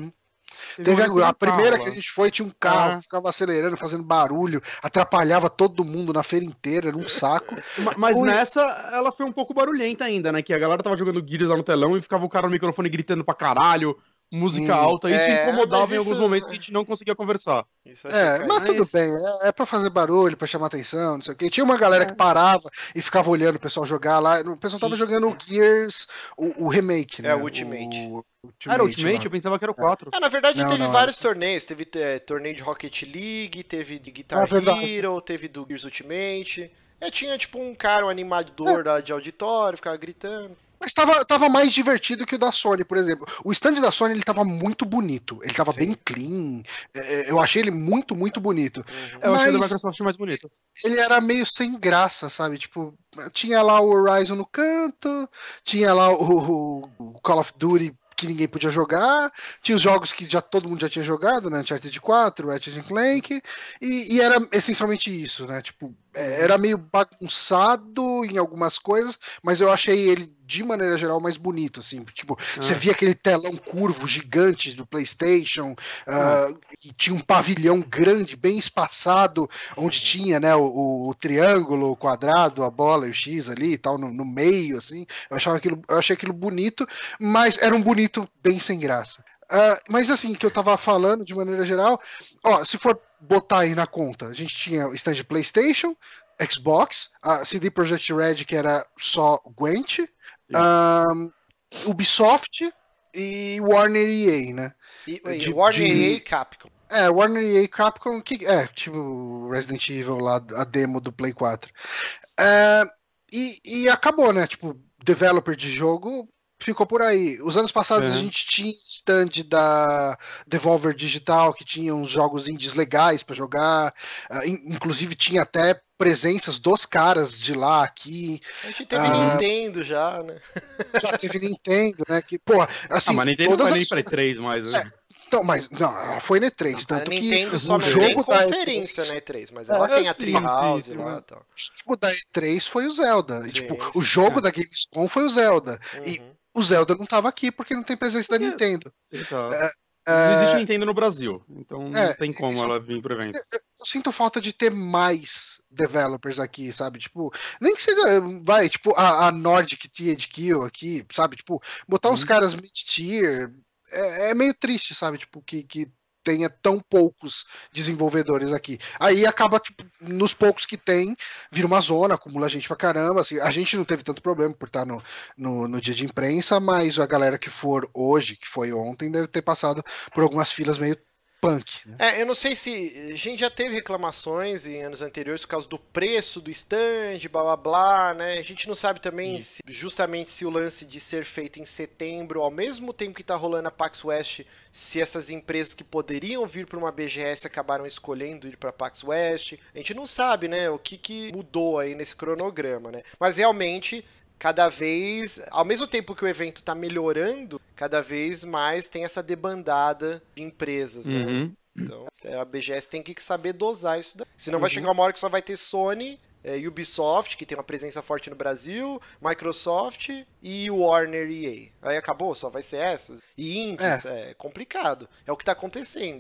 Teve a primeira que a gente foi, tinha um carro que ficava acelerando, fazendo barulho, atrapalhava todo mundo na feira inteira, era um saco. Mas nessa, ela foi um pouco barulhenta ainda, né? Que a galera tava jogando Gears lá no telão e ficava o cara no microfone gritando pra caralho, música alta, isso incomodava em alguns momentos que a gente não conseguia conversar. Mas tudo bem, é pra fazer barulho, pra chamar atenção, não sei o quê. Tinha uma galera que parava e ficava olhando o pessoal jogar lá. O pessoal tava jogando o Gears, o remake, né? O Ultimate. Era o Ultimate? Eu pensava que era o 4. Na verdade teve vários torneios. Teve torneio de Rocket League, teve de Guitar Hero, teve do Gears Ultimate. Tinha tipo um cara, um animador de auditório, ficava gritando. Mas tava mais divertido que o da Sony, por exemplo. O stand da Sony, ele tava muito bonito. Ele tava bem clean. Eu achei ele muito, muito bonito. Eu achei o da Microsoft mais bonito. Ele era meio sem graça, sabe? Tipo, tinha lá o Horizon no canto, tinha lá o Call of Duty que ninguém podia jogar, tinha os jogos que todo mundo já tinha jogado, né? Uncharted 4, Ratchet & Clank, e era essencialmente isso, né? Tipo, era meio bagunçado em algumas coisas, mas eu achei ele, de maneira geral, mais bonito, assim. Tipo, você via aquele telão curvo gigante do PlayStation, e tinha um pavilhão grande, bem espaçado, onde tinha, né, o triângulo, o quadrado, a bola e o X ali e tal, no meio, assim. Eu achei aquilo bonito, mas era um bonito bem sem graça. Mas assim, que eu tava falando de maneira geral, se for botar aí na conta, a gente tinha o stand de PlayStation, Xbox, a CD Projekt Red, que era só Gwent, Ubisoft e Warner EA, né? Warner EA e Capcom. Warner EA e Capcom, tipo Resident Evil lá, a demo do Play 4. E acabou, né? Tipo, developer de jogo ficou por aí. Os anos passados a gente tinha stand da Devolver Digital, que tinha uns jogos indies legais para jogar, inclusive tinha até presenças dos caras de lá aqui. A gente teve Nintendo já, né? Já teve Nintendo, né? Que, pô, assim, mas Nintendo não vai nem pra E3 mais, né? Então, mas não, ela foi na E3, tanto que Nintendo só o jogo tem conferência na E3, mas ela tem a Treehouse lá e tal. O jogo da E3 foi o Zelda. O jogo da Gamescom foi o Zelda. E o Zelda não tava aqui porque não tem presença da Nintendo. Não existe Nintendo no Brasil, então não tem como ela vir pro evento. Eu sinto falta de ter mais developers aqui, sabe? Tipo, nem que seja, tipo, a Nordic THQ aqui, sabe? Tipo, botar uns caras mid-tier é meio triste, sabe? Tipo, que tenha tão poucos desenvolvedores aqui. Aí acaba, tipo, nos poucos que tem, vira uma zona, acumula gente pra caramba. Assim, a gente não teve tanto problema por estar no dia de imprensa, mas a galera que for hoje, que foi ontem, deve ter passado por algumas filas meio punk. Né? Eu não sei se... A gente já teve reclamações em anos anteriores por causa do preço do stand, blá blá blá, né? A gente não sabe também justamente se o lance de ser feito em setembro, ao mesmo tempo que tá rolando a PAX West, se essas empresas que poderiam vir para uma BGS acabaram escolhendo ir para PAX West. A gente não sabe, né? O que mudou aí nesse cronograma, né? Mas realmente... Cada vez, ao mesmo tempo que o evento está melhorando, cada vez mais tem essa debandada de empresas, né? Então, a BGS tem que saber dosar isso daí. Senão vai chegar uma hora que só vai ter Sony, Ubisoft, que tem uma presença forte no Brasil, Microsoft e Warner EA. Aí acabou, só vai ser essas. E indies, é complicado. É o que está acontecendo.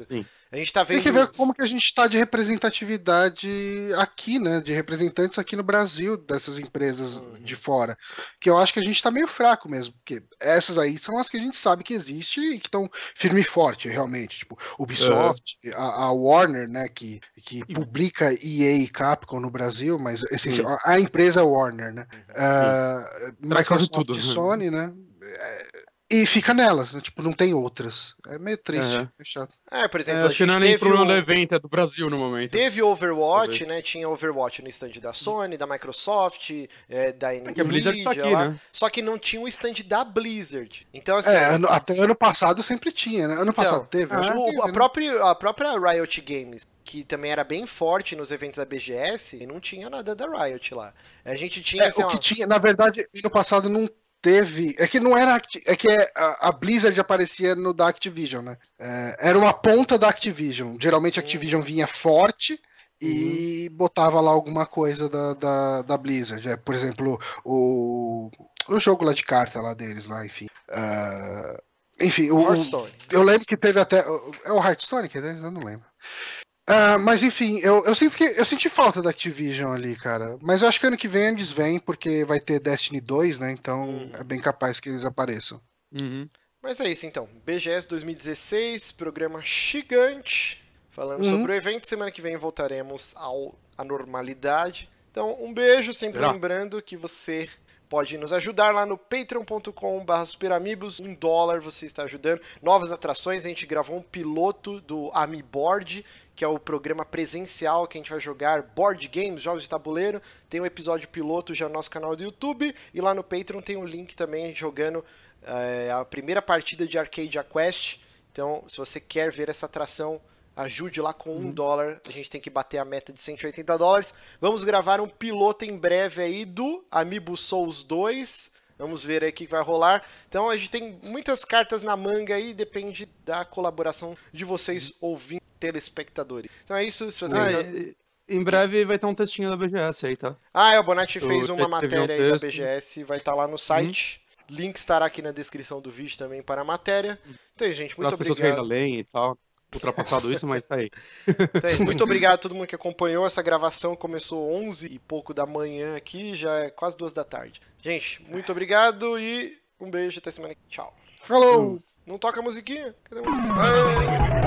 A gente tá Tem vendo... que ver como que a gente está de representatividade aqui, né? De representantes aqui no Brasil dessas empresas de fora. Que eu acho que a gente está meio fraco mesmo. Porque essas aí são as que a gente sabe que existe e que estão firme e forte, realmente. Tipo, Ubisoft, a Warner, né? Que publica EA e Capcom no Brasil, mas a empresa é Warner, né? Microsoft e Sony, né? E fica nelas, né? Tipo, não tem outras. É meio triste, é chato. Por exemplo, a acho que não é gente nem teve problema do evento, é do Brasil no momento. Teve Overwatch, né? Tinha Overwatch no stand da Sony, da Microsoft, da que a Blizzard tá aqui, lá. né? Só que não tinha o stand da Blizzard. Então, assim... até ano passado sempre tinha, né? Ano passado teve. A própria Riot Games, que também era bem forte nos eventos da BGS, não tinha nada da Riot lá. A gente tinha... o que tinha, na verdade, ano passado não teve. É que não era. É que a Blizzard aparecia no da Activision, né? Era uma ponta da Activision. Geralmente a Activision vinha forte e botava lá alguma coisa da Blizzard. Por exemplo, o jogo lá de carta lá deles, lá, enfim. Enfim, Hearthstone. Eu lembro que teve até. É o Hearthstone que é deles? Eu não lembro. Mas enfim, eu senti falta da Activision ali, cara. Mas eu acho que ano que vem eles vêm, porque vai ter Destiny 2, né? Então é bem capaz que eles apareçam. Mas é isso então. BGS 2016, programa gigante. Falando sobre o evento. Semana que vem voltaremos à normalidade. Então, um beijo. Sempre lembrando que você pode nos ajudar lá no patreon.com/superamigos. $1 você está ajudando. Novas atrações. A gente gravou um piloto do AmiBoard, que é o programa presencial que a gente vai jogar board games, jogos de tabuleiro. Tem um episódio piloto já no nosso canal do YouTube. E lá no Patreon tem um link também jogando a primeira partida de Arcade Quest. Então, se você quer ver essa atração, ajude lá com $1. A gente tem que bater a meta de $180. Vamos gravar um piloto em breve aí do Amiibo Souls 2. Vamos ver aí o que vai rolar. Então a gente tem muitas cartas na manga aí, depende da colaboração de vocês ouvindo, telespectadores. Então é isso. Se você em breve vai ter um textinho da BGS aí, tá? O Bonatti fez uma matéria aí da BGS, vai estar lá no site. Link estará aqui na descrição do vídeo também para a matéria. Então, gente, muito obrigado. As pessoas que ainda leem e tal. Ultrapassado isso, mas tá aí. Muito obrigado a todo mundo que acompanhou. Essa gravação começou 11 e pouco da manhã aqui, já é quase 2 da tarde. Gente, muito obrigado e um beijo até semana que vem. Tchau. Falou! Não toca a musiquinha? Cadê a musiquinha?